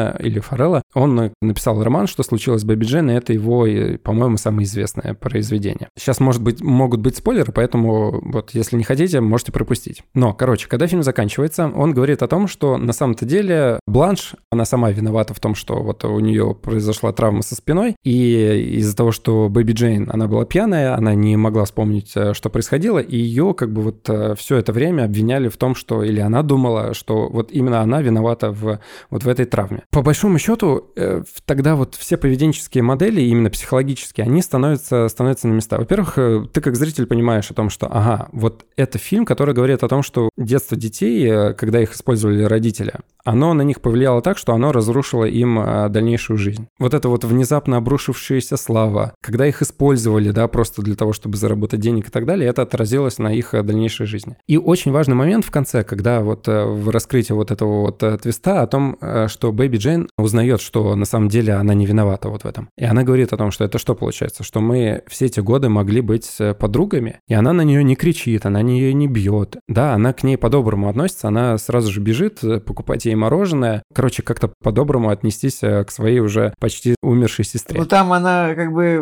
S2: написал роман «Что случилось с Бэби Джейн», и это его, по-моему, самое известное произведение. Сейчас, могут быть спойлеры, поэтому вот если не хотите, можете пропустить. Но, когда фильм заканчивается, он говорит о том, что на самом-то деле Бланш, она сама виновата в том, что вот у нее произошла травма со спиной, и из-за того, что Бэби Джейн, она была пьяная, она не могла вспомнить, что происходило, и ее все это время обвиняли в том, что, или она думала, что вот именно она виновата в этой травме. По большому счету, тогда вот все поведенческие модели, именно психологические, они становятся на места. Во-первых, ты как зритель понимаешь о том, что, вот это фильм, который говорит о том, что детство детей, когда их использовали родители, оно на них повлияло так, что оно разрушило им дальнейшую жизнь. Вот это вот внезапно обрушившаяся слава, когда их использовали, да, просто для того, чтобы заработать денег и так далее, это отразилось на их дальнейшей жизни. И очень важный момент в конце, когда вот в раскрытии вот этого вот твиста о том, что Бэби Джейн узнает, что на самом деле она не виновата вот в этом. И она говорит о том, что это что получается? Что мы все эти годы могли быть подругами, и она на нее не кричит, она на нее не бьет. Да, она к ней по-доброму относится, она сразу же бежит покупать ей мороженое. Как-то по-доброму отнестись к своей уже почти умершей сестре.
S3: Ну, там она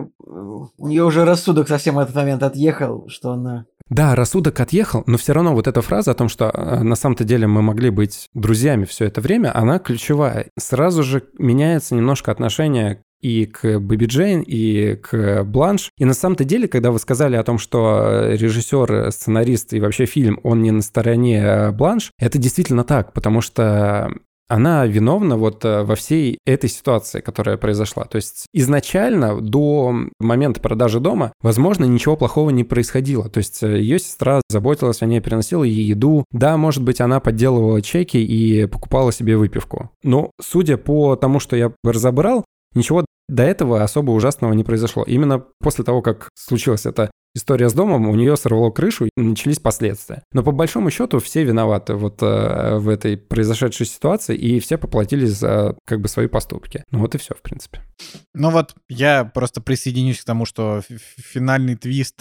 S3: у нее уже рассудок совсем в этот момент отъехал, что она...
S2: Да, рассудок отъехал, но все равно вот эта фраза о том, что на самом-то деле мы могли быть друзьями все это время, она ключевая. Сразу же меняется немножко отношение и к Бэби Джейн, и к Бланш. И на самом-то деле, когда вы сказали о том, что режиссер, сценарист и вообще фильм, он не на стороне Бланш, это действительно так, потому что она виновна вот во всей этой ситуации, которая произошла. То есть изначально, до момента продажи дома, возможно, ничего плохого не происходило. То есть ее сестра заботилась о ней, приносила ей еду. Да, может быть, она подделывала чеки и покупала себе выпивку. Но судя по тому, что я разобрал, ничего до этого особо ужасного не произошло. Именно после того, как случилась эта история с домом, у нее сорвало крышу и начались последствия. Но по большому счету все виноваты вот в этой произошедшей ситуации, и все поплатились за свои поступки. Ну вот и все, в принципе.
S1: Ну вот я просто присоединюсь к тому, что финальный твист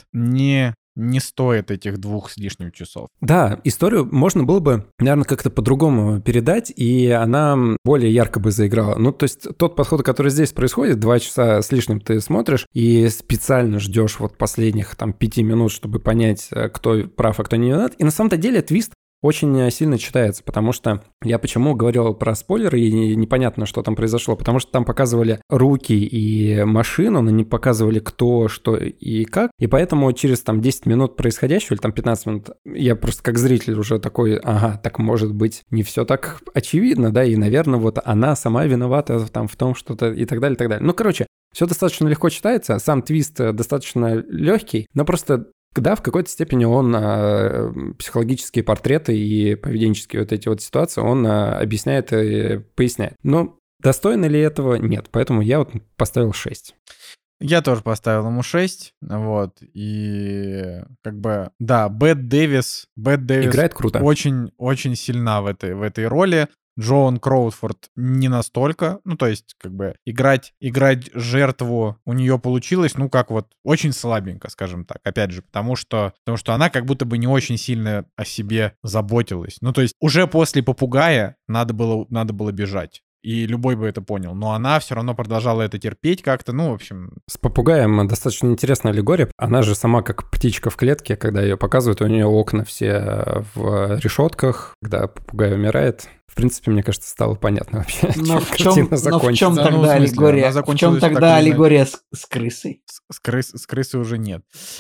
S1: не стоит этих 2 с лишним часов.
S2: Да, историю можно было бы, наверное, как-то по-другому передать, и она более ярко бы заиграла. Ну, то есть тот подход, который здесь происходит, 2 часа с лишним ты смотришь и специально ждешь вот последних 5 минут, чтобы понять, кто прав, а кто не виноват. И на самом-то деле твист очень сильно читается, потому что я почему говорил про спойлеры и непонятно, что там произошло, потому что там показывали руки и машину, но не показывали кто, что и как, и поэтому через 10 минут происходящего или 15 минут я просто как зритель уже такой, так может быть не все так очевидно, да, и, наверное, вот она сама виновата в том что-то и так далее, и так далее. Ну, короче, все достаточно легко читается, сам твист достаточно легкий, но просто да, в какой-то степени он психологические портреты и поведенческие вот эти вот ситуации он объясняет и поясняет. Но достойно ли этого? Нет. Поэтому я вот поставил 6.
S1: Я тоже поставил ему 6, вот, и да, Бет Дэвис
S2: играет круто.
S1: Очень сильна в этой роли. Джоан Кроуфорд не настолько, ну, то есть, играть жертву у нее получилось, очень слабенько, скажем так, опять же, потому что она как будто бы не очень сильно о себе заботилась. Ну, то есть, уже после попугая надо было бежать. И любой бы это понял. Но она все равно продолжала это терпеть как-то, в общем...
S2: С попугаем достаточно интересная аллегория. Она же сама как птичка в клетке, когда ее показывают, у нее окна все в решетках, когда попугай умирает. В принципе, мне кажется, стало понятно вообще,
S3: чем картина закончится. В чем тогда аллегория с крысой?
S1: С крысой уже нет.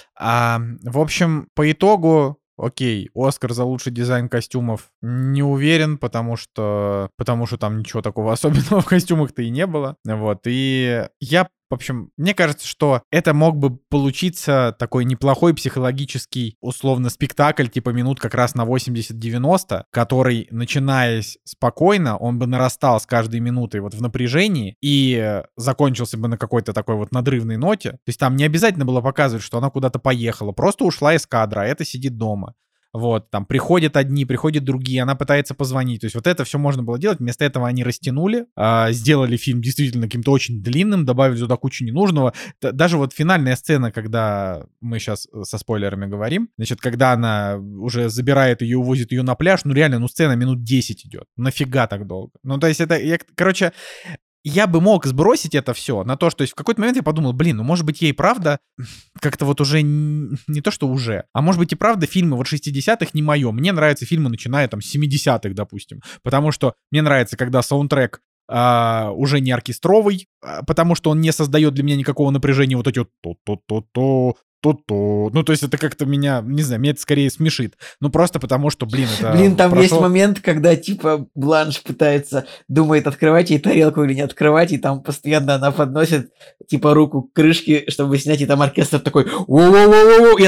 S1: В общем, по итогу, окей, Оскар за лучший дизайн костюмов не уверен, потому что там ничего такого особенного в костюмах-то и не было. Вот, и в общем, мне кажется, что это мог бы получиться такой неплохой психологический, условно, спектакль, типа минут как раз на 80-90, который, начинаясь спокойно, он бы нарастал с каждой минутой вот в напряжении и закончился бы на какой-то такой вот надрывной ноте. То есть там не обязательно было показывать, что она куда-то поехала, просто ушла из кадра, а это сидит дома. вот, там приходят одни, приходят другие, она пытается позвонить, то есть вот это все можно было делать, вместо этого они растянули, сделали фильм действительно каким-то очень длинным, добавили туда кучу ненужного, даже вот финальная сцена, когда мы сейчас со спойлерами говорим, значит, когда она уже забирает ее, увозит ее на пляж, ну реально, ну сцена минут 10 идет, нафига так долго, ну то есть это, короче, я бы мог сбросить это все на то, что есть в какой-то момент я подумал, блин, ну может быть ей правда как-то вот уже не то, что уже, а может быть и правда фильмы вот 60-х не мое. Мне нравятся фильмы, начиная там с 70-х, допустим, потому что мне нравится, когда саундтрек уже не оркестровый, потому что он не создает для меня никакого напряжения, вот эти вот то-то-то-то, ну, то есть это как-то меня, не знаю, меня это скорее смешит. Ну, просто потому что, блин, это...
S3: Блин, там есть момент, когда, типа, Бланш думает, открывать ей тарелку или не открывать, и там постоянно она подносит, типа, руку к крышке, чтобы снять, и там оркестр такой, воу-воу-воу-воу,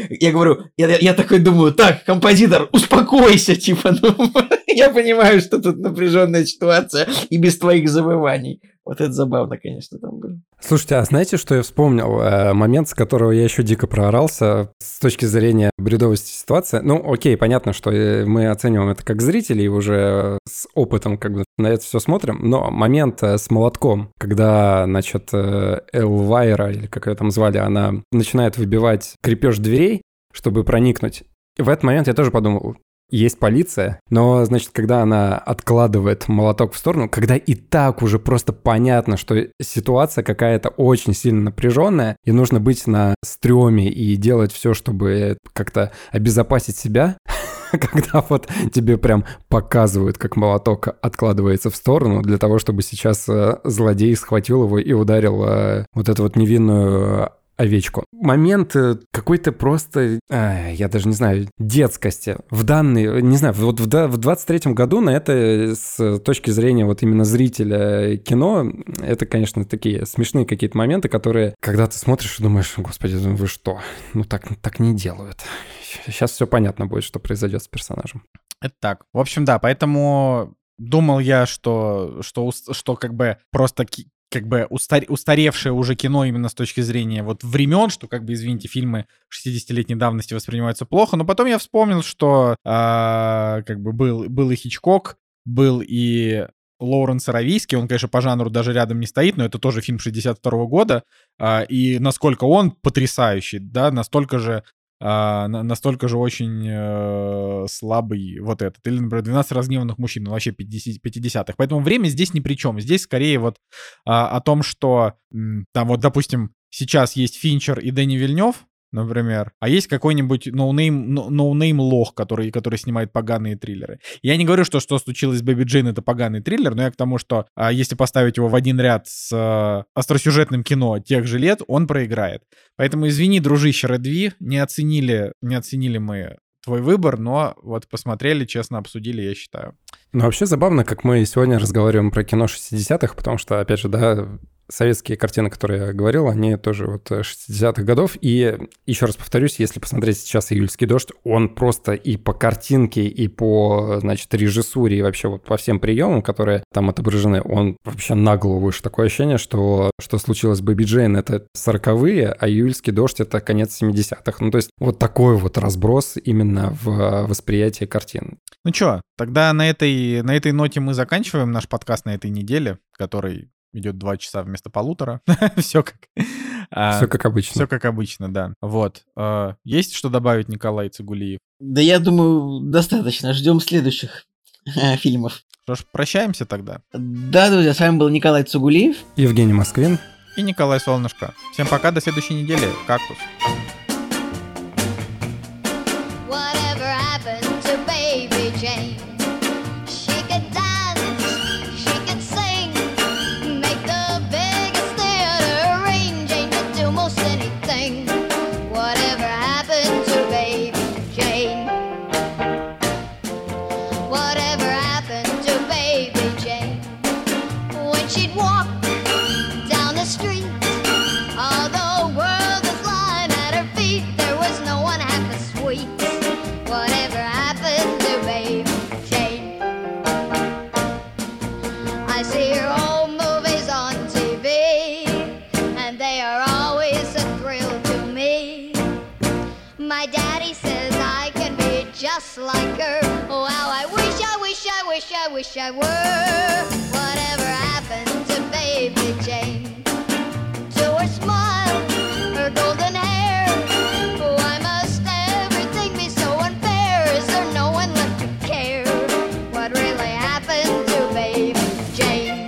S3: я такой думаю, так, композитор, успокойся, типа, ну, я понимаю, что тут напряженная ситуация, и без твоих завываний. Вот это забавно, конечно, там было.
S2: Слушайте, а знаете, что я вспомнил? Момент, с которого я еще дико проорался с точки зрения бредовости ситуации. Ну, окей, понятно, что мы оцениваем это как зрители и уже с опытом как бы на это все смотрим, но момент с молотком, когда, значит, Элвайра, или как ее там звали, она начинает выбивать крепеж дверей, чтобы проникнуть. И в этот момент я тоже подумал, есть полиция, но, значит, когда она откладывает молоток в сторону, когда и так уже просто понятно, что ситуация какая-то очень сильно напряженная, и нужно быть на стреме и делать все, чтобы как-то обезопасить себя, когда вот тебе прям показывают, как молоток откладывается в сторону для того, чтобы сейчас злодей схватил его и ударил вот эту вот невинную овечку. Момент какой-то просто, я даже не знаю, детскости. В данный, не знаю, вот в 23-м году на это с точки зрения вот именно зрителя кино, это, конечно, такие смешные какие-то моменты, которые, когда ты смотришь и думаешь, господи, вы что? Ну так не делают. Сейчас все понятно будет, что произойдет с персонажем.
S1: Это так. В общем, да, поэтому думал я, что как бы просто... как бы устаревшее уже кино именно с точки зрения вот времен, что, как бы, извините, фильмы 60-летней давности воспринимаются плохо, но потом я вспомнил, что как бы был и Хичкок, был и Лоуренс Аравийский, он, конечно, по жанру даже рядом не стоит, но это тоже фильм 62-го года, и насколько он потрясающий, да, настолько же очень слабый вот этот. Или, например, 12 разгневанных мужчин, ну, вообще 50-х. Поэтому время здесь ни при чем. Здесь скорее вот о том, что там вот, допустим, сейчас есть Финчер и Дэнни Вильнёв, например, а есть какой-нибудь ноунейм лох, который снимает поганые триллеры. Я не говорю, что случилось с Бэби Джейн, это поганый триллер, но я к тому, что если поставить его в один ряд с остросюжетным кино тех же лет, он проиграет. Поэтому извини, дружище Редви, не оценили мы твой выбор, но вот посмотрели, честно обсудили, я считаю.
S2: Ну, вообще забавно, как мы сегодня разговариваем про кино 60-х, потому что, опять же, да, советские картины, которые я говорил, они тоже вот 60-х годов. И еще раз повторюсь, если посмотреть сейчас «Июльский дождь», он просто и по картинке, и по, значит, режиссуре, и вообще вот по всем приемам, которые там отображены, он вообще на голову выше. Такое ощущение, что случилось с Бэби Джейн, это 40-е, а «Июльский дождь» — это конец 70-х. Ну, то есть вот такой вот разброс именно в восприятии картин.
S1: Ну что, тогда на этой ноте мы заканчиваем наш подкаст на этой неделе, который идет 2 часа вместо 1,5. Все как
S2: обычно.
S1: Все как обычно, да. Вот. Есть что добавить, Николай Цигулиев?
S3: Да я думаю, достаточно. Ждем следующих фильмов.
S1: Что ж, прощаемся тогда.
S3: Да, друзья, с вами был Николай Цигулиев,
S2: Евгений Москвин
S1: и Николай Солнышко. Всем пока, до следующей недели. Кактус.
S5: My daddy says I can be just just like her. Oh, how I wish I were. Whatever happened to baby Jane? To her smile, her golden hair. Why must everything be so unfair? Is there no one left to care? What really happened to baby Jane?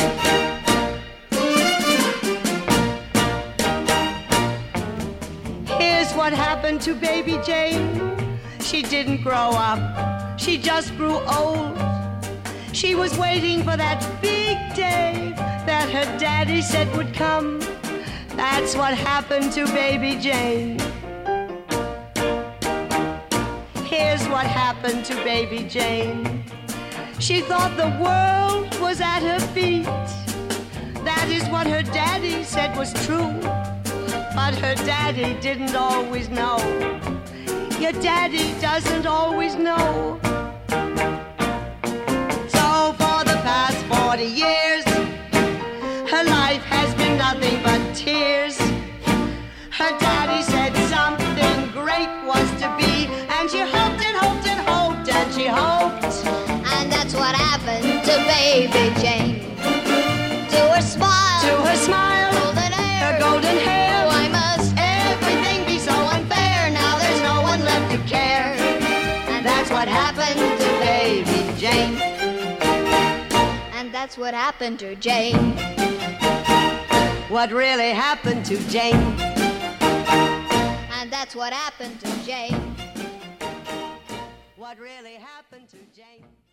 S6: Here's what happened to baby Jane. She didn't grow up, she just grew old. She was waiting for that big day that her daddy said would come. That's what happened to baby Jane. Here's what happened to baby Jane. She thought the world was at her feet. That is what her daddy said was true. But her daddy didn't always know. Your daddy doesn't always know. So for the past 40 years, her life has been nothing but tears. Her daddy said something great was to be, and she hoped and hoped and hoped and she hoped.
S5: And that's what happened to baby Jane. To her smile, golden hair,
S6: her golden hair.
S5: Why must everything be so unfair? Now there's no one left to care. And that's what happened to baby Jane. And that's what happened to Jane.
S6: What really happened to Jane?
S5: And that's what happened to Jane.
S6: What really happened to Jane?